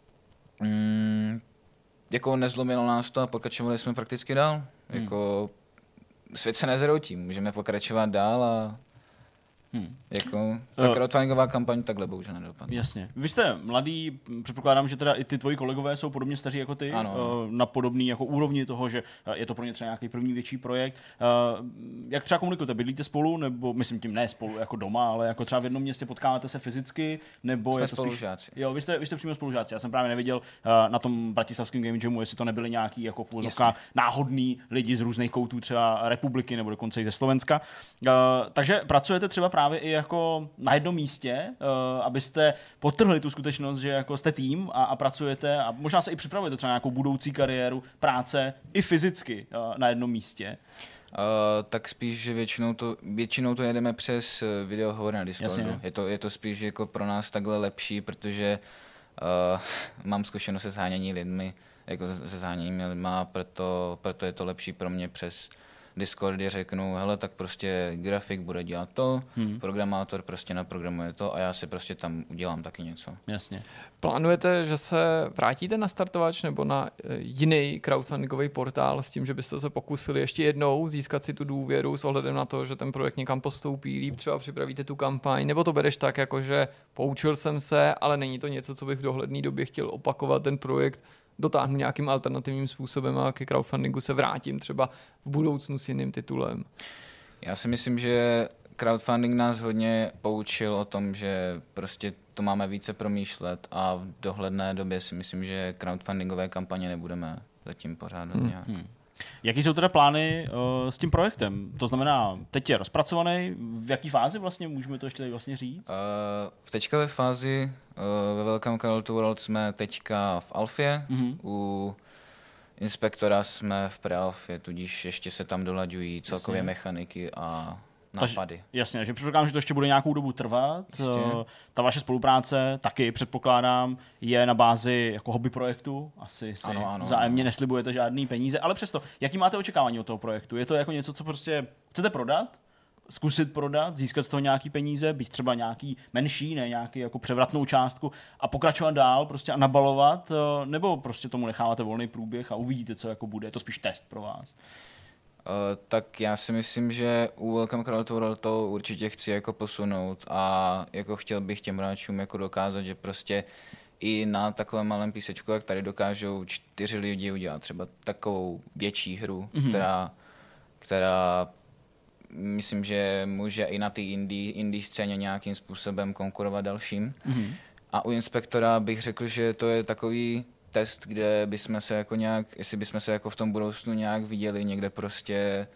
jako nezlomilo nás to a pokračovali jsme prakticky dál. Jako svět se nezhroutí, můžeme pokračovat dál a jako ta crowdfundingová kampaň takhle bohužel nedopadne. Jasně. Vy jste mladý, předpokládám, že teda i ty tvoji kolegové jsou podobně staří jako ty, ano. Na podobný jako úrovni toho, že je to pro ně třeba nějaký první větší projekt. Jak třeba komunikujete? Bydlíte spolu, nebo myslím tím ne spolu jako doma, ale jako třeba v jednom městě potkáváte se fyzicky, nebo jsme je to spolužáci. Jo, vy jste přímo spolužáci. Já jsem právě neviděl na tom bratislavském Game Jamu, jestli to nebyli nějaký jako náhodný lidi z různých koutů třeba republiky nebo dokonce i ze Slovenska. Takže pracujete třeba právě i jako na jednom místě, abyste podtrhli tu skutečnost, že jako jste tým a pracujete a možná se i připravujete třeba nějakou budoucí kariéru práce i fyzicky na jednom místě. Tak spíš, že většinou to jedeme přes videohovor na Discordu. Je to spíš jako pro nás takhle lepší, protože mám zkušenost se shánění lidmi, jako se sháněním lidma, proto je to lepší pro mě přes Discord, kde řeknu, hele, tak prostě grafik bude dělat to, programátor prostě naprogramuje to a já si prostě tam udělám taky něco. Jasně. Plánujete, že se vrátíte na startovač nebo na jiný crowdfundingový portál s tím, že byste se pokusili ještě jednou získat si tu důvěru s ohledem na to, že ten projekt někam postoupí, líp třeba připravíte tu kampaň, nebo to bereš tak, jako že poučil jsem se, ale není to něco, co bych v dohledné době chtěl opakovat, ten projekt dotáhnu nějakým alternativním způsobem a ke crowdfundingu se vrátím třeba v budoucnu s jiným titulem. Já si myslím, že crowdfunding nás hodně poučil o tom, že prostě to máme více promýšlet a v dohledné době si myslím, že crowdfundingové kampaně nebudeme zatím pořádat nějak. Jaký jsou teda plány s tím projektem? To znamená, teď je rozpracovaný, v jaký fázi vlastně, můžeme to ještě tady vlastně říct? V teďka fázi ve Welcome Call to World jsme teďka v alfě, u Inspektora jsme v prealfě, tudíž ještě se tam dolaďují celkově mechaniky a nápady. Jasně, že předpokládám, že to ještě bude nějakou dobu trvat. Ta vaše spolupráce taky předpokládám je na bázi jako hobby projektu. Asi si vzájemně neslibujete žádný peníze, ale přesto, jaký máte očekávání od toho projektu? Je to jako něco, co prostě chcete prodat? Zkusit prodat, získat z toho nějaký peníze, být třeba nějaký menší, ne nějaký jako převratnou částku a pokračovat dál prostě a nabalovat, nebo prostě tomu necháváte volný průběh a uvidíte, co jako bude. Je to spíš test pro vás? Tak já si myslím, že u Welcome Call to World to určitě chci jako posunout a jako chtěl bych těm hráčům jako dokázat, že prostě i na takovém malém písečku, jak tady dokážou 4 lidi udělat třeba takovou větší hru, která myslím, že může i na té indie scéně nějakým způsobem konkurovat dalším. A u Inspektora bych řekl, že to je takový test, kde bychom se jako nějak, jestli bychom se jako v tom budoucnu nějak viděli někde prostě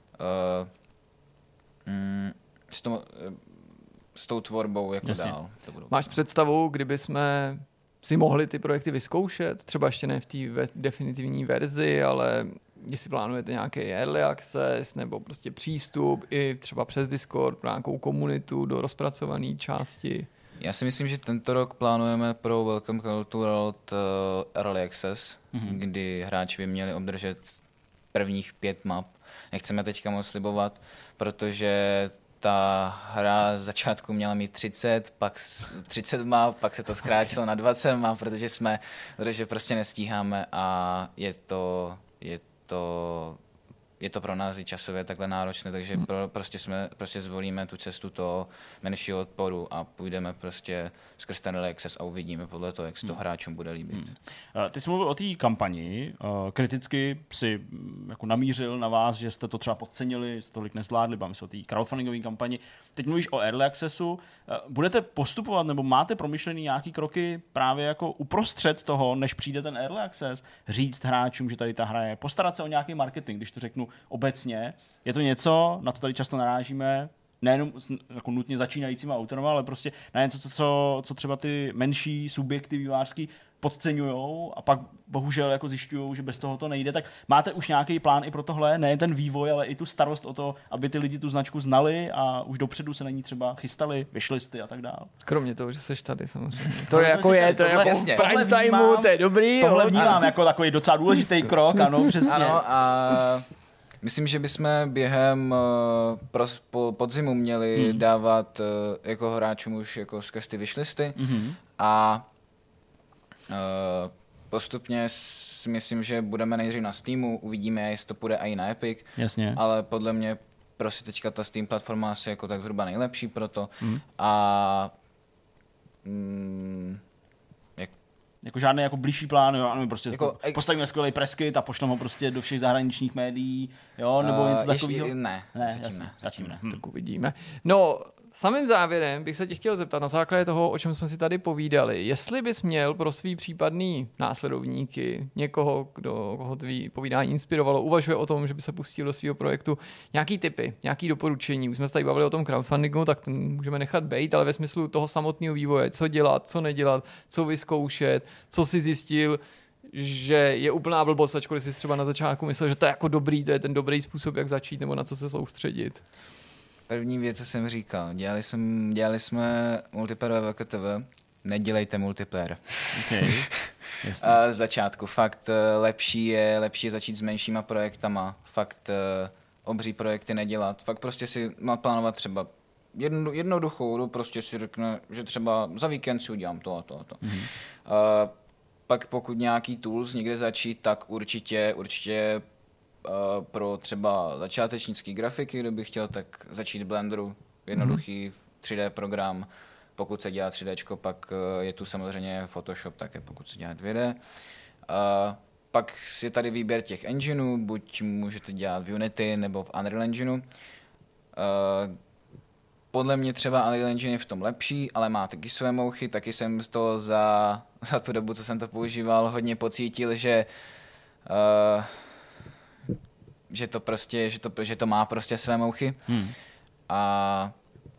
s tou tvorbou jako dál. Máš představu, kdyby jsme si mohli ty projekty vyzkoušet, třeba ještě ne v té definitivní verzi, ale jestli plánujete nějaký early access nebo prostě přístup i třeba přes Discord pro nějakou komunitu do rozpracované části? Já si myslím, že tento rok plánujeme pro Welcome Call to World Early Access, kdy hráči by měli obdržet prvních 5 map. Nechceme teďka moc slibovat, protože ta hra z začátku měla mít 30, pak 30 map, pak se to zkrátilo na 20 map, protože prostě nestíháme a je to je to pro nás i časově takhle náročné, takže prostě zvolíme tu cestu toho menšího odporu a půjdeme prostě skrz ten Early Access a uvidíme podle toho, jak se to hráčům bude líbit. Ty jsi mluvil o té kampani, kriticky si jako namířil na vás, že jste to třeba podcenili, jste tolik nezvládli, bavím se o té crowdfundingové kampani. Teď mluvíš o Early Accessu, budete postupovat nebo máte promyšlený nějaký kroky právě jako uprostřed toho, než přijde ten Early Access, říct hráčům, že tady ta hra je, postarat se o nějaký marketing, když to řeknu obecně. Je to něco, na co tady často narážíme, nejenom jako nutně začínajícíma autorama, ale prostě na něco, co třeba ty menší subjekty vývojářský podceňujou a pak bohužel jako zjišťujou, že bez toho to nejde, tak máte už nějaký plán i pro tohle, ne ten vývoj, ale i tu starost o to, aby ty lidi tu značku znali a už dopředu se na ní třeba chystali, wishlisty a tak dále. Kromě toho, že seš tady samozřejmě. To je jako v prime timeu, to je dobrý. Tohle vnímám jako takový docela důležitý krok, ano, přesně. Ano, a myslím, že bychom během podzimu měli dávat jako hráčům už jako skrz ty wishlisty a postupně myslím, že budeme nejdřív na Steamu, uvidíme, jestli to půjde i na Epic, jasně. Ale podle mě prostě teďka ta Steam platforma asi jako tak zhruba nejlepší pro to a jako žádný jako blížší plán, jo, ano, prostě jako, postavíme skvělý preskit a pošleme ho prostě do všech zahraničních médií, jo, nebo něco takového. Ne, zatím ne. Tak uvidíme. No, samým závěrem bych se tě chtěl zeptat na základě toho, o čem jsme si tady povídali, jestli bys měl pro svý případný následovníky někoho, koho tvý povídání inspirovalo, uvažuje o tom, že by se pustil do svého projektu, nějaký tipy, nějaký doporučení. Už jsme se tady bavili o tom crowdfundingu, tak ten můžeme nechat bejt, ale ve smyslu toho samotného vývoje, co dělat, co nedělat, co vyzkoušet, co si zjistil, že je úplná blbost, ačkoliv jsi třeba na začátku myslel, že to je jako dobrý, to je ten dobrý způsob, jak začít nebo na co se soustředit. První věc, co jsem říkal, dělali jsme multiplayer ve VKTV, nedělejte multiplayer. Okay. Z začátku. Fakt lepší je začít s menšíma projektama, fakt obří projekty nedělat, fakt prostě si naplánovat třeba jednoduchou, prostě si řekne, že třeba za víkend si udělám to a to a to. Pak pokud nějaký tools někde začít, tak určitě pro třeba začátečnický grafiky, kdo by chtěl, tak začít Blenderu, jednoduchý 3D program, pokud se dělá 3D, pak je tu samozřejmě Photoshop, také pokud se dělá 2D. Pak je tady výběr těch engineů, buď můžete dělat v Unity nebo v Unreal Engineu. Podle mě třeba Unreal Engine je v tom lepší, ale má taky své mouchy, taky jsem z toho za tu dobu, co jsem to používal, hodně pocítil, že to má prostě své mouchy. A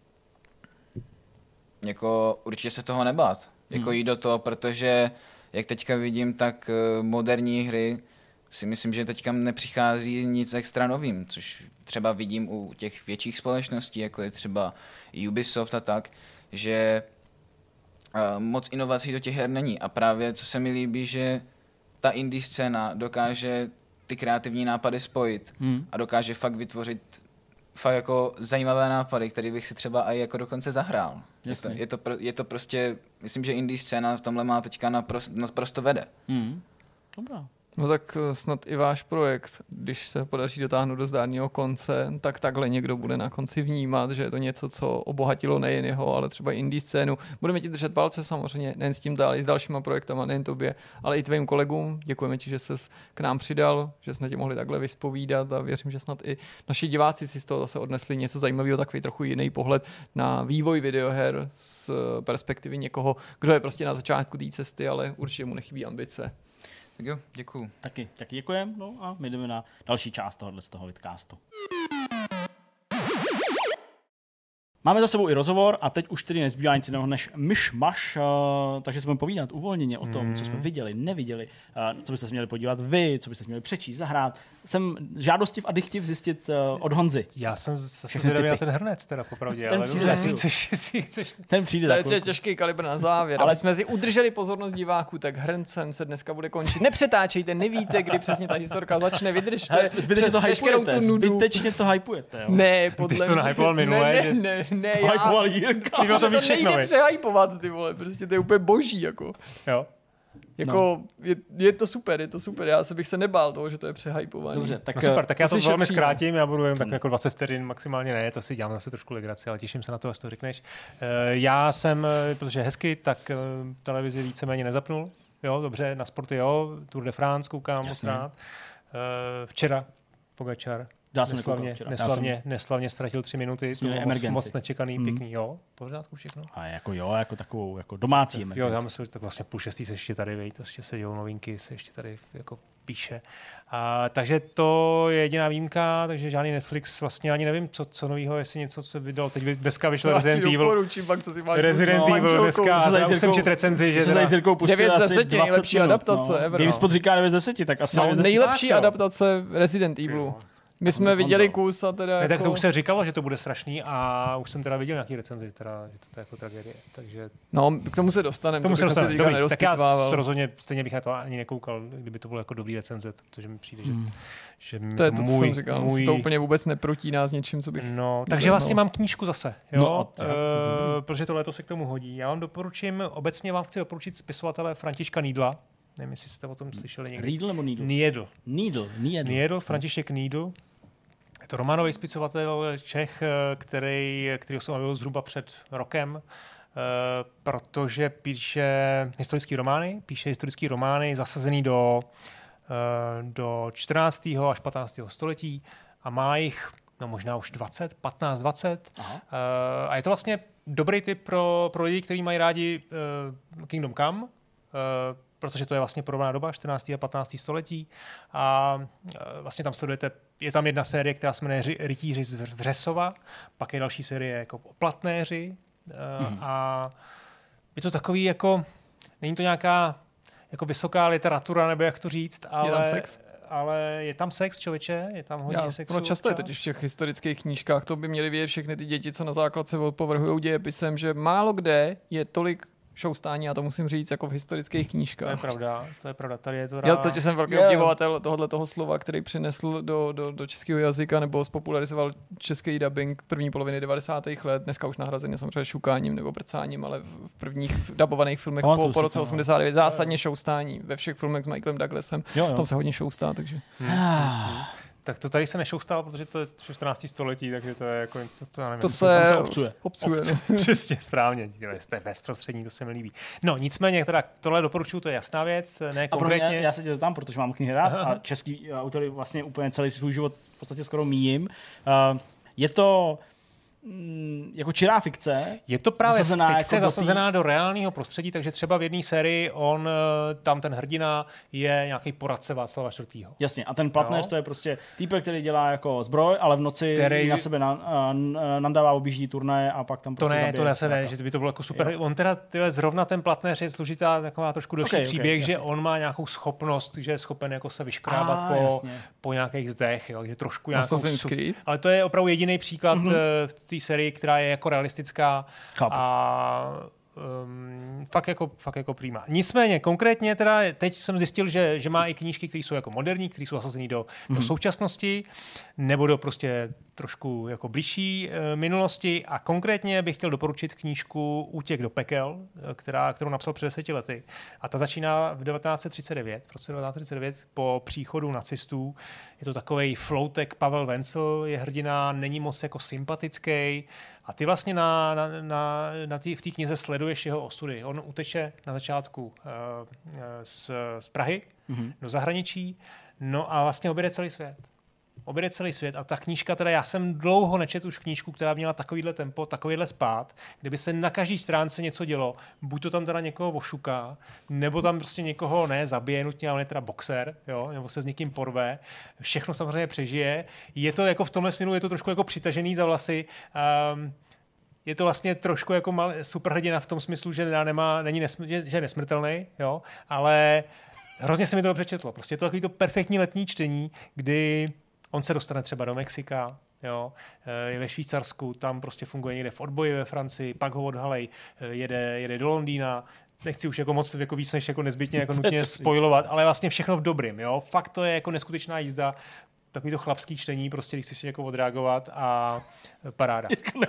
jako určitě se toho nebát. Jako jít do toho, protože jak teďka vidím, tak moderní hry si myslím, že teďka nepřichází nic extra novým, což třeba vidím u těch větších společností, jako je třeba Ubisoft a tak, že moc inovací do těch her není. A právě co se mi líbí, že ta indie scéna dokáže ty kreativní nápady spojit a dokáže fakt vytvořit fakt jako zajímavé nápady, které bych si třeba i jako dokonce zahrál. Je to prostě, myslím, že indie scéna v tomhle má teďka naprosto vede. Dobrá. No tak snad i váš projekt, když se podaří dotáhnout do zdárného konce, tak takhle někdo bude na konci vnímat, že je to něco, co obohatilo nejen jeho, ale třeba indie scénu. Budeme ti držet palce samozřejmě, nejen s tím dál, i s dalšíma projektama, nejen tobě, ale i tvým kolegům. Děkujeme ti, že ses k nám přidal, že jsme tě mohli takhle vyspovídat a věřím, že snad i naši diváci si z toho zase odnesli něco zajímavého, takový trochu jiný pohled na vývoj videoher z perspektivy někoho, kdo je prostě na začátku té cesty, ale určitě mu nechybí ambice. Tak jo, děkuju. Taky děkujem, no a my jdeme na další část tohohle z toho vidcastu. Máme za sebou i rozhovor a teď už tedy nezbývá nic jiného než myšmaš, takže se budeme povídat uvolněně o tom, co jsme viděli, neviděli, co byste se měli podívat vy, co byste se měli přečíst, zahrát. Jsem žádostiv a dychtiv zjistit od Honzy. Já jsem zase zvědavý na ten hrnec teda popravdě, ten ale přijde, chceš. Ten přijde. To je těžký kalibr na závěr, ale jsme si udrželi pozornost diváků, tak hrncem se dneska bude končit. Nepřetáčejte, nevíte, kdy přesně ta historka začne, vydržte. Zbytečně to hypujete. Ne, podle mě. Ty jsi to nahypoval minule, Ne, hypoval Jirka. To nejde přehypovat, ty vole, prostě to je úplně boží, jako. Jo. Jako, je to super, já bych se nebál toho, že to je přehypovaný. Dobře, tak super, tak já to velmi zkrátím, já budu jen tak jako 20 vteřin maximálně, ne, to si dělám zase trošku legraci, ale těším se na to, až to řekneš. Já jsem, protože hezky, tak televizi víceméně nezapnul, jo, dobře, na sporty jo, Tour de France koukám moc rád. Včera Pogačar neslavně ztratil 3 minuty, to bylo moc nečekaný, pěkný, jo, pořádku všechno. A jako takovou jako domácí emergenci. Jo, já myslím, že tak vlastně 5:30 se ještě tady vejít, ještě se dějou novinky, se ještě tady jako píše. Takže to je jediná výjimka, takže žádný Netflix, vlastně ani nevím, co novýho, jestli něco, co vydal, teď dneska vyšlo Resident Evil. Resident Evil dneska, já už jsem čet recenzi, že 9 z 10 nejlepší adaptace ever. GameSpot říká 9 z 10, tak asi nejlepší adaptace Resident Evilu. My jsme viděli kus a teda tak to už se říkalo, že to bude strašný a už jsem teda viděl nějaký recenzi, teda, že to je jako tragédie. Takže... No, k tomu se dostaneme. Tak já rozhodně stejně bych na to ani nekoukal, kdyby to bylo jako dobrý recenze, protože mi přijde, že to je to, co jsem říkal. To úplně vůbec neprotíná s něčím, co bych... No, takže vlastně mám knížku zase, jo? Protože tohle to se k tomu hodí. Já vám doporučím, obecně vám chci doporučit spisovatele Františka Needla. Nevím, jestli jste o tom slyšeli někdy. Riedl nebo Needl? Needl. František Needl. Je to románový spisovatel Čech, který jsem objevil zhruba před rokem, protože píše historické romány zasazený do 14. až 15. století a má jich možná už 15-20. A je to vlastně dobrý tip pro lidi, kteří mají rádi Kingdom Come, protože to je vlastně podobná doba, 14. a 15. století. A vlastně tam sledujete, je tam jedna série, která se jmenuje Rytíři z Vřesova, pak je další série jako Platnéři. A je to takový jako, není to nějaká jako vysoká literatura, nebo jak to říct, ale je tam sex, člověče, je tam hodně sexu. No často je totiž v těch historických knížkách, to by měly vědět všechny ty děti, co na základce opovrhujou dějepisem, že málo kde je tolik šoustání, já to musím říct, jako v historických knížkách. To je pravda. Tady je to já totiž jsem velký obdivovatel toho slova, který přinesl do českého jazyka nebo spopularizoval český dubbing první poloviny 90. let, dneska už nahrazeně samozřejmě šukáním nebo brcáním, ale v prvních dabovaných filmech po roce 89 zásadně šoustání. Ve všech filmech s Michaelem Douglasem, tam se hodně šoustá, takže... Tak to tady se nešoustalo, protože to je 14. století, takže to je jako... To, nevím, to se obcuje. No. Přesně, správně. To je bezprostřední, to se mi líbí. No, nicméně, teda tohle doporučuju, to je jasná věc, ne konkrétně. Mě, já se tě tam, protože mám knihy rád a český autory vlastně úplně celý svůj život v podstatě skoro míjím. Je to jako čirá fikce. Je to právě fikce zasazená do reálného prostředí, takže třeba v jedné sérii tam ten hrdina je nějaký poradce Václava IV. Jasně, a ten Platnéř to je prostě týpek, který dělá jako zbroj, ale v noci na sebe nandává, objíždí turnaje a pak tam prostě to ne, že by to bylo jako super. Jo. On teda zrovna ten Platnéř je složitá taková trošku další příběh, jasně. Že on má nějakou schopnost, že je schopen jako se vyškrábat po nějakých zdech, jo, že trošku nějakou ale to je opravdu jediný příklad té sérii, která je jako realistická a fakt jako prima. Nicméně, konkrétně teda teď jsem zjistil, že má i knížky, které jsou jako moderní, které jsou zasazené do současnosti, nebo do prostě trošku jako bližší minulosti a konkrétně bych chtěl doporučit knížku Útěk do pekel, kterou napsal před 10 lety. A ta začíná v 1939, v roce 1939 po příchodu nacistů. Je to takovej floutek, Pavel Vencel je hrdina, není moc jako sympatický a ty vlastně v té knize sleduješ jeho osudy. On uteče na začátku z Prahy do zahraničí, no a vlastně objede celý svět a ta knížka, teda já jsem dlouho nečetl už knížku, která měla takovýhle tempo, takovýhle spád, kdyby se na každý stránce něco dělo, buď to tam teda někoho ošuká, nebo tam prostě někoho zabije nutně, ale on je teda boxer, jo, nebo se s někým porve, všechno samozřejmě přežije. Je to jako v tomhle směru, je to trošku jako přitažený za vlasy, je to vlastně trošku jako superhrdina v tom smyslu, že že je nesmrtelný, jo, ale hrozně se mi to přečetlo. Prostě je to takový to perfektní letní čtení, kdy on se dostane třeba do Mexika, jo, je ve Švýcarsku, tam prostě funguje někde v odboji ve Francii, pak ho odhalej, jede do Londýna, nechci už jako moc jako víc než jako nezbytně jako nutně spoilovat, ale vlastně všechno v dobrým, jo. Fakt to je jako neskutečná jízda. takový to chlapský čtení, prostě když chceš jako odreagovat a paráda.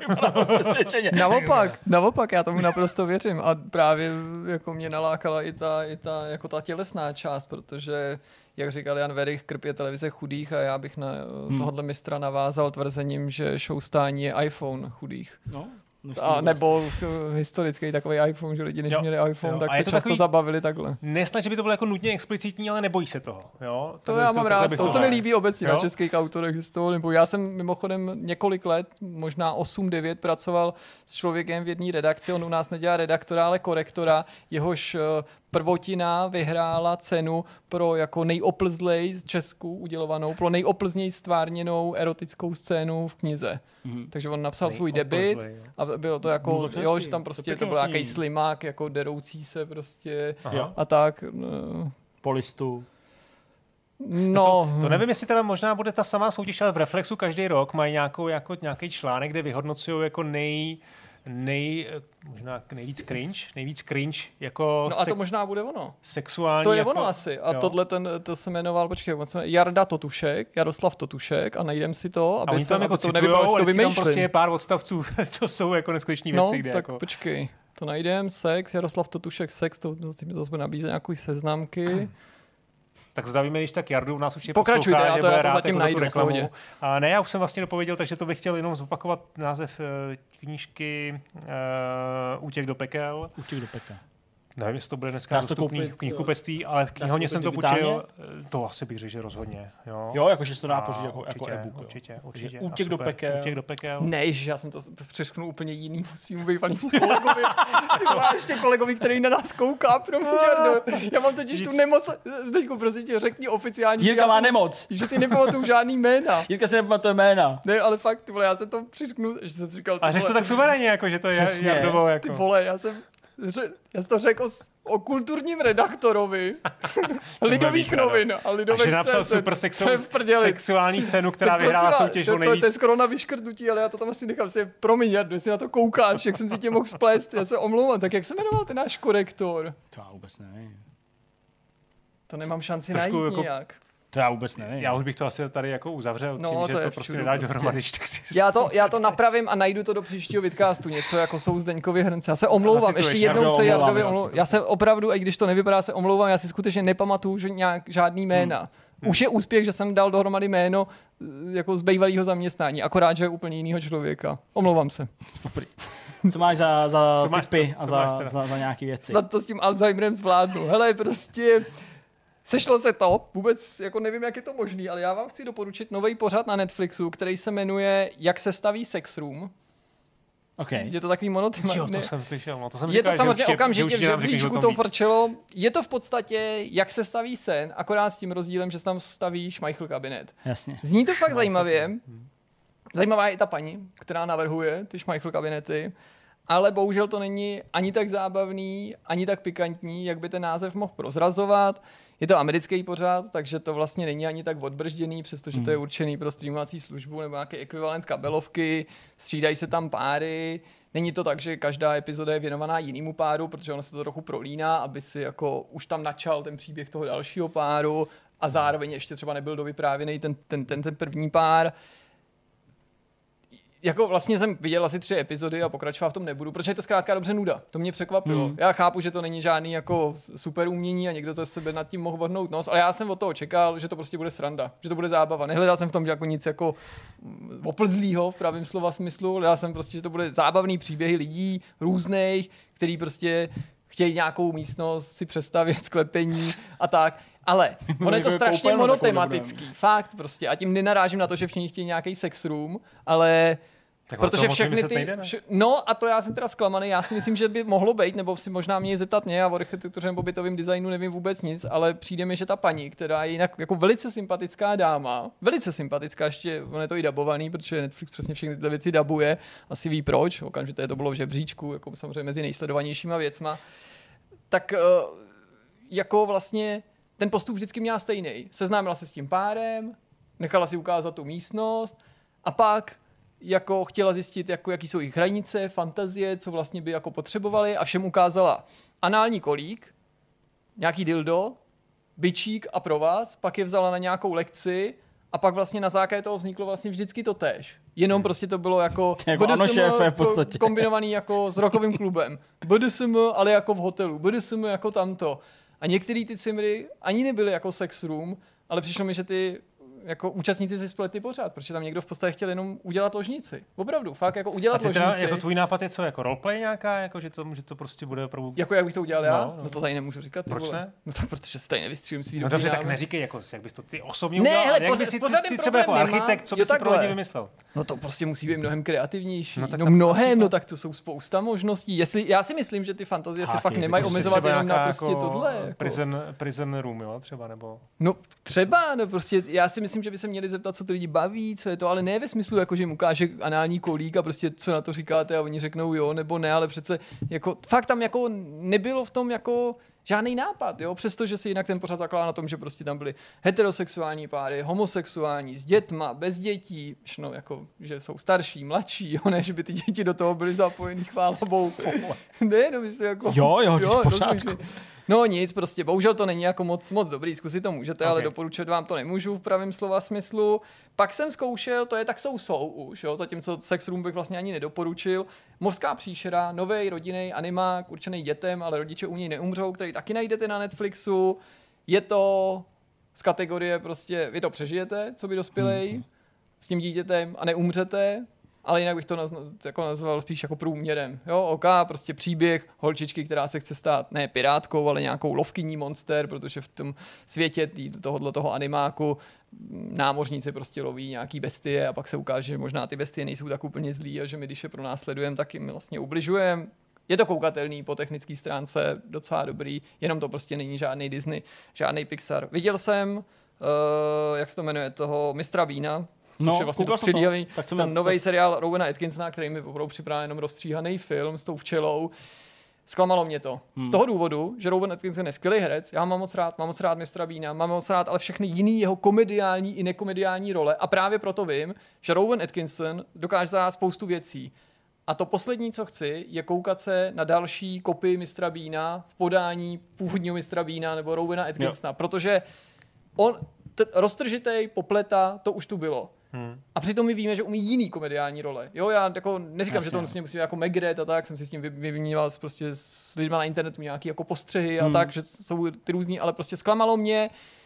Naopak, já tomu naprosto věřím a právě jako mě nalákala i ta tělesná část, protože jak říkal Jan Werich, Krp je televize chudých a já bych na tohohle mistra navázal tvrzením, že showstání je iPhone chudých. No. A nebo historický takový iPhone, že lidi, než měli iPhone, tak se často zabavili takhle. Nesnad, že by to bylo jako nutně explicitní, ale nebojí se toho. Jo? To já mám rád, to se mi líbí obecně na českých autorech z toho, nebo já jsem mimochodem několik let, možná 8-9 pracoval s člověkem v jedné redakci, on u nás nedělá redaktora, ale korektora, jehož prvotina vyhrála cenu pro jako nejoplzlej z Česku udělovanou, pro nejoplzněji stvárněnou erotickou scénu v knize. Takže on napsal svůj debut a bylo to jako, že tam prostě to byl nějaký slimák, jako deroucí se prostě a tak. Po listu. No. To nevím, jestli teda možná bude ta samá soutěž, ale v Reflexu každý rok mají nějaký článek, kde vyhodnocují jako možná nejvíc cringe jako no a to možná bude ono. Sexuální. To je jako, ono asi. A tohle to se jmenoval, Jaroslav Totušek a najdem si to, aby a oni tam jako citujou, ale tam prostě je pár odstavců, to jsou jako neskonečný věci, kde tak jako... počkej, to najdem, sex, Jaroslav Totušek, sex, to zase nabízí nějaký seznamky. Tak zdravíme, když tak Jardu, u nás určitě pokračujte, já to zatím jako najdu na souhodě. A ne, já už jsem vlastně dopověděl, takže to bych chtěl jenom zopakovat název knížky Útěk do pekel. Útěk do pekel. Nevím, jestli to bude dneska dostupný v knihkupectví, ale v knihovně jsem to půjčil. To asi bych řekl, že rozhodně. Jo, jakože se to dá pořídit jako e-book. Určitě. Útěk do pekel. Ne, já jsem to přešknul úplně jiným svým bývalým kolegovi. Ještě kolegovi, který na nás kouká. Já mám totiž tu nemoc. Zdeňku, prosím tě, řekni oficiálně. Jirka má nemoc. Že si nepamatuju žádný jména. Jirka si nepamatuje jména. Ne, ale fakt, ty vole, já jsem to přešknul, že jsem říkal. A řekl to tak suverénně, jako, že to je Jardovou. Jako. Ty vole, já jsem to řekl o kulturním redaktorovi Lidových novin a Lidových že napsal super sexuální scénu, která vyhrála soutěž o nejvíc. To je skoro na vyškrtnutí, ale já to tam asi nechám si. Promiň, Jardo, jestli na to koukáš, jak jsem si tě mohl splést, já se omlouvám. Tak jak se jmenoval ten náš korektor? To já vůbec nevím. To nemám šanci najít jako... nějak. To já vůbec nevím. Já už bych to asi tady jako uzavřel, tím, že to prostě nedáš dohromady. Tak si já to napravím a najdu to do příštího vidcastu, něco jako jsou Zdeňkovi hrnce. Já se omlouvám, ještě jednou se Jardovi omlouvám. Já se opravdu, i když to nevypadá, se omlouvám, já si skutečně nepamatuju žádný jména. Už je úspěch, že jsem dal dohromady jméno jako z bývalého zaměstnání, akorát, že je úplně jinýho člověka. Omlouvám se. Co máš za tipy a za nějaké věci? To s tím Alzheimerem zvládnu. Hele, prostě... Sešlo se to, vůbec jako nevím, jak je to možný, ale já vám chci doporučit nový pořad na Netflixu, který se jmenuje Jak se staví Sex Room. Okay. Je to takový monotematický. Jo, to jsem slyšel. No, to jsem je říkal, to samozřejmě okamžitě v žebříčku to frčelo. Je to v podstatě Jak se staví sen, akorát s tím rozdílem, že se tam staví šmajchl kabinet. Jasně. Zní to fakt zajímavě. Zajímavá je i ta paní, která navrhuje ty šmajchl kabinety. Ale bohužel to není ani tak zábavný, ani tak pikantní, jak by ten název mohl prozrazovat. Je to americký pořad, takže to vlastně není ani tak odbržděný, přestože to je určený pro streamovací službu nebo nějaký ekvivalent kabelovky. Střídají se tam páry. Není to tak, že každá epizoda je věnovaná jinému páru, protože ono se to trochu prolíná, aby si jako už tam načal ten příběh toho dalšího páru a zároveň ještě třeba nebyl dovyprávěný ten první pár. Jako vlastně jsem viděl asi 3 epizody a pokračovat v tom nebudu, protože je to zkrátka dobře nuda. To mě překvapilo. Já chápu, že to není žádný jako super umění a někdo zase sebe nad tím mohl vrhnout nos, ale já jsem od toho čekal, že to prostě bude sranda, že to bude zábava. Nehledal jsem v tom jako nic jako oplzlýho v pravém slova smyslu, hledal jsem prostě, že to bude zábavný příběhy lidí různých, který prostě chtějí nějakou místnost si přestavět, sklepení a tak. Ale ono je to strašně monotematický. Fakt prostě. A tím nenarážím na to, že všichni chtějí nějaký sex room, ale tak protože všechny ty... No a to já jsem teda zklamaný. Já si myslím, že by mohlo být, nebo si možná mě zeptat mě, já o architektuře nebo bytovém designu nevím vůbec nic, ale přijde mi, že ta paní, která je jinak jako velice sympatická dáma, velice sympatická, ještě on je to i dabovaný, protože Netflix přesně všechny tyhle věci dabuje, asi ví proč, okamžitě to bylo v žebříčku, jako samozřejmě mezi nejsledovanějšíma věcma, tak jako vlastně ten postup vždycky měla stejný. Seznámila se s tím párem, nechala si ukázat tu místnost a pak jako chtěla zjistit, jako, jaký jsou jejich hranice, fantazie, co vlastně by jako potřebovali a všem ukázala anální kolík, nějaký dildo, bičík a provaz, pak je vzala na nějakou lekci A pak vlastně na základě toho vzniklo vlastně vždycky to též. Jenom prostě to bylo jako ano, šéfe, v podstatě. Kombinovaný jako s rockovým klubem. BDSM, ale jako v hotelu. BDSM jako tamto. A některý ty cimry ani nebyly jako sex room, ale přišlo mi, že ty jako účastníci si spletli pořád, protože tam někdo v podstatě chtěl jenom udělat ložnici. Opravdu, fakt jako udělat ložnici. A jako tvůj nápad je co, jako roleplay nějaká, jako že to prostě bude opravdu... Jako jak bych to udělal já? No to tady nemůžu říkat. Proč ne? No to protože se tady nevystřílím svý dobře, tak neříkej, jako, jak bys to ty osobně udělal. Ne, hele, jak bys si třeba jako architekt, co bys si pro lidi vymyslel? No to prostě musí být mnohem kreativnější. No mnohem, no tak to jsou spousta možností. Já si myslím, že ty fantazie se fakt nemají omezovat jenom na prostě tohle. Prison room, jo, třeba, nebo... No třeba, no prostě já si myslím, že by se měli zeptat, co ty lidi baví, co je to, ale ne ve smyslu, jako že jim ukáže anální kolík a prostě co na to říkáte a oni řeknou jo nebo ne, ale přece jako fakt tam jako nebylo v tom jako žádný nápad, jo, přestože se jinak ten pořád zakládá na tom, že prostě tam byly heterosexuální páry, homosexuální, s dětma, bez dětí, no jako, že jsou starší, mladší, jo, ne, že by ty děti do toho byly zapojený, chvála bohu. Ne, no myslím jako... Jo, v pořádku. No nic, prostě bohužel to není jako moc dobrý, zkusit to můžete, ale doporučit vám to nemůžu v pravém slova smyslu. Pak jsem zkoušel, to je tak jsou už, jo, zatímco Sex Room bych vlastně ani nedoporučil. Mořská příšera, novej rodinný animák určený dětem, ale rodiče u něj neumřou, který taky najdete na Netflixu. Je to z kategorie prostě, vy to přežijete, co by dospělej, s tím dítětem a neumřete. Ale jinak bych to nazval spíš jako průměrem. Jo, prostě příběh holčičky, která se chce stát ne pirátkou, ale nějakou lovkyní monster, protože v tom světě toho animáku námořníci prostě loví nějaký bestie a pak se ukáže, že možná ty bestie nejsou tak úplně zlý a že my, když je pronásledujeme, tak jim vlastně ubližujeme. Je to koukatelný po technické stránce, docela dobrý, jenom to prostě není žádný Disney, žádný Pixar. Viděl jsem, jak se to jmenuje, toho Mistra Beana, což je vlastně předjíhavý, ten nový seriál Rowena Atkinsona, který mi opravdu připravil jenom rozstříhaný film s tou včelou. Zklamalo mě to. Z toho důvodu, že Rowan Atkinson je skvělý herec, já mám moc rád Mistra Beana, mám moc rád ale všechny jiný jeho komediální i nekomediální role a právě proto vím, že Rowan Atkinson dokáže zahrát spoustu věcí. A to poslední, co chci, je koukat se na další kopii Mistra Beana v podání původního Mistra Beana nebo Rowena Atkinsona, protože on roztržitej, popleta, to už tu bylo. A přitom my víme, že umí jiný komediální role. Jo, já jako neříkám, že to musí být jako Megret a tak, jsem si s tím vyměňoval prostě s lidmi na internetu nějaký jako postřehy a tak, že jsou ty různý, ale prostě zklamalo mě,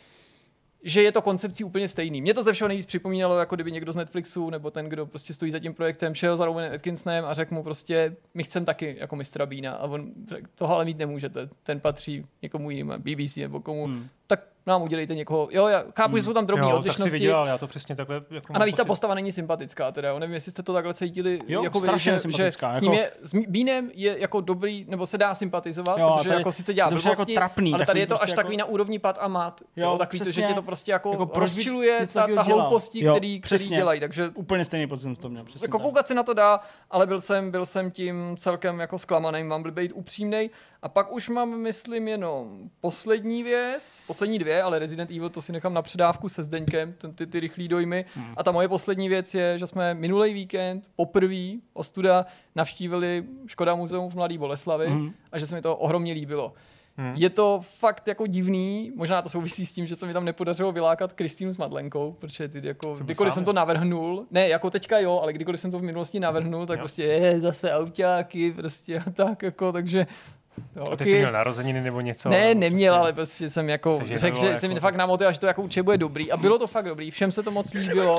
že je to koncepcí úplně stejný. Mě to ze všeho nejvíc připomínalo, jako kdyby někdo z Netflixu nebo ten, kdo prostě stojí za tím projektem, šel za Rowanem Atkinsonem a řekl mu prostě, my chceme taky jako Mistra Beana a on řekl, tohle ale mít nemůžete, ten patří někomu jinému, BBC nebo komu, tak nám udělejte někoho. Jo, já chápu, že jsou tam drobné odlišnosti. Tak si viděl, já to přesně takhle. Jako a navíc ta postava není sympatická, teda. Nevím, jestli jste to takhle cítili, jo, jako vy, že s ním je, s Beanem je jako dobrý, nebo se dá sympatizovat, jo, protože tady, jako sice dělá blbosti, jako trapný, ale tady je to prostě až jako... takový na úrovni Pat a Mat. Jo, takový to, že tě to prostě jako rozčiluje ta hlouposti, který dělají. Takže úplně stejný pocit jsem to měl. Jako koukat se na to dá, ale byl jsem tím celkem jako zklamaný, mám být upřímnej. A pak už mám, myslím, jenom poslední dvě, ale Resident Evil to si nechám na předávku se Zdeňkem, ty rychlý dojmy. A ta moje poslední věc je, že jsme minulý víkend poprvé ostuda navštívili Škoda muzeum v Mladé Boleslavi a že se mi to ohromně líbilo. Je to fakt jako divný, možná to souvisí s tím, že se mi tam nepodařilo vylákat Kristýnu s Madlenkou, protože ty jako, kdykoliv jsem to navrhnul, ne jako teďka jo, ale kdykoliv jsem to v minulosti navrhnul, tak prostě zase autáky prostě a tak jako, takže a teď jsi měl narozeniny nebo něco? Ne, neměl, ale prostě jsem jako řekl, že se mi fakt namotil, že to jako určitě bude dobrý. A bylo to fakt dobrý, všem se to moc líbilo.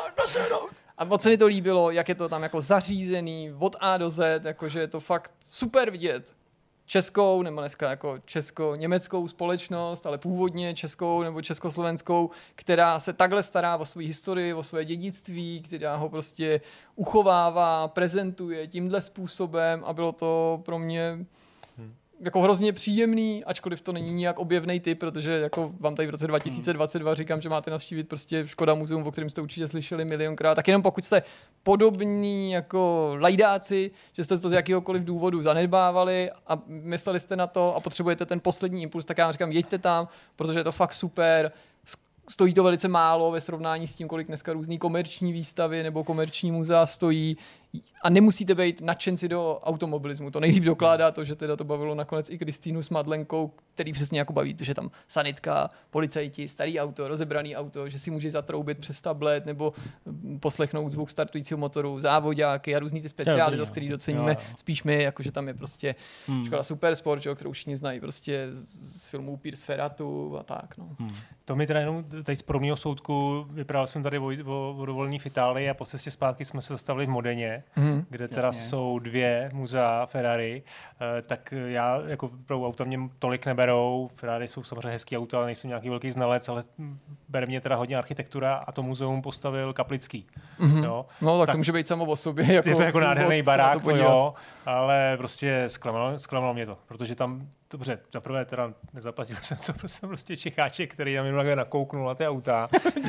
A moc se mi to líbilo, jak je to tam jako zařízený od A do Z, jakože je to fakt super vidět. Českou, nebo dneska jako česko-německou společnost, ale původně českou nebo československou, která se takhle stará o svou historii, o své dědictví, která ho prostě uchovává, prezentuje tímhle způsobem a bylo to pro mě jako hrozně příjemný, ačkoliv to není nijak objevnej typ, protože jako vám tady v roce 2022 říkám, že máte navštívit prostě Škoda muzeum, o kterém jste určitě slyšeli milionkrát, tak jenom pokud jste podobní jako lajdáci, že jste to z jakýhokoliv důvodu zanedbávali a mysleli jste na to a potřebujete ten poslední impuls, tak já vám říkám, jeďte tam, protože je to fakt super. Stojí to velice málo ve srovnání s tím, kolik dneska různý komerční výstavy nebo komerční muzea stojí. a nemusíte být nadšenci do automobilismu. To nejlíp dokládá to, že teda to bavilo nakonec i Kristýnu s Madlenkou, který přesně jako baví, že tam sanitka, policajti, starý auto, rozebraný auto, že si může zatroubit přes tablet nebo poslechnout zvuk startujícího motoru, závoďáky a různý ty speciály, za který doceníme spíš my, jakože tam je prostě škoda Supersport, že, kterou všichni znají prostě z filmů Pierce Ferratu a tak. No. To mi teda jenom teď z prvního soudku, vyprávěl jsem tady o dovolení v Itálii a po cestě zpátky jsme se zastavili v Modeně, kde teda jsou 2 muzea Ferrari, tak já jako pro auta mě tolik neberou, Ferrari jsou samozřejmě hezký auta, ale nejsem nějaký velký znalec, ale bere mě teda hodně architektura a to muzeum postavil Kaplický. Jo? No tak to může být samo o sobě. Jako je to jako nádherný barák, to jo, ale prostě zklamalo mě to, protože tam dobře, zaprvé teda nezaplatil jsem to, jsem prostě Čecháček, který tam minulé nakouknul na ty auta.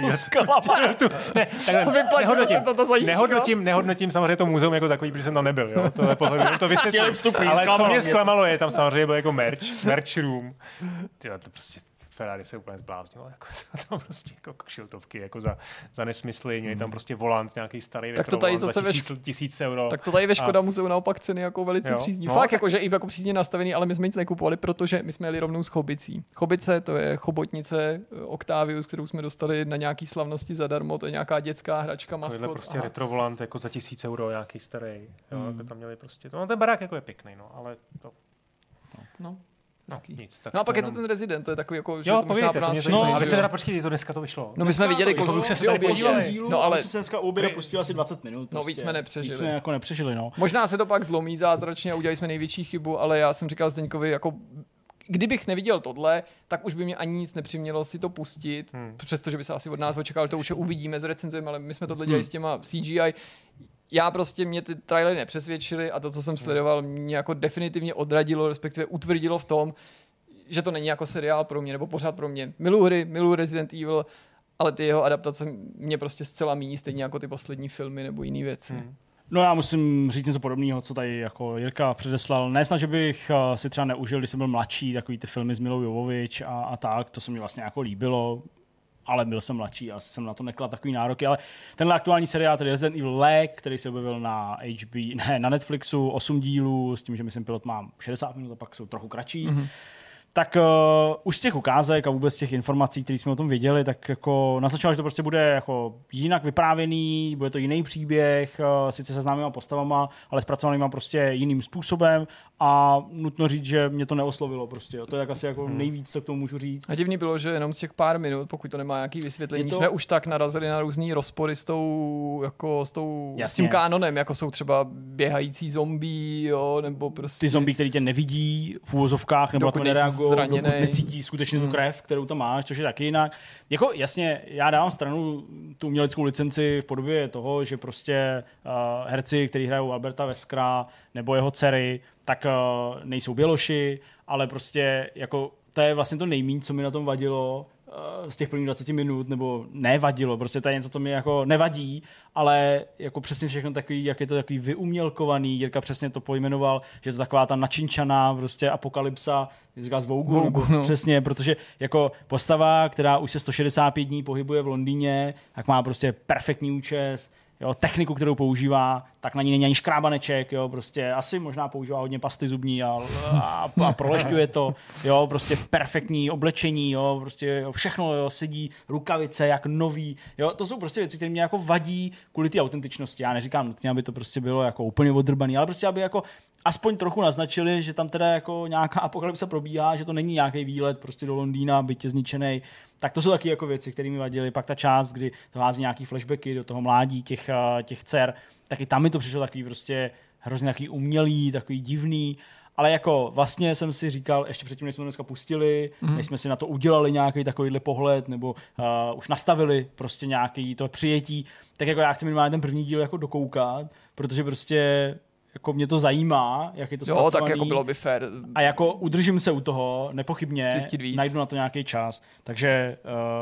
Nehodnotím samozřejmě to muzeum jako takový, protože jsem tam nebyl, jo. To vysvětlím. Ale co mě zklamalo je, tam samozřejmě byl jako merch room. Tyjo, to prostě Ferrari se úplně zbláznilo, jako tam prostě jako kšiltovky, jako za nesmysly, měli tam prostě volant, nějaký starý retrovolant za 1000 euro. Tak to tady ve Škoda muzeu naopak ceny jako velice přízní. Fakt, jakože i jako přízně nastavený, ale my jsme nic nekupovali, protože my jsme jeli rovnou s Chobicí. Chobice, to je chobotnice Octavius, kterou jsme dostali na nějaký slavnosti zadarmo, to je nějaká dětská hračka, maskot. Tohle prostě retrovolant jako za 1000 euro, nějaký starý. Jo, tam měli prostě, ten barák jako je pěkný, no, ale to... No. Nic, no a pak je to ten Rezident, to je takový jako, že jo, to možná pro nás a vy se teda počkejte, to dneska to vyšlo. No my jsme viděli dílu, no ale se dneska oběda pustili asi 20 minut. No víc jsme nepřežili. Víc jsme jako nepřežili, no. Možná se to pak zlomí zázračně a udělali jsme největší chybu, ale já jsem říkal Zdeňkovi, jako kdybych neviděl tohle, tak už by mě ani nic nepřimělo si to pustit, přestože by se asi od nás očekal, to už uvidíme, zrecenzujeme, ale my jsme tohle dělali s těma CGI. Já prostě mě ty trailery nepřesvědčily a to, co jsem sledoval, mě jako definitivně odradilo, respektive utvrdilo v tom, že to není jako seriál pro mě, nebo pořád pro mě. Miluji hry, miluji Resident Evil, ale ty jeho adaptace mě prostě zcela míní, stejně jako ty poslední filmy nebo jiné věci. No já musím říct něco podobného, co tady jako Jirka předeslal. Nesnad, že bych si třeba neužil, když jsem byl mladší, takový ty filmy s Milou Jovovič a tak, to se mi vlastně jako líbilo, ale byl jsem mladší a jsem na to nekladl takový nároky, ale tenhle aktuální seriál, tedy Resident Evil Leg, který se objevil na na Netflixu, 8 dílů, s tím, že myslím pilot mám 60 minut a pak jsou trochu kratší. Tak už z těch ukázek a vůbec z těch informací, které jsme o tom věděli, tak jako naznačovalo, že to prostě bude jako jinak vyprávěný, bude to jiný příběh, sice se známýma postavama, ale zpracovanýma prostě jiným způsobem a nutno říct, že mě to neoslovilo prostě. To je tak asi jako nejvíc, co k tomu můžu říct. A divný bylo, že jenom z těch pár minut, pokud to nemá nějaký vysvětlení, jsme už tak narazili na různý rozpory s tím kánonem, jako jsou třeba běhající zombie, jo, nebo prostě... Ty zombie, který tě nevidí v úvozovkách, nebo na to nereagují, dokud necítí skutečně tu krev, kterou tam máš, což je taky jinak. Jako jasně, já dávám stranu tu uměleckou licenci v podobě toho, že prostě herci, kteří hrajou Alberta Weskera nebo jeho dcery, tak nejsou běloši, ale prostě jako to je vlastně to nejméně, co mi na tom vadilo z těch prvních 20 minut, nebo nevadilo, prostě to je něco, co mi jako nevadí, ale jako přesně všechno takový, jak je to takový vyumělkovaný, Jirka přesně to pojmenoval, že je to taková ta načinčaná prostě apokalypsa, říká z Vogue, no. Přesně, protože jako postava, která už se 165 dní pohybuje v Londýně, tak má prostě perfektní účes, jo, techniku, kterou používá, tak na ní není ani škrábaneček, jo, prostě asi možná používá hodně pasty zubní a prolešťuje to, jo, prostě perfektní oblečení, jo, prostě jo, všechno, jo, sedí, rukavice jak nový, jo, to jsou prostě věci, které mě jako vadí kvůli té autentičnosti. Já neříkám nutně, aby to prostě bylo jako úplně odrbaný, ale prostě aby jako aspoň trochu naznačili, že tam teda jako nějaká apokalypsa probíhá, že to není nějaký výlet prostě do Londýna, byť je zničenej. Tak to jsou taky jako věci, které mi vadily. Pak ta část, kdy to hází nějaký flashbacky do toho mládí těch dcer, tak i tam mi to přišlo takový prostě hrozně takový umělý, takový divný. Ale jako vlastně jsem si říkal, ještě předtím, než jsme dneska pustili, než jsme si na to udělali nějaký takovýhle pohled, nebo už nastavili prostě nějaký to přijetí, tak jako já chci minimálně ten první díl jako dokoukat, protože prostě jako mě to zajímá, jak je to zpracovaný. Jo, tak jako bylo by fair. A jako udržím se u toho, nepochybně, najdu na to nějaký čas. Takže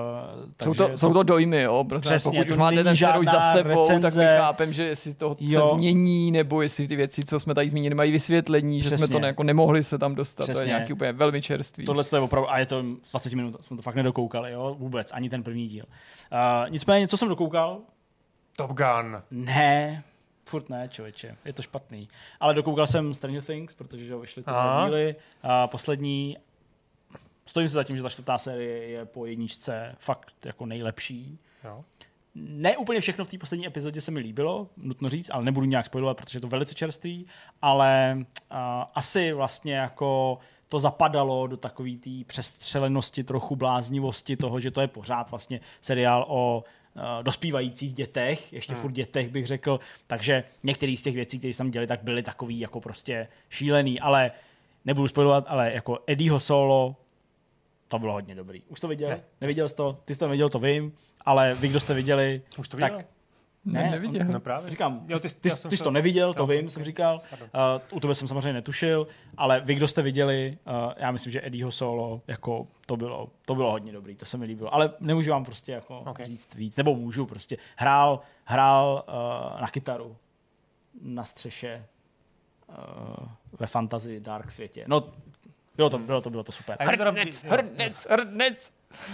jsou to dojmy, jo. Přesně, pokud už máte ten dceru za sebou, recenze, tak my chápem, že jestli to se změní, nebo jestli ty věci, co jsme tady zmínili, mají vysvětlení, že jsme to jako nemohli se tam dostat. Přesně. To je nějaký úplně velmi čerstvý. Tohle je opravdu, a je to 20 minut, jsme to fakt nedokoukali, jo, vůbec, ani ten první díl. Nicméně, co jsem dokoukal? Top Gun. Ne. Furt ne, člověče, je to špatný. Ale dokoukal jsem Stranger Things, protože že vyšly ty díly. Poslední, stojím se za tím, že ta 4. série je po jedničce fakt jako nejlepší. Jo. Ne úplně všechno v té poslední epizodě se mi líbilo, nutno říct, ale nebudu nějak spoilovat, protože je to velice čerstvý, ale asi vlastně jako to zapadalo do takové té přestřelenosti, trochu bláznivosti toho, že to je pořád vlastně seriál o dospívajících dětech, ještě furt dětech bych řekl, takže některé z těch věcí, které jsem dělali, tak byly takový jako prostě šílený, ale nebudu spoilovat, ale jako Eddieho solo, to bylo hodně dobrý. Už to viděl? Ne. Neviděl jsi to? Ty jsi to neviděl, to vím, ale vy, kdo jste viděli, už to viděl? Tak ne, neviděl. No právě. Říkám, ty jsi to neviděl, to vím, jsem říkal. U tebe jsem samozřejmě netušil, ale vy, kdo jste viděli, já myslím, že Eddieho solo, jako to bylo hodně dobrý, to se mi líbilo. Ale nemůžu vám prostě jako říct víc, nebo můžu prostě. Hrál na kytaru na střeše ve fantasy dark světě. No, bylo to super. Hrnec.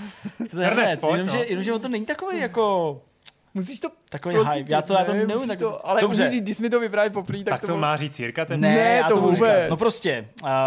Jenomže to není takový jako... Musíš to takový hype. Já to neumím. Ale dobře. Můžeš, když mi to vyprávět poprvé, tak to má říct Jirka. Ne, to vůbec. No prostě.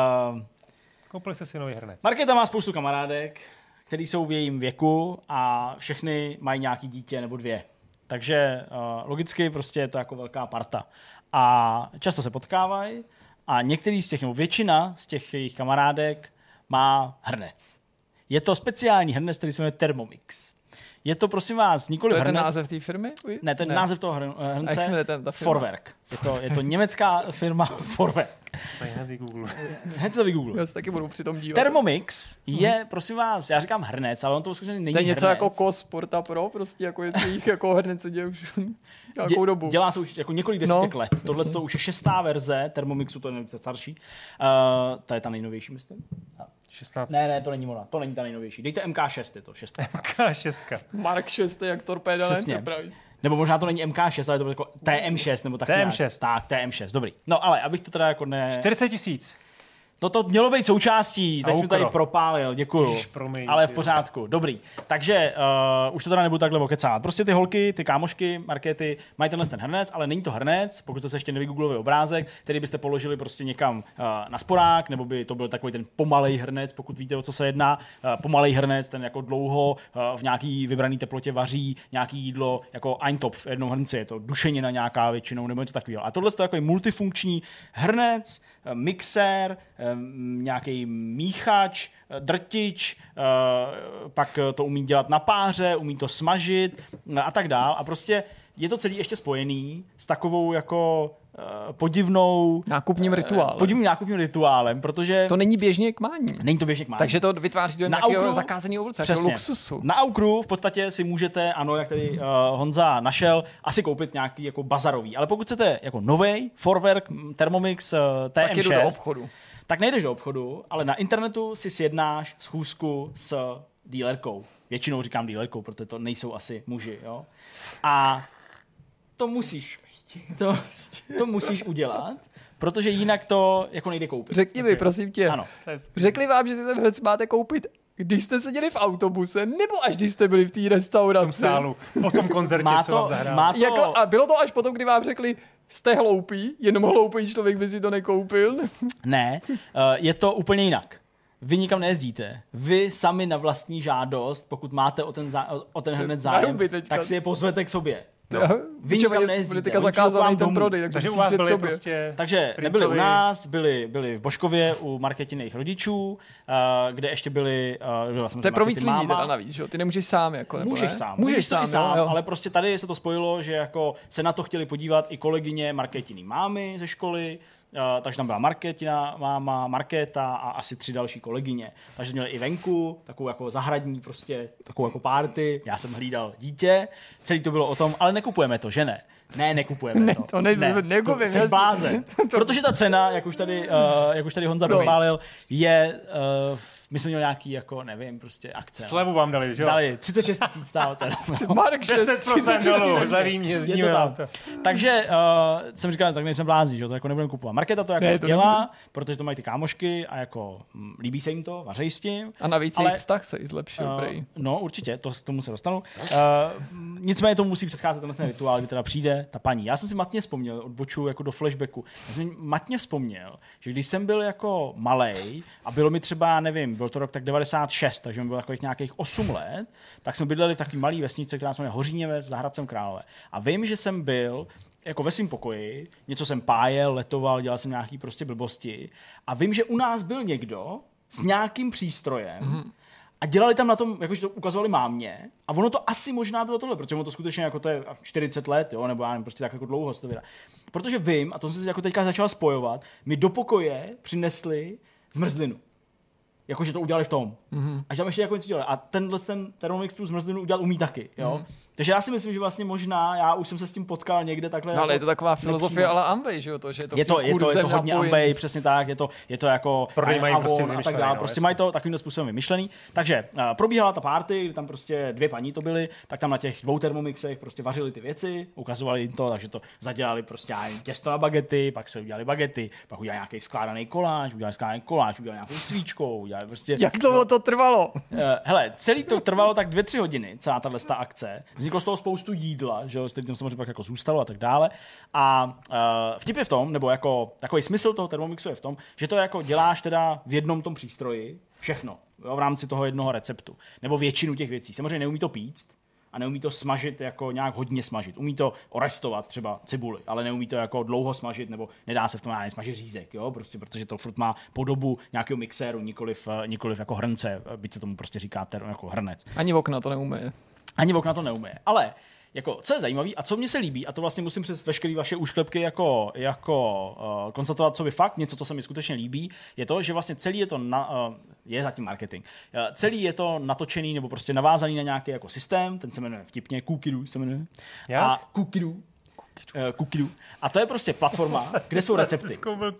Koupili jste si nový hrnec. Markéta má spoustu kamarádek, který jsou v jejím věku a všechny mají nějaký dítě nebo 2. Takže logicky prostě je to jako velká parta. A často se potkávají a některý z těch, nebo většina z těch jejich kamarádek má hrnec. Je to speciální hrnec, který se jmenuje Thermomix. Je to, prosím vás, nikoli hrnec. To je ten název té firmy? Ne, ten název toho hrnce Vorwerk. Je to německá firma Vorwerk. To hned vygooglu. Hned to vygooglu. Já se taky budu přitom dívat. Thermomix je, prosím vás, já říkám hrnec, ale on to skutečně není hrnec. To je něco jako KOS Porta Pro, prostě jako je jich jako hrnec, co děje už nějakou dobu. Dělá se už jako několik desítek let. Tohle to už je 6. verze Thermomixu, to je starší. To je ta nejnovější, myslím. 16. Ne, to není ona, to není ta nejnovější. Dejte MK6, je to 6. MK6. Mark 6 je jak torpéda na Enterprise. Nebo možná to není MK6, ale to bude jako TM6 nebo tak TM6. Nějak. Tak, TM6, dobrý. No ale abych to teda jako 40 000. No to mělo být součástí, teď jsi mi tady propálil, děkuju. Ale v pořádku, dobrý. Takže už to teda nebudu takhle okecávat. Prostě ty holky, ty kámošky, Markéty, mají tenhle ten hrnec, ale není to hrnec, pokud jste se ještě nevygooglovali obrázek, který byste položili prostě někam na sporák, nebo by to byl takový ten pomalej hrnec, pokud víte, o co se jedná. Pomalej hrnec, ten jako dlouho v nějaký vybraný teplotě vaří nějaký jídlo, jako Eintopf v jednom hrnci, je to dušenina nějaká většinou nebo něco takového. A tohle je takový multifunkční hrnec, mixér, nějaký míchač, drtič, pak to umí dělat na páře, umí to smažit a tak dál. A prostě je to celý ještě spojený s takovou jako podivnou... nákupním rituálem. Podivným nákupním rituálem, protože... To není běžně k mání. Není to běžně k mání. Takže to vytváří do nějakého zakázaného ovoce, jako luxusu. Na Aukru v podstatě si můžete, ano, jak tady Honza našel, asi koupit nějaký jako bazarový. Ale pokud chcete jako novej Vorwerk Thermomix TM6, tak jdu do obchodu. Tak nejdeš do obchodu, ale na internetu si sjednáš schůzku s dílerkou. Většinou říkám dílerkou, protože to nejsou asi muži, jo. A to musíš udělat, protože jinak to jako nejde koupit. Řekni mi, prosím tě. Ano. Řekli vám, že si ten hrnec máte koupit, když jste seděli v autobuse, nebo až když jste byli v té restauraci? V sálu, po tom koncertě, co vám zahrál. Jako, a bylo to až potom, kdy vám řekli, jste hloupý, jenom hloupý člověk by si to nekoupil? Ne, je to úplně jinak. Vy nikam nejezdíte. Vy sami na vlastní žádost, pokud máte o ten hrnec zájem, tak si je pozvete k sobě. No. Vy nikam nejezdíte. Zakázaný ten prodej, takže u vás byli prostě... Takže nebyli u nás, byli v Božkově u Markétiných rodičů, kde ještě byli... To je pro víc lidí teda navíc, že? Ty nemůžeš sám, jako, nebo můžeš ne? sám, můžeš to sám, jo. Ale prostě tady se to spojilo, že jako se na to chtěli podívat i kolegyně Markétiny mámy ze školy, takže tam byla Markétina, máma, Markéta a asi 3 další kolegyně. Takže měli i venku, takovou jako zahradní prostě, takovou jako party. Já jsem hlídal dítě, celý to bylo o tom, ale nekupujeme to, že ne? Ne, nekupujeme to. Nekupujeme. Jsi blázen. Protože ta cena, jak už tady Honza propálil, je My jsme měli nějaký, jako, nevím, prostě akce. Slevu vám dali, že jo? Dali 36 000 stál. Mark, 10% dolů, zlevím, Takže jsem říkal, tak nejsem blází, že to jako nebudeme kupovat. Markéta to jako dělá, protože to mají ty kámošky a jako líbí se jim to, vařejí s tím. A navíc jejich vztah se i zlepšil, prej. No, určitě, tomu se dostanu. Nicméně tomu musí předcházet ten rituál, kdy teda přijde ta paní. Já jsem si matně vzpomněl, odbočuju jako do flashbacku. Já jsem matně vzpomněl, že když jsem byl jako malej a bylo mi třeba, nevím, byl to rok tak 96, takže mi bylo takových nějakých 8 let, tak jsme bydleli v takový malý vesnice, která se jmenuje Hoříněves za Hradcem Králové. A vím, že jsem byl jako ve svém pokoji, něco jsem pájel, letoval, dělal jsem nějaký prostě blbosti a vím, že u nás byl někdo s nějakým přístrojem a dělali tam na tom, jakože to ukazovali mámě a ono to asi možná bylo tohle, protože ono to skutečně jako to je 40 let, jo, nebo já nevím, prostě tak jako dlouho to vydá. Protože vím, a to jsem si jako teďka začal spojovat, mi do pokoje přinesli zmrzlinu. Jakože to udělali v tom. A že tam ještě jako něco dělali. A ten Thermomix tu zmrzlinu udělat umí taky. Jo? Takže já si myslím, že vlastně možná, já už jsem se s tím potkal někde takhle. No, ale je to taková filozofie ale Amway, že jo? To, že je to hodně Amway, přesně tak. Je to jako Avon a tak dále. Prostě mají to takovým způsobem vymyšlený. Takže probíhala ta party, kdy tam prostě 2 paní to byly, tak tam na těch 2 Thermomixech prostě vařili ty věci, ukazovali jim to, takže to zadělali prostě těsto na bagety, pak se udělali bagety, pak udělali nějaký skládaný koláč, udělali nějakou svíčkou. Prostě, jak dlouho to trvalo? Hele, celý to trvalo tak 2-3 hodiny, celá tahle akce. Vzniklo z toho spoustu jídla, že jo, s tím samozřejmě pak jako zůstalo a tak dále. A vtip je v tom, nebo jako takový smysl toho Thermomixu je v tom, že to jako děláš teda v jednom tom přístroji všechno, jo, v rámci toho jednoho receptu. Nebo většinu těch věcí. Samozřejmě neumí to píct a neumí to smažit jako nějak hodně smažit. Umí to orestovat třeba cibuli, ale neumí to jako dlouho smažit, nebo nedá se v tom smažit řízek, jo, prostě, protože to furt má podobu nějakého mixéru, nikoliv jako hrnce, byť se tomu prostě říká jako hrnec. Ani okna to neumí. Ani okna to neumí. Ale jako, co je zajímavé a co mně se líbí, a to vlastně musím přes veškeré vaše úšklepky jako konstatovat, co by fakt, něco, co se mi skutečně líbí, je to, že vlastně celý je to, je zatím marketing, celý je to natočený nebo prostě navázaný na nějaký jako systém, ten se jmenuje vtipně Cookidu se jmenuje. Jak? A Cookidu. A to je prostě platforma, kde jsou recepty.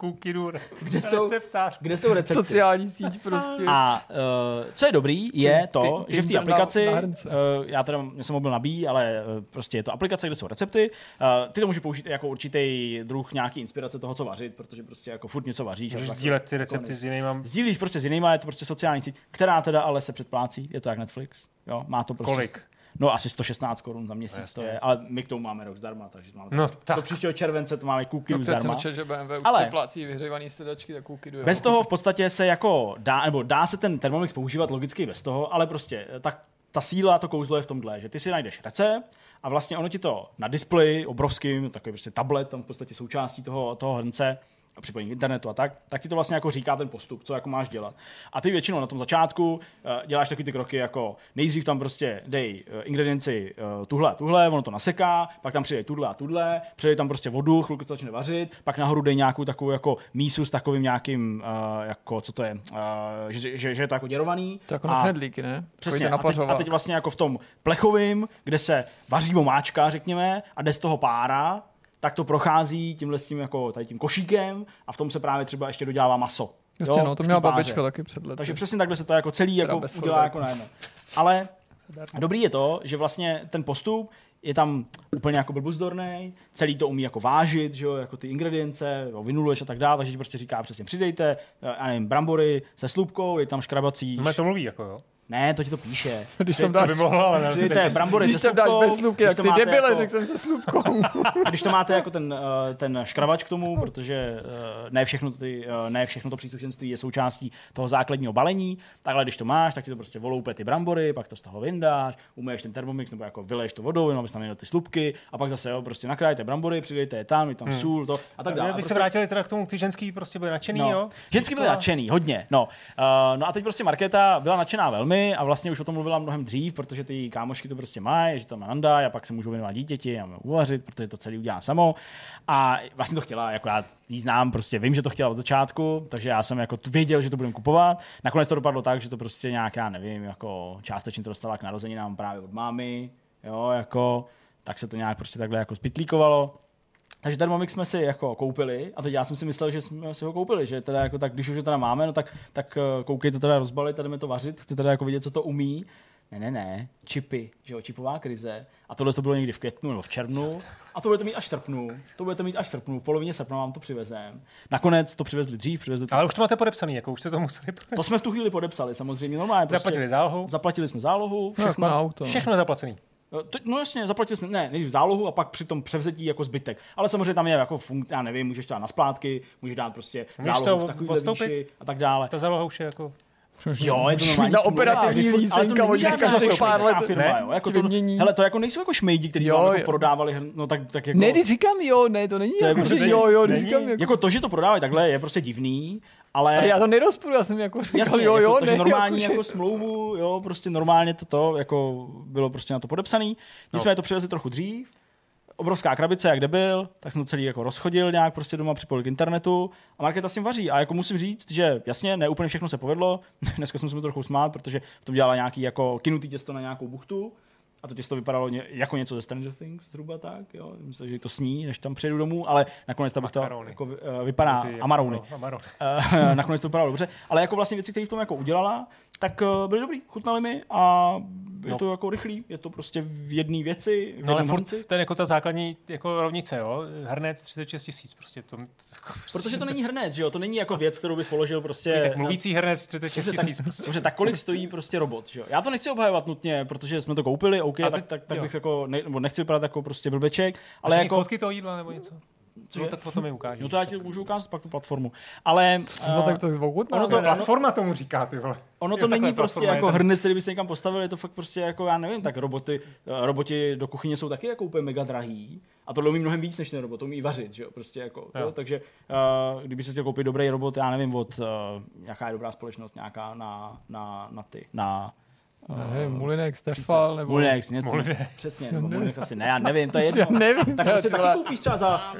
Kde jsou recepty. Sociální síť prostě. A co je dobrý, je to, že v té aplikaci, já teda jsem mobil nabíjí, ale prostě je to aplikace, kde jsou recepty. Ty to můžeš použít jako určitý druh nějaký inspirace toho, co vařit, protože prostě jako furt něco vaříš. Můžeš sdílet ty recepty s jinýma. Sdílíš prostě s jinýma, je to prostě sociální síť, která teda ale se předplácí, je to jak Netflix. Jo, má to prostě. Kolik? No asi 116 korun za měsíc no, to je, ale my k tomu máme rok zdarma, takže to máme do příštího července to máme Cookidu zdarma. Jsem čel, že BMW přeplácí vyhřívaný sedačky, tak Cookidu. Bez toho v podstatě se jako dá se ten Thermomix používat logicky bez toho, ale prostě ta síla, to kouzlo je v tomhle, že ty si najdeš recept a vlastně ono ti to na displeji obrovským, takový prostě tablet, tam v podstatě součástí toho hrnce, a připojení k internetu a tak ti to vlastně jako říká ten postup, co jako máš dělat. A ty většinou na tom začátku děláš taky ty kroky jako nejdřív tam prostě dej ingredienci tuhle a tuhle, ono to naseká, pak tam přidej tuhle a tuhle, přidej tam prostě vodu, chvilku to začne vařit, pak nahoru dej nějakou takovou jako mísu s takovým nějakým, jako co to je, že je to jako děrovaný. To jako na knedlíky, ne? Přesně. A teď vlastně jako v tom plechovým, kde se vaří omáčka, řekněme, a jde z toho pára, tak to prochází tímhle s tím jako tady tím košíkem a v tom se právě třeba ještě dodělává maso. Jasně, jo, no, to měla babička taky před lety. Takže přesně takhle se to jako celý jako udělá jako najednou. Ale dobrý je to, že vlastně ten postup je tam úplně jako blbuzdornej, celý to umí jako vážit, že jo, jako ty ingredience, vynuluješ a tak dále, takže ti prostě říká přesně přidejte, já nevím, brambory se slupkou, je tam škrabací. No, to mluví jako jo. Ne, to ti to píše. Když tam dáš, brambory když tam dáš bez slupky, jak ty debile, jako, řekl jsem se slupkou. A když to máte jako ten škravač k tomu, protože ne všechno to příslušenství je součástí toho základního balení, takhle když to máš, tak ti to prostě voloupe ty brambory, pak to z toho vyndáš, umyješ ten Thermomix nebo jako vyleješ to vodou, abys tam měl ty slupky a pak zase jo, prostě nakrájete brambory, přidejte je tam sůl, to a tak dále. Aby se vrátili teda k tomu, ty ženský prostě byli nadšený, jo? Ženský byli nadšený, hodně, no. No a teď prostě Markéta byla nadšená velmi a vlastně už o tom mluvila mnohem dřív, protože ty kámošky to prostě mají, že tam Nanda a pak se můžou věnovat dítěti a uvařit, protože to celý udělá samo. A vlastně to chtěla, jako já jí znám, prostě vím, že to chtěla od začátku, takže já jsem jako věděl, že to budeme kupovat. Nakonec to dopadlo tak, že to prostě nějak, já nevím, jako částečně to dostala k narozeninám právě od mámy, jo, jako tak se to nějak prostě takhle jako zpitlíkovalo. Takže Thermomix jsme si jako koupili a teď já jsem si myslel, že jsme si ho koupili, že teda jako tak, když už ho teda máme, no tak koukej to teda rozbalit a jdeme to vařit, chci teda jako vidět, co to umí. Ne, čipy, že jo, čipová krize. A tohle to bylo někdy v květnu nebo v červnu. A to budete mít až v srpnu. V polovině srpna vám to přivezem. Nakonec to přivezli dřív, Ale už to máte podepsaný, jako už jste to museli podepsat. To jsme v tu chvíli podepsali, samozřejmě normálně. Zaplatili jsme zálohu, všechno zaplacený. No jasně, zaplatili jsme, nejdřív zálohu a pak při tom převzetí jako zbytek. Ale samozřejmě tam je jako já nevím, můžeš dát na splátky, můžeš dát prostě zálohu v takovýhle výši a tak dále. Ta záloha už je jako... Jo, je to normální na operativní lícenka, ale to není pár let firma, jo. Jako to, hele, to jako nejsou jako šmejdi, kteří vám jako prodávali, no tak jako... Ne, ty říkám to není to jako, prostě, jo, říkám jako to, že to prodávají takhle, je prostě divný, ale já to nerozporu, já jsem jako říkal, jasně, jo, jako to, ne, že normální jako smlouvu, jo, prostě normálně to jako bylo prostě na to podepsaný. Nicméně to přivezli trochu dřív. Obrovská krabice, jak byl, tak jsem to celý jako rozchodil nějak prostě doma, připojil k internetu a Markéta s tím vaří. A jako musím říct, že jasně, ne úplně všechno se povedlo. Dneska jsem se mi trochu smát, protože v tom dělala nějaký jako kinutý těsto na nějakou buchtu. A to těsto vypadalo jako něco ze Stranger Things, zhruba tak, jo. Myslím, že to sní, než tam přijedu domů, ale nakonec ta buchta jako vypadá Amarony. Nakonec to vypadalo dobře, ale jako vlastně věci, které v tom jako udělala, tak byly dobrý, chutnaly mi a je to jako rychlý, je to prostě v jedné věci. No ale furt ten jako ta základní jako rovnice, jo, hrnec 36 000 prostě to. Jako protože to není hrnec, že jo, to není jako věc, kterou bys položil prostě. Tak mluvící hrnec 36 000 prostě. Dobře, tak kolik stojí prostě robot, že jo? Já to nechci obhajovat nutně, protože jsme to koupili, OK, tak bych jako nechci vypadat jako prostě blbeček, ale jako fotky toho jídla nebo něco. No tak potom mi ukážeš. No to já ti můžu ukázat pak tu platformu. Ale tak to ono to platforma tomu říká, ty vole. Ono to není prostě jako hrnec, který by se někam postavil, je to fakt prostě jako, já nevím, tak roboti do kuchyně jsou taky jako úplně mega drahý. A tohle umí mnohem víc než ten robot, to umí vařit, že jo, prostě jako, jo, takže kdyby se chtěl koupit dobrý robot, já nevím, od jaká je dobrá společnost, nějaká na Mulinex, Tefal, nebo... Mulinex, něco. Přesně, nebo Mulinex asi ne, já nevím, to je jedno. Nevím, tak prostě taky koupíš třeba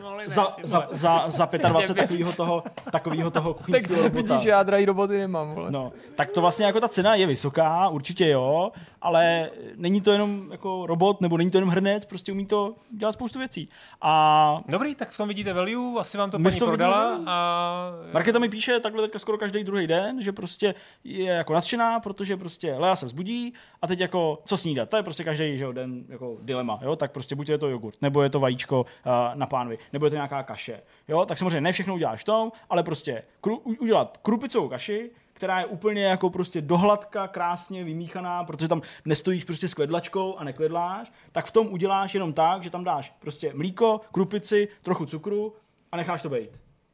za 25 takovýho toho kuchyňského robota. Tak vidíš, já drahý roboty nemám, vole. No, tak to vlastně jako ta cena je vysoká, určitě jo, ale není to jenom jako robot, nebo není to jenom hrnec, prostě umí to dělat spoustu věcí. A dobrý, tak v tom vidíte value, asi vám to paní prodala a... Markéta mi píše takhle teďka skoro každý druhý den, že prostě je jako nadšená, protože prostě Lea se vzbudí a teď jako co snídat. To je prostě každý den jako dilema, jo? Tak prostě buď je to jogurt, nebo je to vajíčko na pánvi, nebo je to nějaká kaše. Jo? Tak samozřejmě ne všechno uděláš v tom, ale prostě udělat krupicovou kaši, která je úplně jako prostě dohladka, krásně vymíchaná, protože tam nestojíš prostě s kvedlačkou a nekvedláš, tak v tom uděláš jenom tak, že tam dáš prostě mlíko, krupici, trochu cukru a necháš to bejt.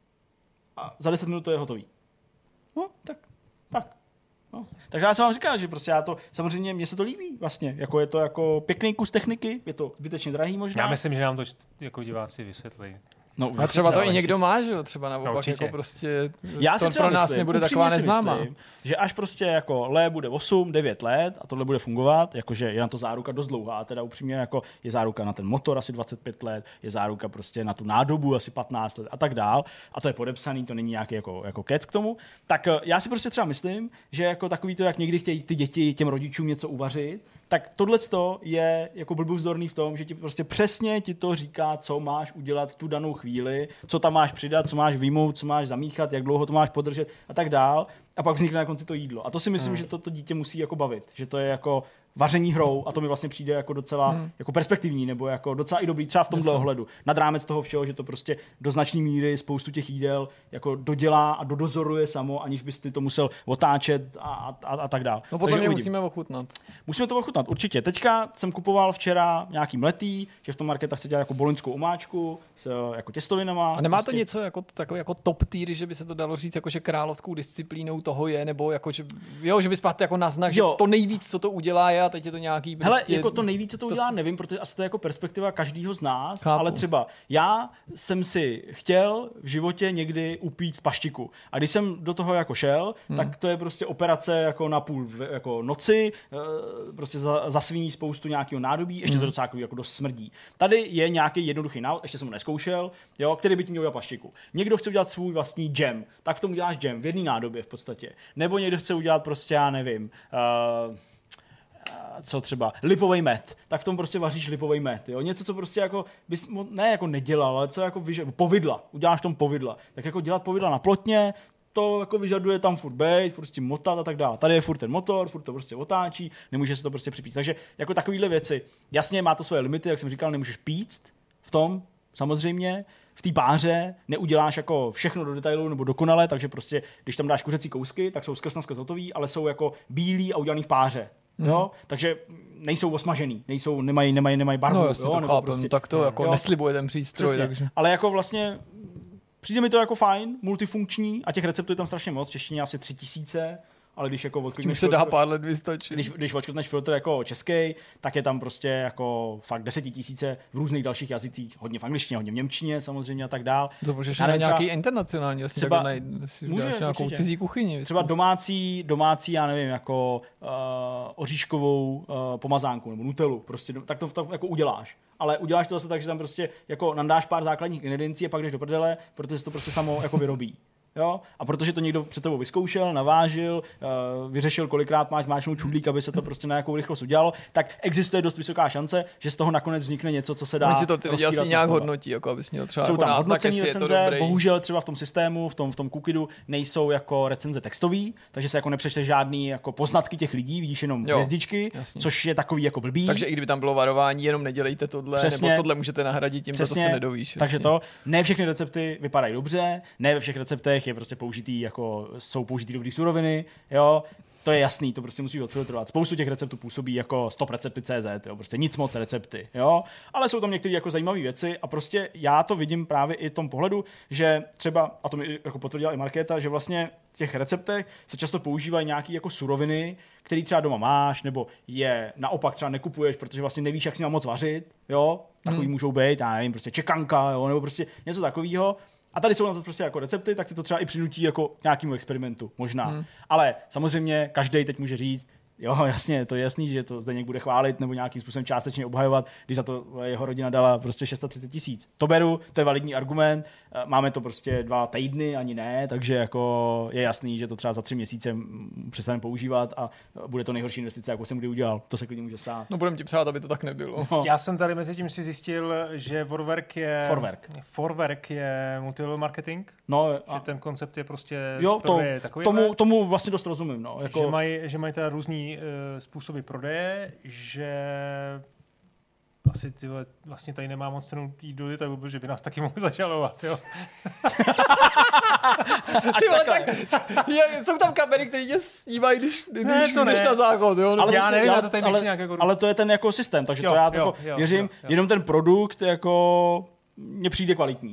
A za 10 minut to je hotový. No, tak. No. Takže já jsem vám říkal, že prostě samozřejmě mně se to líbí vlastně, jako je to jako pěkný kus techniky, je to zbytečně drahý možná. Já myslím, že nám to jako diváci vysvětlí. No, a třeba to i někdo má, že jo, třeba naopak jako prostě já to pro nás nebude taková neznámá. Myslím, že až prostě jako Lé bude 8-9 let a tohle bude fungovat, jakože je na to záruka dost dlouhá, teda upřímně jako je záruka na ten motor asi 25 let, je záruka prostě na tu nádobu asi 15 let a tak dál a to je podepsaný, to není nějaký jako kec k tomu, tak já si prostě třeba myslím, že jako takový to, jak někdy chtějí ty děti těm rodičům něco uvařit, tak tohleto je jako blbůvzdorný v tom, že ti prostě přesně ti to říká, co máš udělat v tu danou chvíli, co tam máš přidat, co máš vyjmout, co máš zamíchat, jak dlouho to máš podržet a tak dál. A pak vznikne na konci to jídlo. A to si myslím, že to dítě musí jako bavit, že to je jako vaření hrou a to mi vlastně přijde jako docela jako perspektivní nebo jako docela i dobrý třeba v tomhle ohledu. Nad rámec toho všeho, že to prostě do značné míry spoustu těch jídel jako dodělá a dodozoruje samo, aniž bys ty to musel otáčet a tak dál. No potom je musíme ochutnat. Musíme to ochutnat, určitě. Teďka jsem kupoval včera nějaký mletý, že v tom marketa chce dělat jako boloňskou omáčku s jako těstovinama. A nemá prostě to něco jako takový jako top tier, že by se to dalo říct, jako že královskou disciplínou toho je, nebo jako že bys pat jako na znak, že to nejvíc, co to udělá je a teď je to nějaký prostě... Hele, jako to nejvíc, co to udělá, nevím, protože asi to je jako perspektiva každého z nás, ale třeba já jsem si chtěl v životě někdy upít z paštiku. A když jsem do toho jako šel, tak to je prostě operace jako na půl jako noci, prostě zasvíní spoustu nějakého nádobí, ještě to docela jako dost smrdí. Tady je nějaký jednoduchý návod, ještě jsem ho nezkoušel, jo, který by ti měl udělat paštiku. Někdo chce udělat svůj vlastní džem, tak v tom uděláš džem v jedné nádobě v podstatě. Nebo někdo chce udělat prostě, já nevím, co třeba lipový med, tak v tom prostě vaříš lipový med, jo? Něco, co prostě jako bys ne jako nedělal, ale co jako povidla, uděláš v tom povidla, tak jako dělat povidla na plotně, to jako vyžaduje tam furt bejt, prostě motat a tak dále. Tady je furt ten motor, furt to prostě otáčí, nemůže se to prostě připít. Takže jako takovýhle věci, jasně má to svoje limity, jak jsem říkal, nemůžeš píct v tom, samozřejmě, v té páře neuděláš jako všechno do detailu nebo dokonale, takže prostě, když tam dáš kuřecí kousky, tak jsou skrz hotový, ale jsou jako bílí a udělaný v páře. Jo? Takže nejsou osmažený, nemají barvu. No jasně, jo? To nebo chápem, prostě, tak to jako neslibuje ten přístroj. Takže. Ale jako vlastně přijde mi to jako fajn, multifunkční a těch receptů je tam strašně moc, v češtině asi 3000, ale když jako odklikneš filtr, se dá pár let vystačit. Když odklikneš filtr jako český, tak je tam prostě jako fakt 10 000 v různých dalších jazycích, hodně v angličtině, hodně v němčině samozřejmě a tak dál. To můžeš na nějaký internacionální, vlastně třeba můžeš nějakou určitě. Cizí kuchyni. Třeba domácí, já nevím, jako oříškovou pomazánku nebo nutellu, prostě tak to jako uděláš. Ale uděláš to zase tak, že tam prostě jako nandáš pár základních ingrediencí a pak jdeš do prdele, protože se to prostě samo jako vyrobí. Jo? A protože to někdo před tebou vyzkoušel, navážil, vyřešil, kolikrát máš máčnou čudlík, aby se to prostě na nějakou rychlost udělalo, tak existuje dost vysoká šance, že z toho nakonec vznikne něco, co se dá. Oni si to ty lidi asi nějak hodnotí, jako abys měl třeba jsou jako tam náznak, hodnocení jestli recenze, je to dobrý. Bohužel třeba v tom systému, v tom cookidu nejsou jako recenze textový, takže se jako nepřečteš žádný jako poznatky těch lidí, vidíš jenom hvězdičky, což je takový jako blbý. Takže i kdyby tam bylo varování, jenom nedělejte tohle, přesně, nebo tohle můžete nahradit tím, přesně, to se nedovíš. Takže to ne všechny recepty vypadají dobře, ne ve všech receptech je prostě použitý jako jsou použitý dobrý suroviny, jo. To je jasný, to prostě musí odfiltrovat. Spoustu těch receptů působí jako stop recepty CZ, jo, prostě nic moc recepty, jo. Ale jsou tam některé jako zajímavé věci a prostě já to vidím právě i v tom pohledu, že třeba, a to mi jako potvrdila i Markéta, že vlastně v těch receptech se často používají nějaké jako suroviny, které třeba doma máš, nebo je naopak třeba nekupuješ, protože vlastně nevíš, jak si mám moc vařit, jo. Takový můžou být, já nevím, prostě čekanka, jo, nebo prostě něco takového. A tady jsou na to prostě jako recepty, tak ty to třeba i přinutí jako nějakému experimentu, možná. Ale samozřejmě každý teď může říct, jo, jasně, to je jasný, že to Zdeněk bude chválit nebo nějakým způsobem částečně obhajovat, když za to jeho rodina dala prostě 630 000. To beru, to je validní argument, máme to prostě 2 týdny, ani ne, takže jako je jasný, že to třeba za 3 měsíce přestaneme používat a bude to nejhorší investice, jakou jsem kdy udělal. To se klidně může stát. No budeme ti přát, aby to tak nebylo. No. Já jsem tady mezi tím si zjistil, že Forwerk je multilevel marketing. No, že ten koncept je prostě takový. Tomu vlastně dost rozumím. No. Jako... Že mají teda různý způsoby prodeje, že asi vlastně tady nemá moc cenu jít do detailu, protože by nás taky mohli zažalovat, jo. Jsou tam kamery, které tě snímají, když jdeš na záchod, jo? Ale já nevím, to tady nechci nějak jako... Ale to je ten jako systém, takže to já věřím, jenom ten produkt jako mně přijde kvalitní.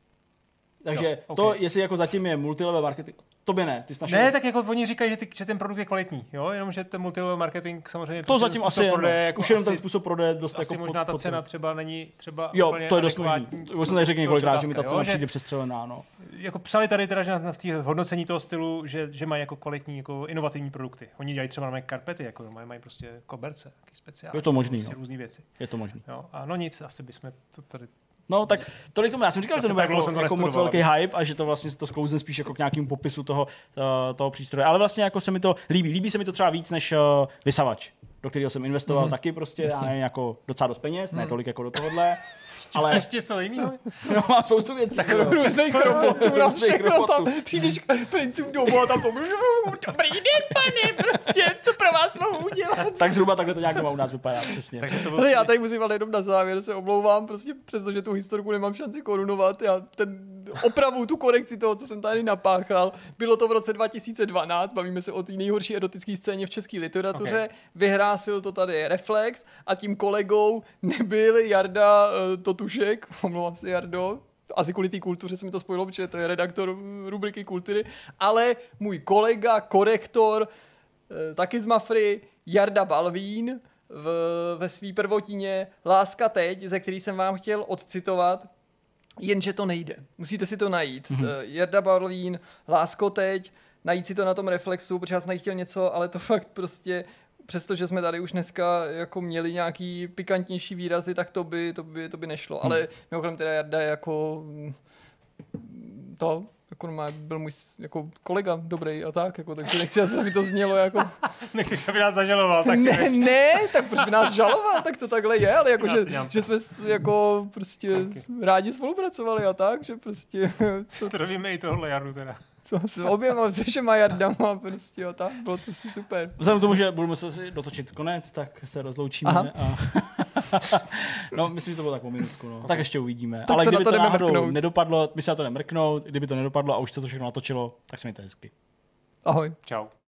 Takže to, jestli jako zatím je multilevel marketing, to by ne. Ne, tak jako oni říkají, že ten produkt je kvalitní, jo? Jenomže ten multilevel marketing samozřejmě... To zatím asi prodeje, jako už jenom ten způsob prodeje dost asi jako možná ta cena třeba není třeba jo, úplně to je dost možný. Už jsem tady řekl několikrát, že mi ta cena přijde přestřelená, no. Jako psali tady teda, že v té hodnocení toho stylu, že mají jako kvalitní, jako inovativní produkty. Oni dělají třeba na karpety, jako mají prostě koberce, taky speciální. Je to možný, prostě různý věci. Je to možný. Jo, a no nic, asi bychom to tady... No tak tolik tomu, já jsem říkal, že to nebude jako moc velký hype a že to vlastně to sklouzne spíš jako k nějakému popisu toho přístroje, ale vlastně jako se mi to líbí. Líbí se mi to třeba víc než vysavač, do kterého jsem investoval taky prostě, já nevím, jako docela dost peněz, ne tolik jako do tohohle. Ale ještě co jiného? No, má spoustu věcí. Různých robotů na všechno tam. Přijdeš k principu domů a tam pomůžu. Dobrý den, pane, prostě, co pro vás mohu udělat? Tak zhruba takhle to nějak doma u nás vypadá, přesně. Ale já tady musím ale jenom na závěr se omlouvám, prostě přestože tu historku nemám šanci korunovat, já opravu, tu korekci toho, co jsem tady napáchal. Bylo to v roce 2012, bavíme se o té nejhorší erotické scéně v české literatuře. Vyhrásil to tady Reflex a tím kolegou nebyl Jarda Totušek, omlouvám se Jardo, asi kvůli té kultuře se mi to spojilo, protože to je redaktor rubriky Kultury, ale můj kolega, korektor, taky z Mafry, Jarda Balvín, ve své prvotině Láska teď, ze který jsem vám chtěl odcitovat, jenže to nejde. Musíte si to najít. Jarda Balvín, Lásko teď, najít si to na tom Reflexu, protože já jsem chtěl něco, ale to fakt prostě... Přestože jsme tady už dneska jako měli nějaký pikantnější výrazy, tak to by nešlo. Ale mimochodem teda Jarda je jako byl můj jako kolega dobrý a tak, jako, takže nechci, aby to znělo jako... Nechceš, aby nás zažaloval, tak ne, tak proč by nás žaloval, tak to takhle je, ale jako, že jsme jako prostě rádi spolupracovali a tak, že prostě... Zdravíme i tohle Jardu teda. Co s oběma, se všema Jardama prostě a tak, bylo to si super. Vzhledem k tomu, že budeme se si dotočit konec, tak se rozloučíme. A... no, myslím, že to bylo tak o minutku, no. Tak ještě uvidíme. Tak ale kdyby to náhodou mrknout. Nedopadlo, my se na to nemrknout, kdyby to nedopadlo a už se to všechno natočilo, tak se mějte hezky. Ahoj. Čau.